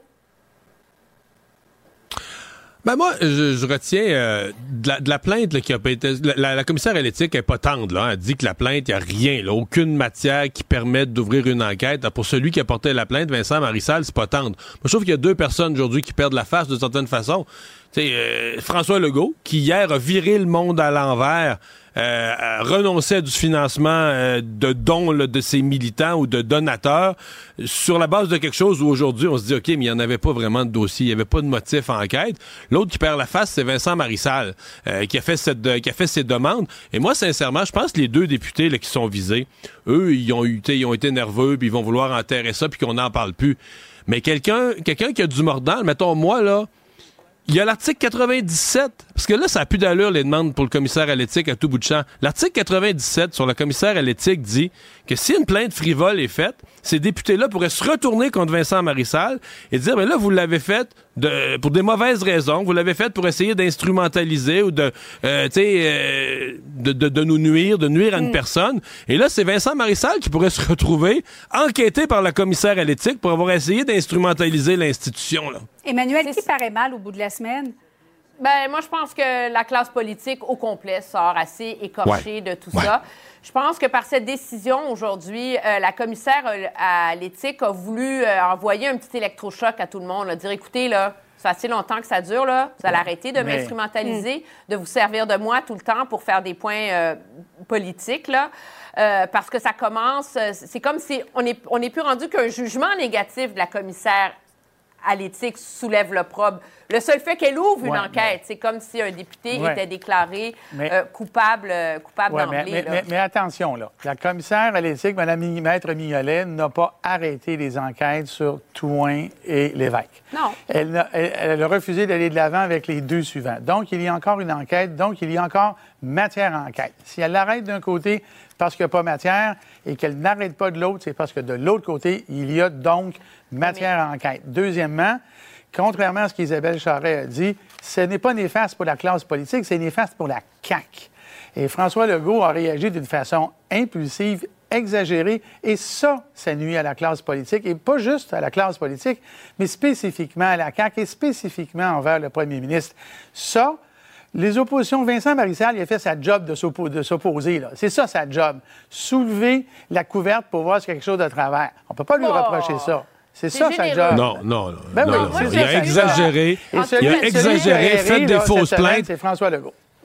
Speaker 2: Ben moi, je, je retiens euh, de, la, de la plainte là, qui a été... La, la commissaire à l'éthique n'est pas tendre. Là, elle dit que la plainte, il n'y a rien. Là, aucune matière qui permette d'ouvrir une enquête. Alors, pour celui qui a porté la plainte, Vincent Marissal, c'est pas tendre. Moi, je trouve qu'il y a deux personnes aujourd'hui qui perdent la face d'une certaine façon. Tu sais, euh, François Legault, qui hier a viré le monde à l'envers, euh, a renoncé à du financement euh, de dons là, de ses militants ou de donateurs sur la base de quelque chose où aujourd'hui on se dit OK, mais il n'y en avait pas vraiment de dossier, il n'y avait pas de motif en enquête. L'autre qui perd la face, c'est Vincent Marissal, euh, qui a fait cette, euh, qui a fait ses demandes. Et moi, sincèrement, je pense que les deux députés là, qui sont visés, eux, ils ont, eu, ils ont été nerveux, puis ils vont vouloir enterrer ça, puis qu'on n'en parle plus. Mais quelqu'un, quelqu'un qui a du mordant, mettons moi là. Il y a l'article quatre-vingt-dix-sept, parce que là, ça n'a plus d'allure, les demandes pour le commissaire à l'éthique à tout bout de champ. L'article quatre-vingt-dix-sept sur le commissaire à l'éthique dit que si une plainte frivole est faite, ces députés-là pourraient se retourner contre Vincent Marissal et dire, ben là, vous l'avez faite de, pour des mauvaises raisons, vous l'avez faite pour essayer d'instrumentaliser ou de, euh, tu sais, euh, de, de, de nous nuire, de nuire à une mm. personne. Et là, c'est Vincent Marissal qui pourrait se retrouver enquêté par la commissaire à l'éthique pour avoir essayé d'instrumentaliser l'institution, là.
Speaker 13: Emmanuel, qui paraît mal au bout de la semaine?
Speaker 14: Ben moi, je pense que la classe politique au complet sort assez écorchée ouais. de tout ouais. ça. Je pense que par cette décision aujourd'hui, euh, la commissaire à l'éthique a voulu euh, envoyer un petit électrochoc à tout le monde, là, dire écoutez, là, ça fait assez longtemps que ça dure, là, vous allez arrêter de Mais... m'instrumentaliser, mmh. de vous servir de moi tout le temps pour faire des points euh, politiques, là. Euh, parce que ça commence, c'est comme si on n'est on est plus rendu qu'un jugement négatif de la commissaire à l'éthique soulève l'opprobre. Le seul fait qu'elle ouvre une ouais, enquête, mais... c'est comme si un député ouais. était déclaré mais... euh, coupable, euh, coupable
Speaker 15: ouais,
Speaker 14: d'emblée.
Speaker 15: Mais, mais, mais attention, là. La commissaire à l'éthique, Mme Maître Mignolet, n'a pas arrêté les enquêtes sur Touin et Lévesque.
Speaker 14: Non.
Speaker 15: Elle a, elle, elle a refusé d'aller de l'avant avec les deux suivants. Donc, il y a encore une enquête, donc il y a encore matière à enquête. Si elle l'arrête d'un côté parce qu'il n'y a pas matière et qu'elle n'arrête pas de l'autre, c'est parce que de l'autre côté, il y a donc matière à enquête. Deuxièmement, contrairement à ce qu'Isabelle Charest a dit, ce n'est pas néfaste pour la classe politique, c'est néfaste pour la C A Q. Et François Legault a réagi d'une façon impulsive, exagérée, et ça, ça nuit à la classe politique, et pas juste à la classe politique, mais spécifiquement à la C A Q et spécifiquement envers le premier ministre. Ça, les oppositions, Vincent Marissal, il a fait sa job de, s'oppo- de s'opposer. Là. C'est ça, sa job. Soulever la couverte pour voir si quelque chose de travers. On ne peut pas lui oh. reprocher ça. C'est, c'est ça, sa job.
Speaker 2: Non, non, non.
Speaker 15: Ben
Speaker 2: non,
Speaker 15: oui,
Speaker 2: non.
Speaker 15: C'est
Speaker 2: il a exagéré. Il a exagéré, fait des fausses plaintes.
Speaker 15: C'est François Legault.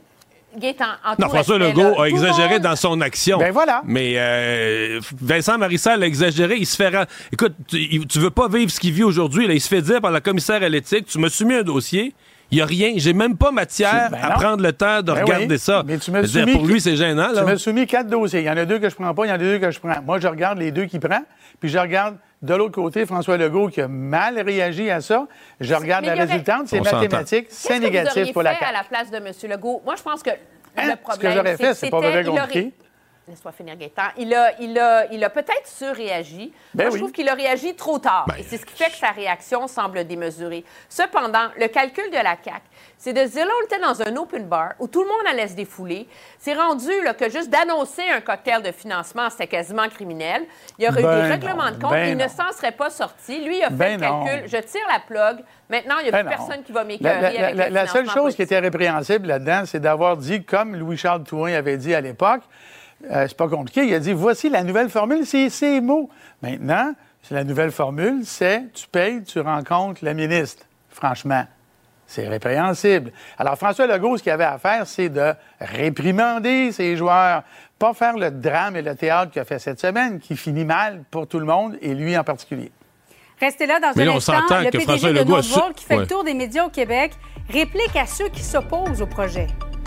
Speaker 14: Gaétan, en
Speaker 2: Non,
Speaker 14: tout
Speaker 2: François
Speaker 14: respect,
Speaker 2: Legault
Speaker 14: là,
Speaker 2: a
Speaker 14: tout le
Speaker 2: exagéré
Speaker 14: monde-
Speaker 2: dans son action.
Speaker 15: Ben voilà.
Speaker 2: Mais euh, Vincent Marissal a exagéré. Il se fait... ra- Écoute, tu, tu veux pas vivre ce qu'il vit aujourd'hui. Là. Il se fait dire par la commissaire à l'éthique, tu m'as soumis un dossier, il n'y a rien. J'ai même pas matière
Speaker 15: Ben
Speaker 2: à
Speaker 15: non.
Speaker 2: prendre le temps de
Speaker 15: Ben
Speaker 2: regarder
Speaker 15: oui.
Speaker 2: ça.
Speaker 15: Mais tu m'as
Speaker 2: Je veux dire,
Speaker 15: soumis
Speaker 2: pour lui, c'est gênant. Là.
Speaker 15: Tu m'as soumis quatre dossiers. Il y en a deux que je prends pas, il y en a deux que je prends. Moi, je regarde les deux qu'il prend, puis je regarde de l'autre côté François Legault qui a mal réagi à ça. Je regarde
Speaker 14: Mais
Speaker 15: la
Speaker 14: il y aurait-
Speaker 15: résultante, c'est
Speaker 2: On s'entend.
Speaker 15: mathématique,
Speaker 14: Qu'est-ce
Speaker 15: c'est
Speaker 14: que vous
Speaker 15: négatif
Speaker 14: auriez
Speaker 15: pour la
Speaker 14: fait
Speaker 15: C A Q.
Speaker 14: à la place de M. Legault? Moi, je pense que
Speaker 15: Hein?
Speaker 14: le
Speaker 15: Ce
Speaker 14: problème,
Speaker 15: que j'aurais
Speaker 14: c'est
Speaker 15: fait,
Speaker 14: que
Speaker 15: c'est pas
Speaker 14: c'était-
Speaker 15: vrai
Speaker 14: il aurait-
Speaker 15: compliqué.
Speaker 14: Laisse-moi finir, Gaétan. Il a, il a, il a peut-être surréagi.
Speaker 15: Ben
Speaker 14: Moi,
Speaker 15: oui.
Speaker 14: je trouve qu'il a réagi trop tard.
Speaker 2: Ben,
Speaker 14: Et c'est ce qui fait que sa réaction semble démesurée. Cependant, le calcul de la C A Q, c'est de se dire, là, on était dans un open bar où tout le monde allait se défouler. C'est rendu là, que juste d'annoncer un cocktail de financement, c'était quasiment criminel. Il y aurait eu
Speaker 15: Ben
Speaker 14: des
Speaker 15: non,
Speaker 14: règlements de compte.
Speaker 15: ben
Speaker 14: il ne
Speaker 15: non.
Speaker 14: s'en serait pas sorti. Lui, il a fait
Speaker 15: Ben
Speaker 14: le calcul.
Speaker 15: non.
Speaker 14: Je tire la plug. Maintenant, il n'y a
Speaker 15: Ben
Speaker 14: plus
Speaker 15: non.
Speaker 14: personne qui va
Speaker 15: La,
Speaker 14: m'écœurer
Speaker 15: la-
Speaker 14: avec
Speaker 15: la-
Speaker 14: le
Speaker 15: la seule
Speaker 14: financement
Speaker 15: chose qui était répréhensible là-dedans, c'est d'avoir dit, comme Louis-Charles Touin avait dit à l'époque, euh, c'est pas compliqué, il a dit, voici la nouvelle formule, c'est ces mots. Maintenant, la nouvelle formule, c'est tu payes, tu rencontres la ministre. Franchement, c'est répréhensible. Alors, François Legault, ce qu'il avait à faire, c'est de réprimander ses joueurs, pas faire le drame et le théâtre qu'il a fait cette semaine, qui finit mal pour tout le monde, et lui en particulier.
Speaker 13: Restez là dans
Speaker 2: Mais
Speaker 13: un
Speaker 2: là, on
Speaker 13: instant.
Speaker 2: s'entend
Speaker 13: Le
Speaker 2: que
Speaker 13: P D G
Speaker 2: François
Speaker 13: de
Speaker 2: Legault a su-
Speaker 13: Northvolt, qui fait
Speaker 2: Ouais.
Speaker 13: le tour des médias au Québec, réplique à ceux qui s'opposent au projet.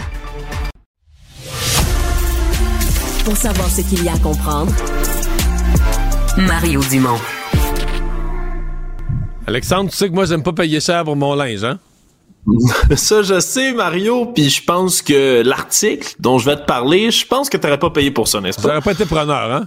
Speaker 1: Pour savoir ce qu'il y a à comprendre, Mario Dumont.
Speaker 2: Alexandre, tu sais que moi, j'aime pas payer cher pour mon linge, hein?
Speaker 8: Ça, je sais, Mario, puis je pense que l'article dont je vais te parler, je pense que t'aurais pas payé pour ça, n'est-ce pas?
Speaker 2: J'aurais pas été preneur, hein?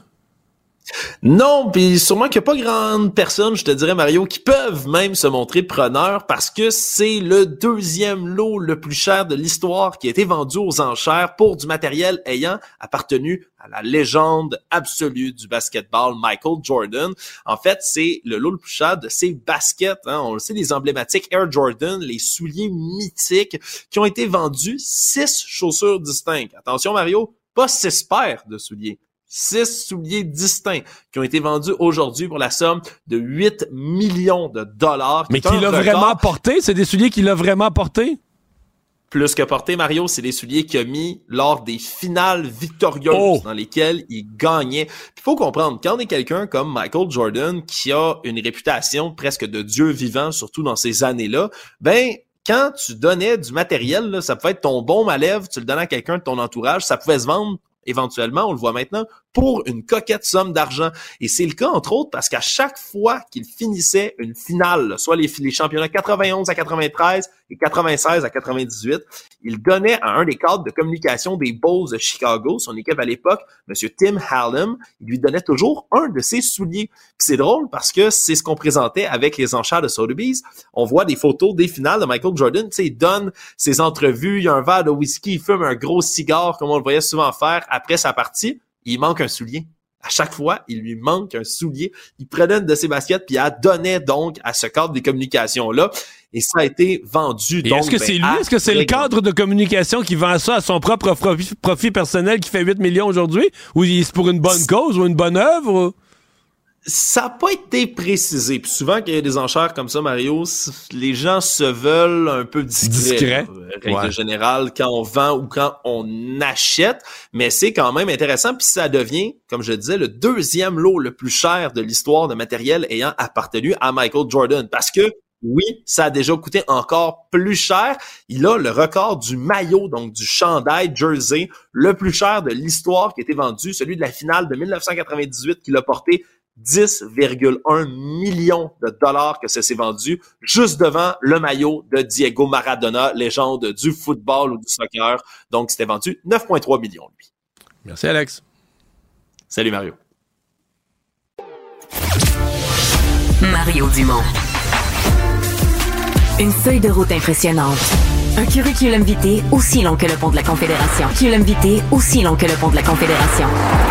Speaker 8: Non, puis sûrement qu'il n'y a pas grande personne, je te dirais, Mario, qui peuvent même se montrer preneurs parce que c'est le deuxième lot le plus cher de l'histoire qui a été vendu aux enchères pour du matériel ayant appartenu à la légende absolue du basketball, Michael Jordan. En fait, c'est le lot le plus cher de ses baskets. Hein. On le sait, les emblématiques Air Jordan, les souliers mythiques qui ont été vendus six chaussures distinctes. Attention, Mario, pas six paires de souliers. Six souliers distincts qui ont été vendus aujourd'hui pour la somme de huit millions de dollars.
Speaker 2: Mais
Speaker 8: qui est
Speaker 2: qui
Speaker 8: un
Speaker 2: l'a
Speaker 8: record.
Speaker 2: vraiment porté? C'est des souliers qu'il a vraiment porté?
Speaker 8: Plus que porté, Mario, c'est des souliers qu'il a mis lors des finales victorieuses
Speaker 2: Oh.
Speaker 8: dans lesquelles il gagnait. Il faut comprendre, quand on est quelqu'un comme Michael Jordan qui a une réputation presque de dieu vivant, surtout dans ces années-là, ben quand tu donnais du matériel, là, ça pouvait être ton baume à lèvres, tu le donnais à quelqu'un de ton entourage, ça pouvait se vendre éventuellement, on le voit maintenant, pour une coquette somme d'argent. Et c'est le cas, entre autres, parce qu'à chaque fois qu'il finissait une finale, soit les, les championnats quatre-vingt-onze à quatre-vingt-treize et quatre-vingt-seize à quatre-vingt-dix-huit, il donnait à un des cadres de communication des Bulls de Chicago, son équipe à l'époque, M. Tim Hallam, il lui donnait toujours un de ses souliers. Puis c'est drôle parce que c'est ce qu'on présentait avec les enchères de Sotheby's. On voit des photos des finales de Michael Jordan. Tu sais, il donne ses entrevues, il y a un verre de whisky, il fume un gros cigare, comme on le voyait souvent faire après sa partie. Il manque un soulier. À chaque fois, il lui manque un soulier. Il prenait une de ses baskets puis il la donnait donc à ce cadre des communications-là. Et ça a été vendu.
Speaker 2: Et
Speaker 8: donc,
Speaker 2: est-ce que
Speaker 8: ben,
Speaker 2: c'est lui?
Speaker 8: à
Speaker 2: Est-ce que c'est le
Speaker 8: très grand-
Speaker 2: cadre de communication qui vend ça à son propre profit, profit personnel qui fait huit millions aujourd'hui? Ou c'est pour une bonne cause ou une bonne œuvre?
Speaker 8: Ça n'a pas été précisé. Puis souvent, qu'il y a des enchères comme ça, Mario, c- les gens se veulent un peu discrets.
Speaker 2: Discret.
Speaker 8: euh, Règle
Speaker 2: Ouais.
Speaker 8: générale, quand on vend ou quand on achète. Mais c'est quand même intéressant. Puis ça devient, comme je le disais, le deuxième lot le plus cher de l'histoire de matériel ayant appartenu à Michael Jordan. Parce que oui, ça a déjà coûté encore plus cher. Il a le record du maillot, donc du chandail jersey, le plus cher de l'histoire qui a été vendu, celui de la finale de dix-neuf cent quatre-vingt-dix-huit qu'il a porté dix virgule un millions de dollars que ça s'est vendu, juste devant le maillot de Diego Maradona, légende du football ou du soccer. Donc, c'était vendu neuf virgule trois millions, lui.
Speaker 2: Merci, Alex.
Speaker 8: Salut, Mario.
Speaker 1: Mario Dumont. Une feuille de route impressionnante. Un curriculum vitae aussi long que le pont de la Confédération. Curriculum vitae aussi long que le pont de la Confédération.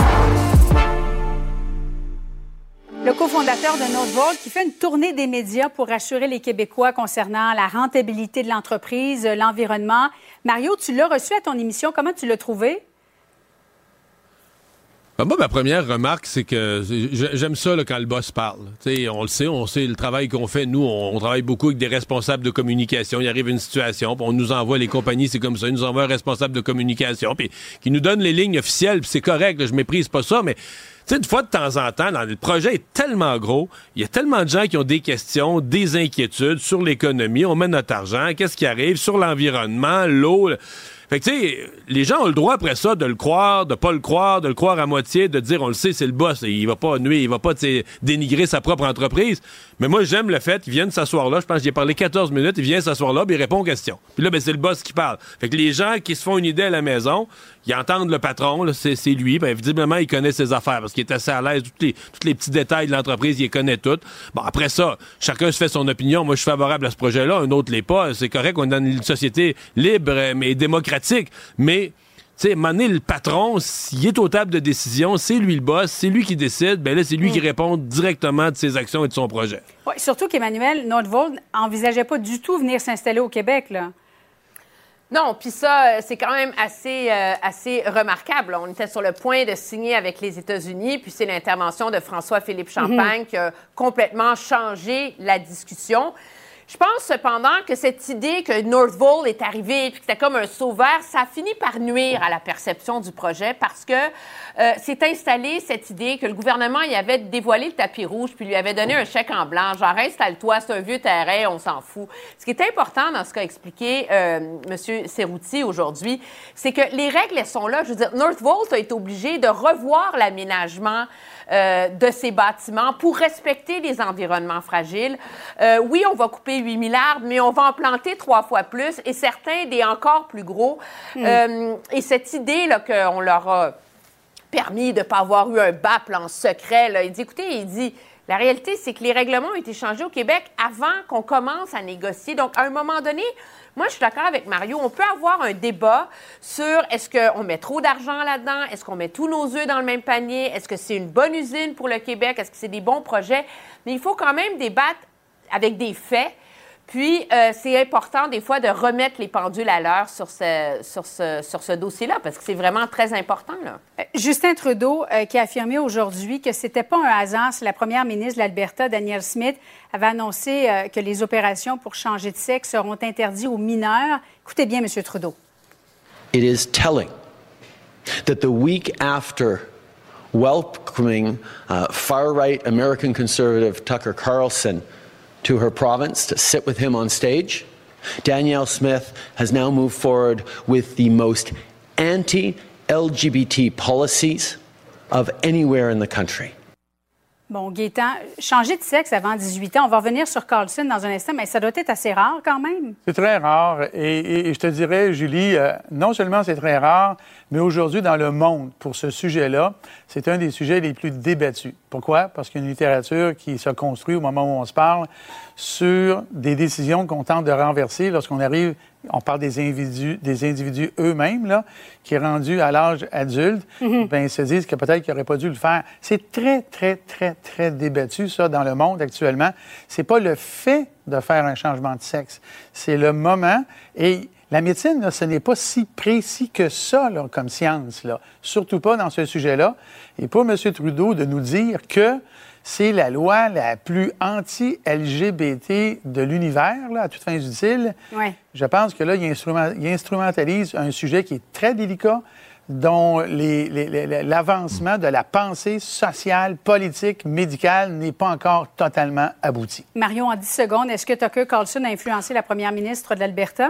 Speaker 13: Le cofondateur de Northvolt qui fait une tournée des médias pour rassurer les Québécois concernant la rentabilité de l'entreprise, l'environnement. Mario, tu l'as reçu à ton émission. Comment tu l'as trouvé?
Speaker 2: Ben moi, ma première remarque, c'est que j'aime ça là, quand le boss parle. T'sais, on le sait, on sait le travail qu'on fait. Nous, on, on travaille beaucoup avec des responsables de communication. Il arrive une situation, on nous envoie, les compagnies, c'est comme ça, ils nous envoient un responsable de communication, puis qui nous donne les lignes officielles, puis c'est correct, là, je méprise pas ça, mais tu sais, une fois de temps en temps, dans, le projet est tellement gros, il y a tellement de gens qui ont des questions, des inquiétudes sur l'économie, on met notre argent, qu'est-ce qui arrive, sur l'environnement, l'eau... Le... Fait que, tu sais, les gens ont le droit après ça de le croire, de pas le croire, de le croire à moitié, de dire, on le sait, c'est le boss, il va pas nuire, il va pas dénigrer sa propre entreprise. Mais moi, j'aime le fait qu'il vienne s'asseoir là, je pense que j'y ai parlé quatorze minutes, il vient s'asseoir là, puis il répond aux questions. Puis là, ben, c'est le boss qui parle. Fait que les gens qui se font une idée à la maison, ils entendent le patron, là, c'est, c'est lui, ben, visiblement, il connaît ses affaires, parce qu'il est assez à l'aise, tous les, tous les petits détails de l'entreprise, il les connaît toutes. Bon, après ça, chacun se fait son opinion. Moi, je suis favorable à ce projet-là, un autre l'est pas. C'est correct qu'on est dans une société libre, mais démocratique. Mais, tu sais, à un moment donné, le patron, s'il est aux tables de décision, c'est lui le boss, c'est lui qui décide, ben là, c'est lui mmh. qui répond directement de ses actions et de son projet.
Speaker 13: Oui, surtout qu'Emmanuel Nordvold n'envisageait pas du tout venir s'installer au Québec, là.
Speaker 14: Non, puis ça, c'est quand même assez, euh, assez remarquable. On était sur le point de signer avec les États-Unis, puis c'est l'intervention de François-Philippe Champagne mmh. qui a complètement changé la discussion. Je pense cependant que cette idée que Nordvold est arrivé et que c'était comme un sauveur, ça a fini par nuire à la perception du projet parce que euh, s'est installée cette idée que le gouvernement y avait dévoilé le tapis rouge puis lui avait donné un chèque en blanc, genre installe-toi, c'est un vieux terrain, on s'en fout. Ce qui est important dans ce qu'a expliqué euh, M. Cerruti aujourd'hui, c'est que les règles, elles sont là. Je veux dire, Nordvold a été obligé de revoir l'aménagement Euh, de ces bâtiments pour respecter les environnements fragiles. Euh, oui, on va couper huit mille arbres, mais on va en planter trois fois plus et certains des encore plus gros. Mm. Euh, et cette idée là qu'on leur a permis de ne pas avoir eu un B A P là, en secret, là, il dit, écoutez, il dit, la réalité, c'est que les règlements ont été changés au Québec avant qu'on commence à négocier. Donc, à un moment donné, moi, je suis d'accord avec Mario. On peut avoir un débat sur est-ce qu'on met trop d'argent là-dedans? Est-ce qu'on met tous nos œufs dans le même panier? Est-ce que c'est une bonne usine pour le Québec? Est-ce que c'est des bons projets? Mais il faut quand même débattre avec des faits. Puis, euh, c'est important, des fois, de remettre les pendules à l'heure sur ce, sur ce, sur ce dossier-là, parce que c'est vraiment très important, là.
Speaker 13: Euh, Justin Trudeau, euh, qui a affirmé aujourd'hui que c'était pas un hasard si la première ministre de l'Alberta, Danielle Smith, avait annoncé euh, que les opérations pour changer de sexe seront interdites aux mineurs. Écoutez bien, M. Trudeau.
Speaker 17: It is telling that the week after welcoming uh, far-right American conservative Tucker Carlson to her province to sit with him on stage, Danielle Smith has now moved forward with the most anti-L G B T policies of anywhere in the country.
Speaker 13: Bon, Gaétan, changer de sexe avant dix-huit ans, on va revenir sur Carlson dans un instant, mais ça doit être assez rare quand même.
Speaker 15: C'est très rare. Et, et, et je te dirais, Julie, euh, non seulement c'est très rare, mais aujourd'hui, dans le monde, pour ce sujet-là, c'est un des sujets les plus débattus. Pourquoi? Parce qu'il y a une littérature qui se construit au moment où on se parle sur des décisions qu'on tente de renverser lorsqu'on arrive, on parle des individus, des individus eux-mêmes, là, qui, rendus à l'âge adulte, mm-hmm. bien, ils se disent que peut-être qu'ils n'auraient pas dû le faire. C'est très, très, très, très débattu, ça, dans le monde actuellement. C'est pas le fait de faire un changement de sexe, c'est le moment. Et la médecine, là, ce n'est pas si précis que ça, là, comme science, là. Surtout pas dans ce sujet-là. Et pour M. Trudeau de nous dire que c'est la loi la plus anti-L G B T de l'univers, là, à toutes fins utiles.
Speaker 13: Ouais.
Speaker 15: Je pense que là, il, instrument, il instrumentalise un sujet qui est très délicat, dont les, les, les, l'avancement de la pensée sociale, politique, médicale n'est pas encore totalement abouti.
Speaker 13: Marion, en dix secondes, est-ce que Tucker Carlson a influencé la première ministre de l'Alberta?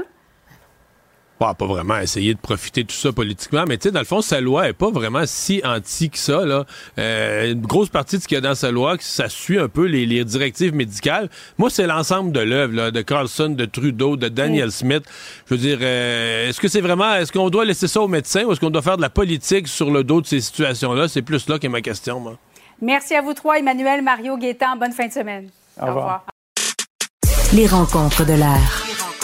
Speaker 2: Bon, pas vraiment essayer de profiter de tout ça politiquement, mais tu sais, dans le fond, sa loi est pas vraiment si anti que ça, là. Euh, une grosse partie de ce qu'il y a dans sa loi, ça suit un peu les, les directives médicales. Moi, c'est l'ensemble de l'œuvre, là, de Carlson, de Trudeau, de Danielle mmh. Smith. Je veux dire, euh, est-ce que c'est vraiment, est-ce qu'on doit laisser ça aux médecins ou est-ce qu'on doit faire de la politique sur le dos de ces situations-là? C'est plus là qu'est ma question, moi.
Speaker 13: Merci à vous trois, Emmanuel, Mario, Gaétan. Bonne fin de semaine.
Speaker 15: Au revoir. Au revoir.
Speaker 1: Les rencontres de l'heure.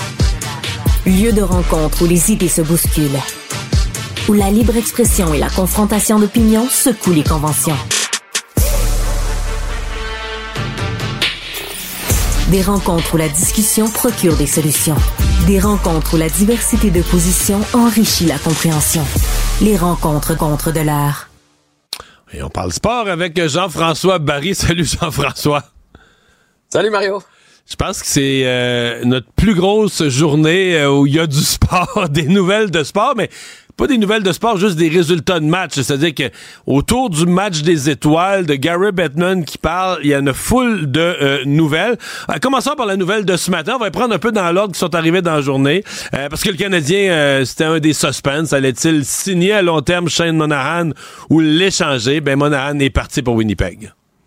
Speaker 1: Lieu de rencontre où les idées se bousculent. Où la libre expression et la confrontation d'opinions secouent les conventions. Des rencontres où la discussion procure des solutions. Des rencontres où la diversité de positions enrichit la compréhension. Les rencontres contre de l'heure.
Speaker 2: Et on parle sport avec Jean-François Barry. Salut Jean-François.
Speaker 18: Salut Mario.
Speaker 2: Je pense que c'est euh, notre plus grosse journée euh, où il y a du sport, des nouvelles de sport, mais pas des nouvelles de sport, juste des résultats de match. C'est-à-dire que autour du match des étoiles, de Gary Bettman qui parle, il y a une foule de euh, nouvelles. Euh, commençons par la nouvelle de ce matin. On va prendre un peu dans l'ordre qui sont arrivés dans la journée. Euh, parce que le Canadien, euh, c'était un des suspens. Allait-il signer à long terme Shane Monahan ou l'échanger? Ben, Monahan est parti pour Winnipeg.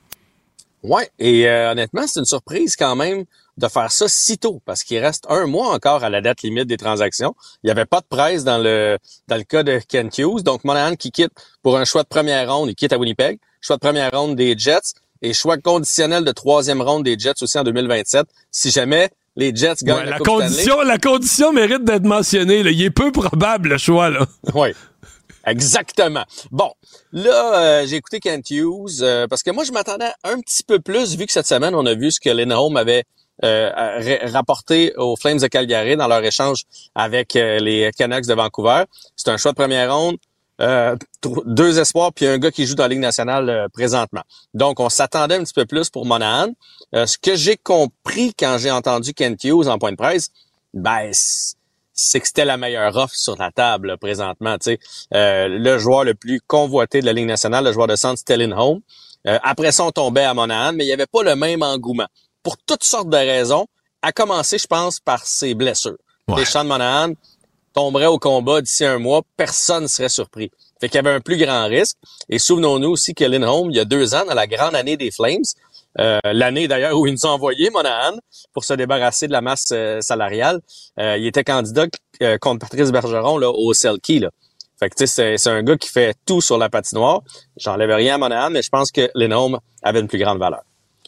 Speaker 18: Ouais, et euh, honnêtement, c'est une surprise quand même de faire ça si tôt, parce qu'il reste un mois encore à la date limite des transactions. Il n'y avait pas de presse dans le dans le cas de Kent Hughes, donc Monahan qui quitte pour un choix de première ronde, il quitte à Winnipeg, choix de première ronde des Jets et choix conditionnel de troisième ronde des Jets aussi en deux mille vingt-sept, si jamais les Jets gagnent
Speaker 2: ouais,
Speaker 18: la,
Speaker 2: la
Speaker 18: Coupe
Speaker 2: condition,
Speaker 18: Stanley.
Speaker 2: La condition mérite d'être mentionnée, là. Il est peu probable, le choix, là.
Speaker 18: Oui. Exactement. Bon, là, euh, j'ai écouté Kent Hughes euh, parce que moi, je m'attendais un petit peu plus, vu que cette semaine, on a vu ce que Lindholm avait euh, r- rapporté aux Flames de Calgary dans leur échange avec euh, les Canucks de Vancouver. C'est un choix de première ronde, euh, t- deux espoirs, puis un gars qui joue dans la Ligue nationale euh, présentement. Donc, on s'attendait un petit peu plus pour Monahan. Euh, ce que j'ai compris quand j'ai entendu Kent Hughes en point de presse, ben, c'est c'est que c'était la meilleure offre sur la table là, présentement. Tu sais, euh, le joueur le plus convoité de la Ligue nationale, le joueur de centre, c'était Lindholm. Euh, après ça, on tombait à Monahan, mais il n'y avait pas le même engouement. Pour toutes sortes de raisons, à commencer, je pense, par ses blessures. Ouais. Les Sean Monahan tomberaient au combat d'ici un mois, personne ne serait surpris. Fait qu'il y avait un plus grand risque. Et souvenons-nous aussi que Lindholm, il y a deux ans, dans la grande année des Flames, Euh, l'année d'ailleurs où ils nous ont envoyé Monahan pour se débarrasser de la masse euh, salariale. Euh, il était candidat euh, contre Patrice Bergeron là, au Selkie. Là. Fait que tu sais, c'est, c'est un gars qui fait tout sur la patinoire. J'enlève rien à Monahan, mais je pense que Lindholm avait une plus grande valeur.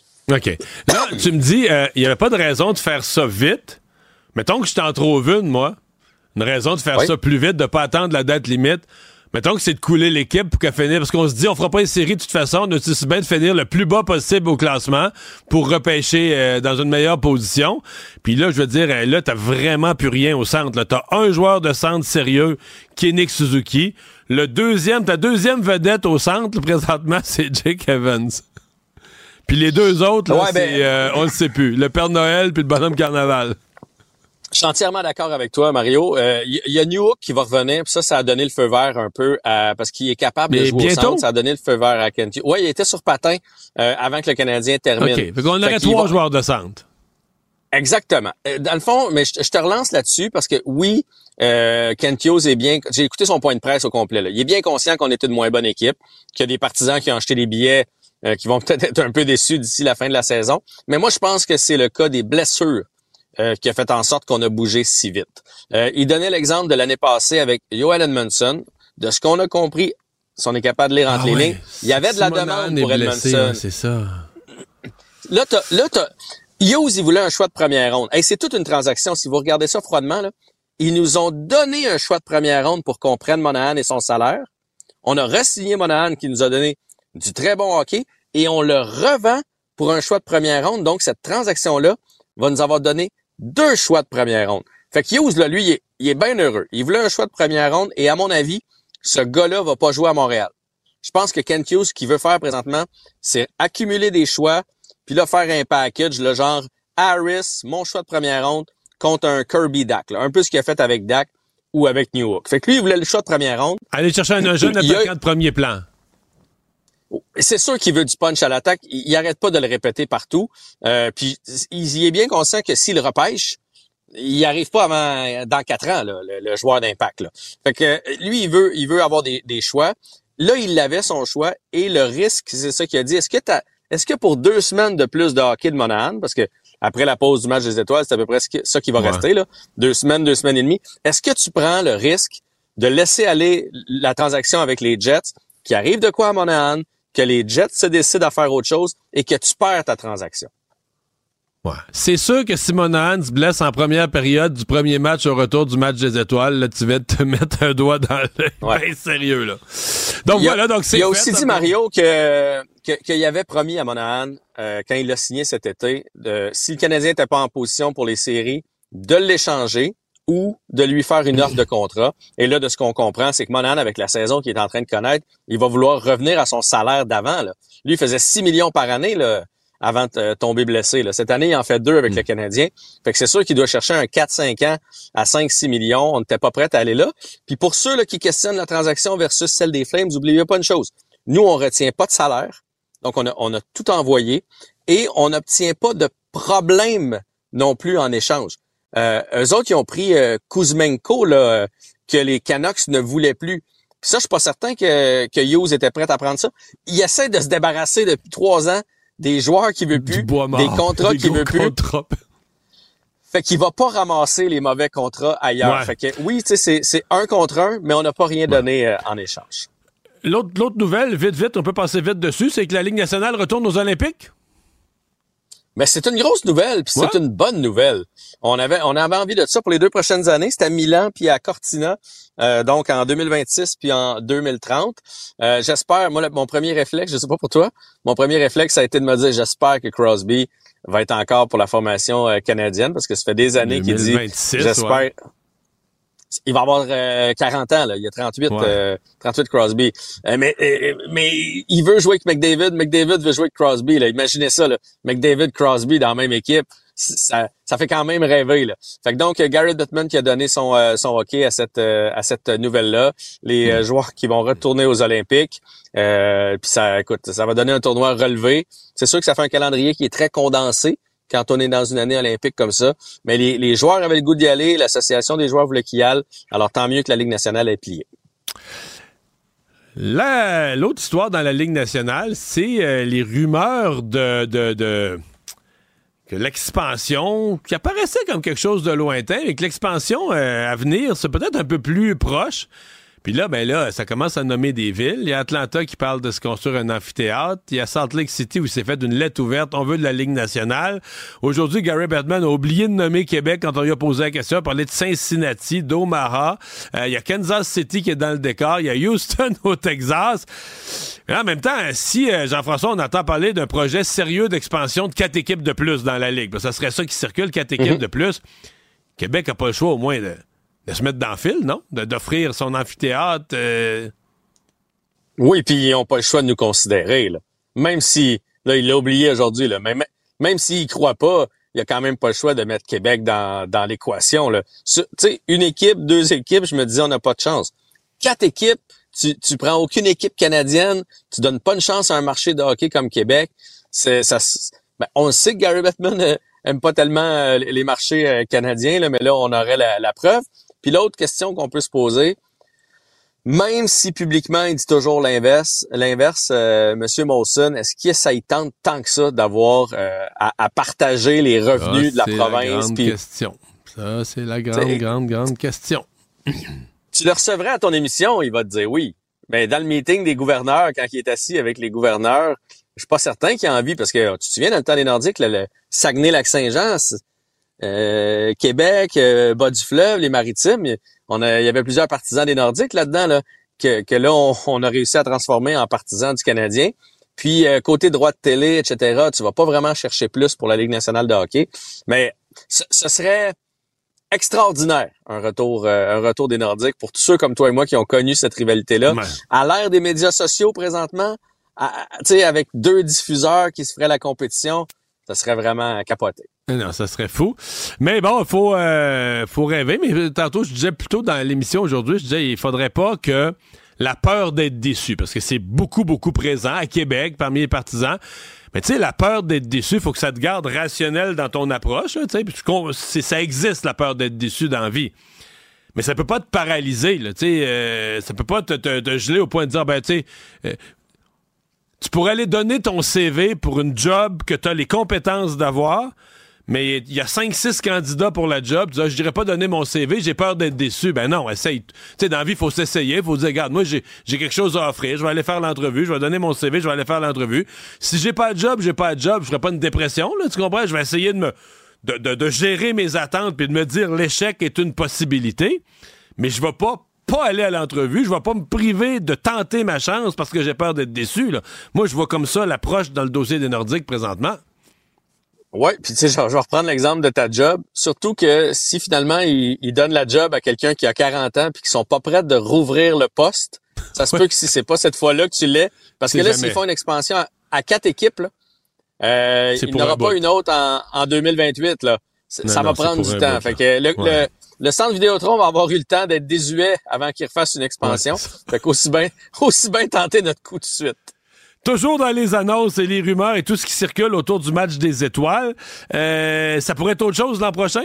Speaker 2: OK. Là, tu me dis, il euh, n'y avait pas de raison de faire ça vite. Mettons que je t'en trouve une, moi. Une raison de faire oui. ça plus vite, de pas attendre la date limite. Mettons que c'est de couler l'équipe pour qu'elle finisse, parce qu'on se dit, on fera pas une série de toute façon, on a bien de finir le plus bas possible au classement pour repêcher euh, dans une meilleure position. Puis là, je veux dire, là, t'as vraiment plus rien au centre. Là. T'as un joueur de centre sérieux qui est Nick Suzuki. Le deuxième, ta deuxième vedette au centre, là, présentement, c'est Jake Evans. Puis les deux autres, là, ouais, ben... c'est, euh, on le sait plus. Le Père Noël puis le Bonhomme Carnaval.
Speaker 18: Je suis entièrement d'accord avec toi, Mario. Il euh, y, y a Newhook qui va revenir, puis ça, ça a donné le feu vert un peu à, parce qu'il est capable Mais de jouer bientôt? au centre. Ça a donné le feu vert à Kent Hughes. Oui, il était sur patin euh, avant que le Canadien termine.
Speaker 2: OK, fait qu'on aurait trois va... joueurs de centre.
Speaker 18: Exactement. Dans le fond, mais je, je te relance là-dessus parce que oui, euh, Kent Hughes est bien... J'ai écouté son point de presse au complet. Là. Il est bien conscient qu'on est une moins bonne équipe, qu'il y a des partisans qui ont acheté des billets euh, qui vont peut-être être un peu déçus d'ici la fin de la saison. Mais moi, je pense que c'est le cas des blessures Euh, qui a fait en sorte qu'on a bougé si vite. Euh, il donnait l'exemple de l'année passée avec Joel Edmondson. De ce qu'on a compris, si on est capable de lire entre ah les ouais. lignes, il y avait de la demande pour blessé, Edmondson.
Speaker 2: Hein, c'est ça.
Speaker 18: Là, t'as, là, t'as, Hughes, il voulait un choix de première ronde. Hey, c'est toute une transaction. Si vous regardez ça froidement, là, ils nous ont donné un choix de première ronde pour qu'on prenne Monahan et son salaire. On a re-signé Monahan qui nous a donné du très bon hockey et on le revend pour un choix de première ronde. Donc, cette transaction-là va nous avoir donné deux choix de première ronde. Fait que Hughes, là, lui, il est, il est bien heureux. Il voulait un choix de première ronde et à mon avis, ce gars-là va pas jouer à Montréal. Je pense que Kent Hughes, ce qu'il veut faire présentement, c'est accumuler des choix puis là, faire un package, le genre Harris, mon choix de première ronde, contre un Kirby Dach. Là. Un peu ce qu'il a fait avec Dach ou avec Newhook. Fait que lui, il voulait le choix de première ronde.
Speaker 2: Aller chercher un jeune attaquant a... de premier plan.
Speaker 18: C'est sûr qu'il veut du punch à l'attaque. Il, il arrête pas de le répéter partout. Euh, puis il, il est bien conscient que s'il repêche, il n'y arrive pas avant dans quatre ans, là, le, le joueur d'impact. Là. Fait que lui, il veut, il veut avoir des, des choix. Là, il avait son choix et le risque, c'est ça qu'il a dit. Est-ce que t'as, est-ce que pour deux semaines de plus de hockey de Monahan, parce que après la pause du match des Étoiles, c'est à peu près ça qui va ouais. rester là, deux semaines, deux semaines et demie. Est-ce que tu prends le risque de laisser aller la transaction avec les Jets, qui arrive de quoi à Monahan? Que les Jets se décident à faire autre chose et que tu perds ta transaction.
Speaker 2: Ouais. C'est sûr que si Monahan se blesse en première période du premier match au retour du match des Étoiles, là, tu vas te mettre un doigt dans le... Ouais. Ben, sérieux, là. Donc,
Speaker 18: il a,
Speaker 2: voilà, donc c'est
Speaker 18: Il a
Speaker 2: fait,
Speaker 18: aussi dit, Mario, que, que, qu'il avait promis à Monahan, euh, quand il l'a signé cet été, de, si le Canadien n'était pas en position pour les séries, de l'échanger ou de lui faire une offre de contrat. Et là, de ce qu'on comprend, c'est que Monahan, avec la saison qu'il est en train de connaître, il va vouloir revenir à son salaire d'avant. Là. Lui, il faisait six millions par année là, avant de tomber blessé. Là. Cette année, il en fait deux avec mmh. le Canadien. Fait que c'est sûr qu'il doit chercher un quatre cinq ans à cinq six millions. On n'était pas prêt à aller là. Puis pour ceux là, qui questionnent la transaction versus celle des Flames, n'oubliez pas une chose. Nous, on retient pas de salaire. Donc, on a, on a tout envoyé. Et on n'obtient pas de problème non plus en échange. Euh, eux autres, ils ont pris euh, Kuzmenko, là, euh, que les Canucks ne voulaient plus. Puis ça, je suis pas certain que, que Hughes était prêt à prendre ça. Il essaie de se débarrasser depuis trois ans des joueurs qu'il veut plus, des contrats qu'il veut plus. Fait qu'il va pas ramasser les mauvais contrats ailleurs. Ouais. Fait que oui, tu sais, c'est, c'est un contre un, mais on n'a pas rien donné euh, en échange.
Speaker 2: L'autre, l'autre nouvelle, vite, vite, on peut passer vite dessus, c'est que la Ligue nationale retourne aux Olympiques.
Speaker 18: Mais c'est une grosse nouvelle, puis c'est ouais. une bonne nouvelle. On avait on avait envie de ça pour les deux prochaines années. C'était à Milan puis à Cortina, euh, donc en deux mille vingt-six puis en deux mille trente. Euh, j'espère, moi, le, mon premier réflexe, je sais pas pour toi, mon premier réflexe, ça a été de me dire, j'espère que Crosby va être encore pour la formation euh, canadienne, parce que ça fait des années qu'il dit, j'espère... Ouais. Il va avoir euh, quarante ans, là. Il y a trente-huit, ouais. euh, trente-huit Crosby. Euh, mais euh, mais il veut jouer avec McDavid. McDavid veut jouer avec Crosby. Là. Imaginez ça, là. McDavid, Crosby dans la même équipe. Ça, ça fait quand même rêver, là. Fait que donc, Garrett Bettman qui a donné son euh, son hockey à cette euh, à cette nouvelle-là. Les euh, joueurs qui vont retourner aux Olympiques. Euh, puis ça, écoute, ça va donner un tournoi relevé. C'est sûr que ça fait un calendrier qui est très condensé quand on est dans une année olympique comme ça. Mais les, les joueurs avaient le goût d'y aller, l'association des joueurs voulait qu'ils y aillent. Alors, tant mieux que la Ligue nationale ait plié.
Speaker 2: La, l'autre histoire dans la Ligue nationale, c'est euh, les rumeurs de, de, de que l'expansion, qui apparaissait comme quelque chose de lointain, et que l'expansion euh, à venir, c'est peut-être un peu plus proche. Puis là, ben là, ça commence à nommer des villes. Il y a Atlanta qui parle de se construire un amphithéâtre. Il y a Salt Lake City où il s'est fait une lettre ouverte. On veut de la Ligue nationale. Aujourd'hui, Gary Bettman a oublié de nommer Québec quand on lui a posé la question. Il a parlé de Cincinnati, d'Omaha. Euh, il y a Kansas City qui est dans le décor. Il y a Houston au Texas. Mais en même temps, si, euh, Jean-François, on entend parler d'un projet sérieux d'expansion de quatre équipes de plus dans la Ligue, parce que ça serait ça qui circule, quatre équipes mm-hmm. de plus. Québec n'a pas le choix au moins de... de se mettre dans le fil, non? De, d'offrir son amphithéâtre. Euh...
Speaker 18: Oui, puis ils n'ont pas le choix de nous considérer. Là. Même si, là, il l'a oublié aujourd'hui, là, même, même s'il ne croit pas, il n'y a quand même pas le choix de mettre Québec dans, dans l'équation. Tu sais, une équipe, deux équipes, je me disais, on n'a pas de chance. Quatre équipes, tu, tu prends aucune équipe canadienne, tu donnes pas une chance à un marché de hockey comme Québec. C'est, ça, ben, on sait que Gary Bettman euh, aime pas tellement euh, les marchés euh, canadiens, là, mais là, on aurait la, la preuve. Puis l'autre question qu'on peut se poser, même si publiquement il dit toujours l'inverse, l'inverse, euh, M. Molson, est-ce que ça y tente tant que ça d'avoir euh, à, à partager les revenus
Speaker 2: ça,
Speaker 18: de la province?
Speaker 2: C'est la grande
Speaker 18: pis...
Speaker 2: question. Ça, c'est la grande, t'sais, grande, grande question.
Speaker 18: Tu le recevrais à ton émission, il va te dire oui. Mais dans le meeting des gouverneurs, quand il est assis avec les gouverneurs, je suis pas certain qu'il a envie, parce que tu te souviens, dans le temps des Nordiques, le, le Saguenay-Lac-Saint-Jean, Euh, Québec, euh, bas du fleuve, les Maritimes, on a, il y avait plusieurs partisans des Nordiques là-dedans, là, que, que là, on, on a réussi à transformer en partisans du Canadien. Puis, euh, côté droit de télé, et cetera, tu vas pas vraiment chercher plus pour la Ligue nationale de hockey. Mais ce, ce serait extraordinaire, un retour euh, un retour des Nordiques pour tous ceux comme toi et moi qui ont connu cette rivalité-là. Ouais. À l'ère des médias sociaux présentement, tu sais, avec deux diffuseurs qui se feraient la compétition, ça serait vraiment capoté.
Speaker 2: Non, ça serait fou. Mais bon, il faut, euh, faut rêver. Mais tantôt, je disais plutôt dans l'émission aujourd'hui, je disais il faudrait pas que la peur d'être déçu, parce que c'est beaucoup, beaucoup présent à Québec parmi les partisans. Mais tu sais, la peur d'être déçu, il faut que ça te garde rationnel dans ton approche. Tu sais, puis ça existe, la peur d'être déçu dans la vie. Mais ça peut pas te paralyser. Là, euh, ça peut pas te, te, te geler au point de dire, ben tu sais... Euh, tu pourrais aller donner ton C V pour une job que tu as les compétences d'avoir, mais il y a cinq six candidats pour la job. Tu dis, ah, je dirais pas donner mon C V, j'ai peur d'être déçu. Ben non, essaye. Tu sais, dans la vie, il faut s'essayer. Il faut dire, regarde, moi, j'ai, j'ai quelque chose à offrir. Je vais aller faire l'entrevue. Je vais donner mon C V. Je vais aller faire l'entrevue. Si j'ai pas de job, j'ai pas de job. Je ferai pas une dépression, là. Tu comprends? Je vais essayer de me, de, de, de gérer mes attentes puis de me dire l'échec est une possibilité. Mais je vais pas pas aller à l'entrevue, je vais pas me priver de tenter ma chance parce que j'ai peur d'être déçu, là. Moi, je vois comme ça l'approche dans le dossier des Nordiques présentement.
Speaker 18: Oui, puis tu sais, je, je vais reprendre l'exemple de ta job. Surtout que si finalement, ils il donnent la job à quelqu'un qui a quarante ans puis qui sont pas prêts de rouvrir le poste, ça se peut que si c'est pas cette fois-là que tu l'aies, parce que là, jamais. S'ils font une expansion à, à quatre équipes, là, euh, il n'y aura pas une autre en, en deux mille vingt-huit, là. Non, ça va non, prendre du temps. Bout, fait que le, ouais. le, le centre Vidéotron va avoir eu le temps d'être désuet avant qu'il refasse une expansion. Ouais. Fait qu'aussi bien, aussi bien tenter notre coup de suite.
Speaker 2: Toujours dans les annonces et les rumeurs et tout ce qui circule autour du match des étoiles, euh, ça pourrait être autre chose l'an prochain?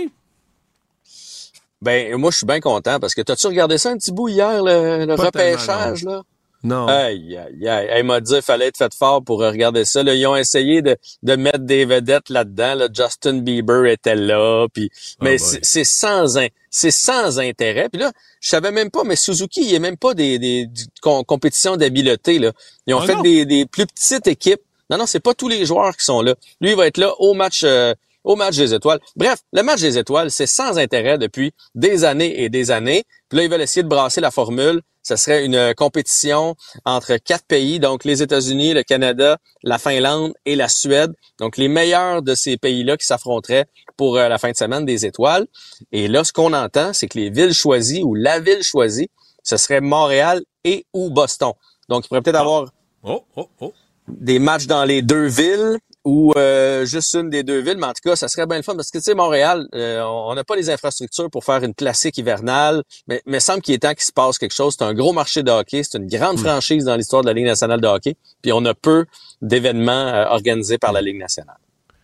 Speaker 18: Ben, moi, je suis bien content parce que t'as-tu regardé ça un petit bout hier, le, le repêchage, là?
Speaker 2: Non.
Speaker 18: Aïe, aïe, aïe. Elle m'a dit qu'il fallait être fait fort pour regarder ça. Là, ils ont essayé de, de mettre des vedettes là-dedans. Là. Justin Bieber était là. Puis, mais oh c'est, c'est sans in, c'est sans intérêt. Puis là, je savais même pas, mais Suzuki, il est même pas des, des, des compétitions d'habileté. Là. Ils ont oh fait des, des plus petites équipes. Non, non, c'est pas tous les joueurs qui sont là. Lui, il va être là au match euh, au match des étoiles. Bref, le match des étoiles, c'est sans intérêt depuis des années et des années. Puis là, ils veulent essayer de brasser la formule. Ce serait une compétition entre quatre pays, donc les États-Unis, le Canada, la Finlande et la Suède. Donc, les meilleurs de ces pays-là qui s'affronteraient pour euh, la fin de semaine des étoiles. Et là, ce qu'on entend, c'est que les villes choisies ou la ville choisie, ce serait Montréal et ou Boston. Donc, il pourrait peut-être avoir
Speaker 2: oh, oh, oh.
Speaker 18: des matchs dans les deux villes ou euh, juste une des deux villes, mais en tout cas, ça serait bien le fun parce que, tu sais, Montréal, euh, on n'a pas les infrastructures pour faire une classique hivernale, mais mais semble qu'il est temps qu'il se passe quelque chose. C'est un gros marché de hockey, c'est une grande mmh. franchise dans l'histoire de la Ligue nationale de hockey, puis on a peu d'événements euh, organisés par la Ligue nationale.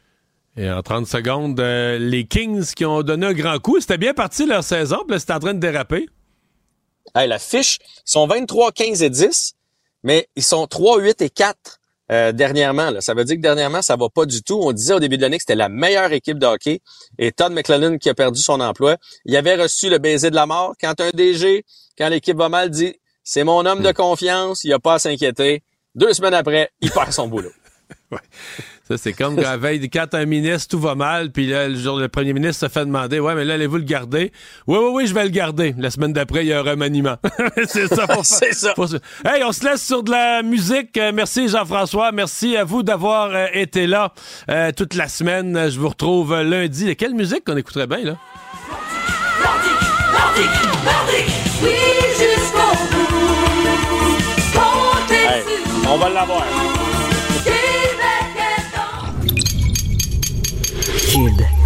Speaker 2: Et en trente secondes, euh, les Kings qui ont donné un grand coup, c'était bien parti leur saison, puis là, c'était en train de déraper.
Speaker 18: Hey, la fiche, ils sont vingt-trois, quinze et dix, mais ils sont trois, huit et quatre. Euh, dernièrement, là. Ça veut dire que dernièrement, ça va pas du tout. On disait au début de l'année que c'était la meilleure équipe de hockey. Et Todd McLellan, qui a perdu son emploi, il avait reçu le baiser de la mort. Quand un D G, quand l'équipe va mal, dit « C'est mon homme de confiance, il a pas à s'inquiéter. » Deux semaines après, il perd son boulot.
Speaker 2: Ouais. Ça, c'est comme quand, veille, quand un ministre, tout va mal, puis là, le jour, le premier ministre se fait demander « Ouais, mais là, allez-vous le garder? » « Oui, oui, oui, je vais le garder. » La semaine d'après, il y a un remaniement. C'est ça. Pour
Speaker 18: c'est ça.
Speaker 2: Pour... Hey, on se laisse sur de la musique. Euh, merci, Jean-François. Merci à vous d'avoir euh, été là euh, toute la semaine. Je vous retrouve lundi. Quelle musique qu'on écouterait bien, là?
Speaker 19: Nordique, nordique, nordique, oui, jusqu'au bout.
Speaker 18: Hey, on va l'avoir.
Speaker 1: Cube.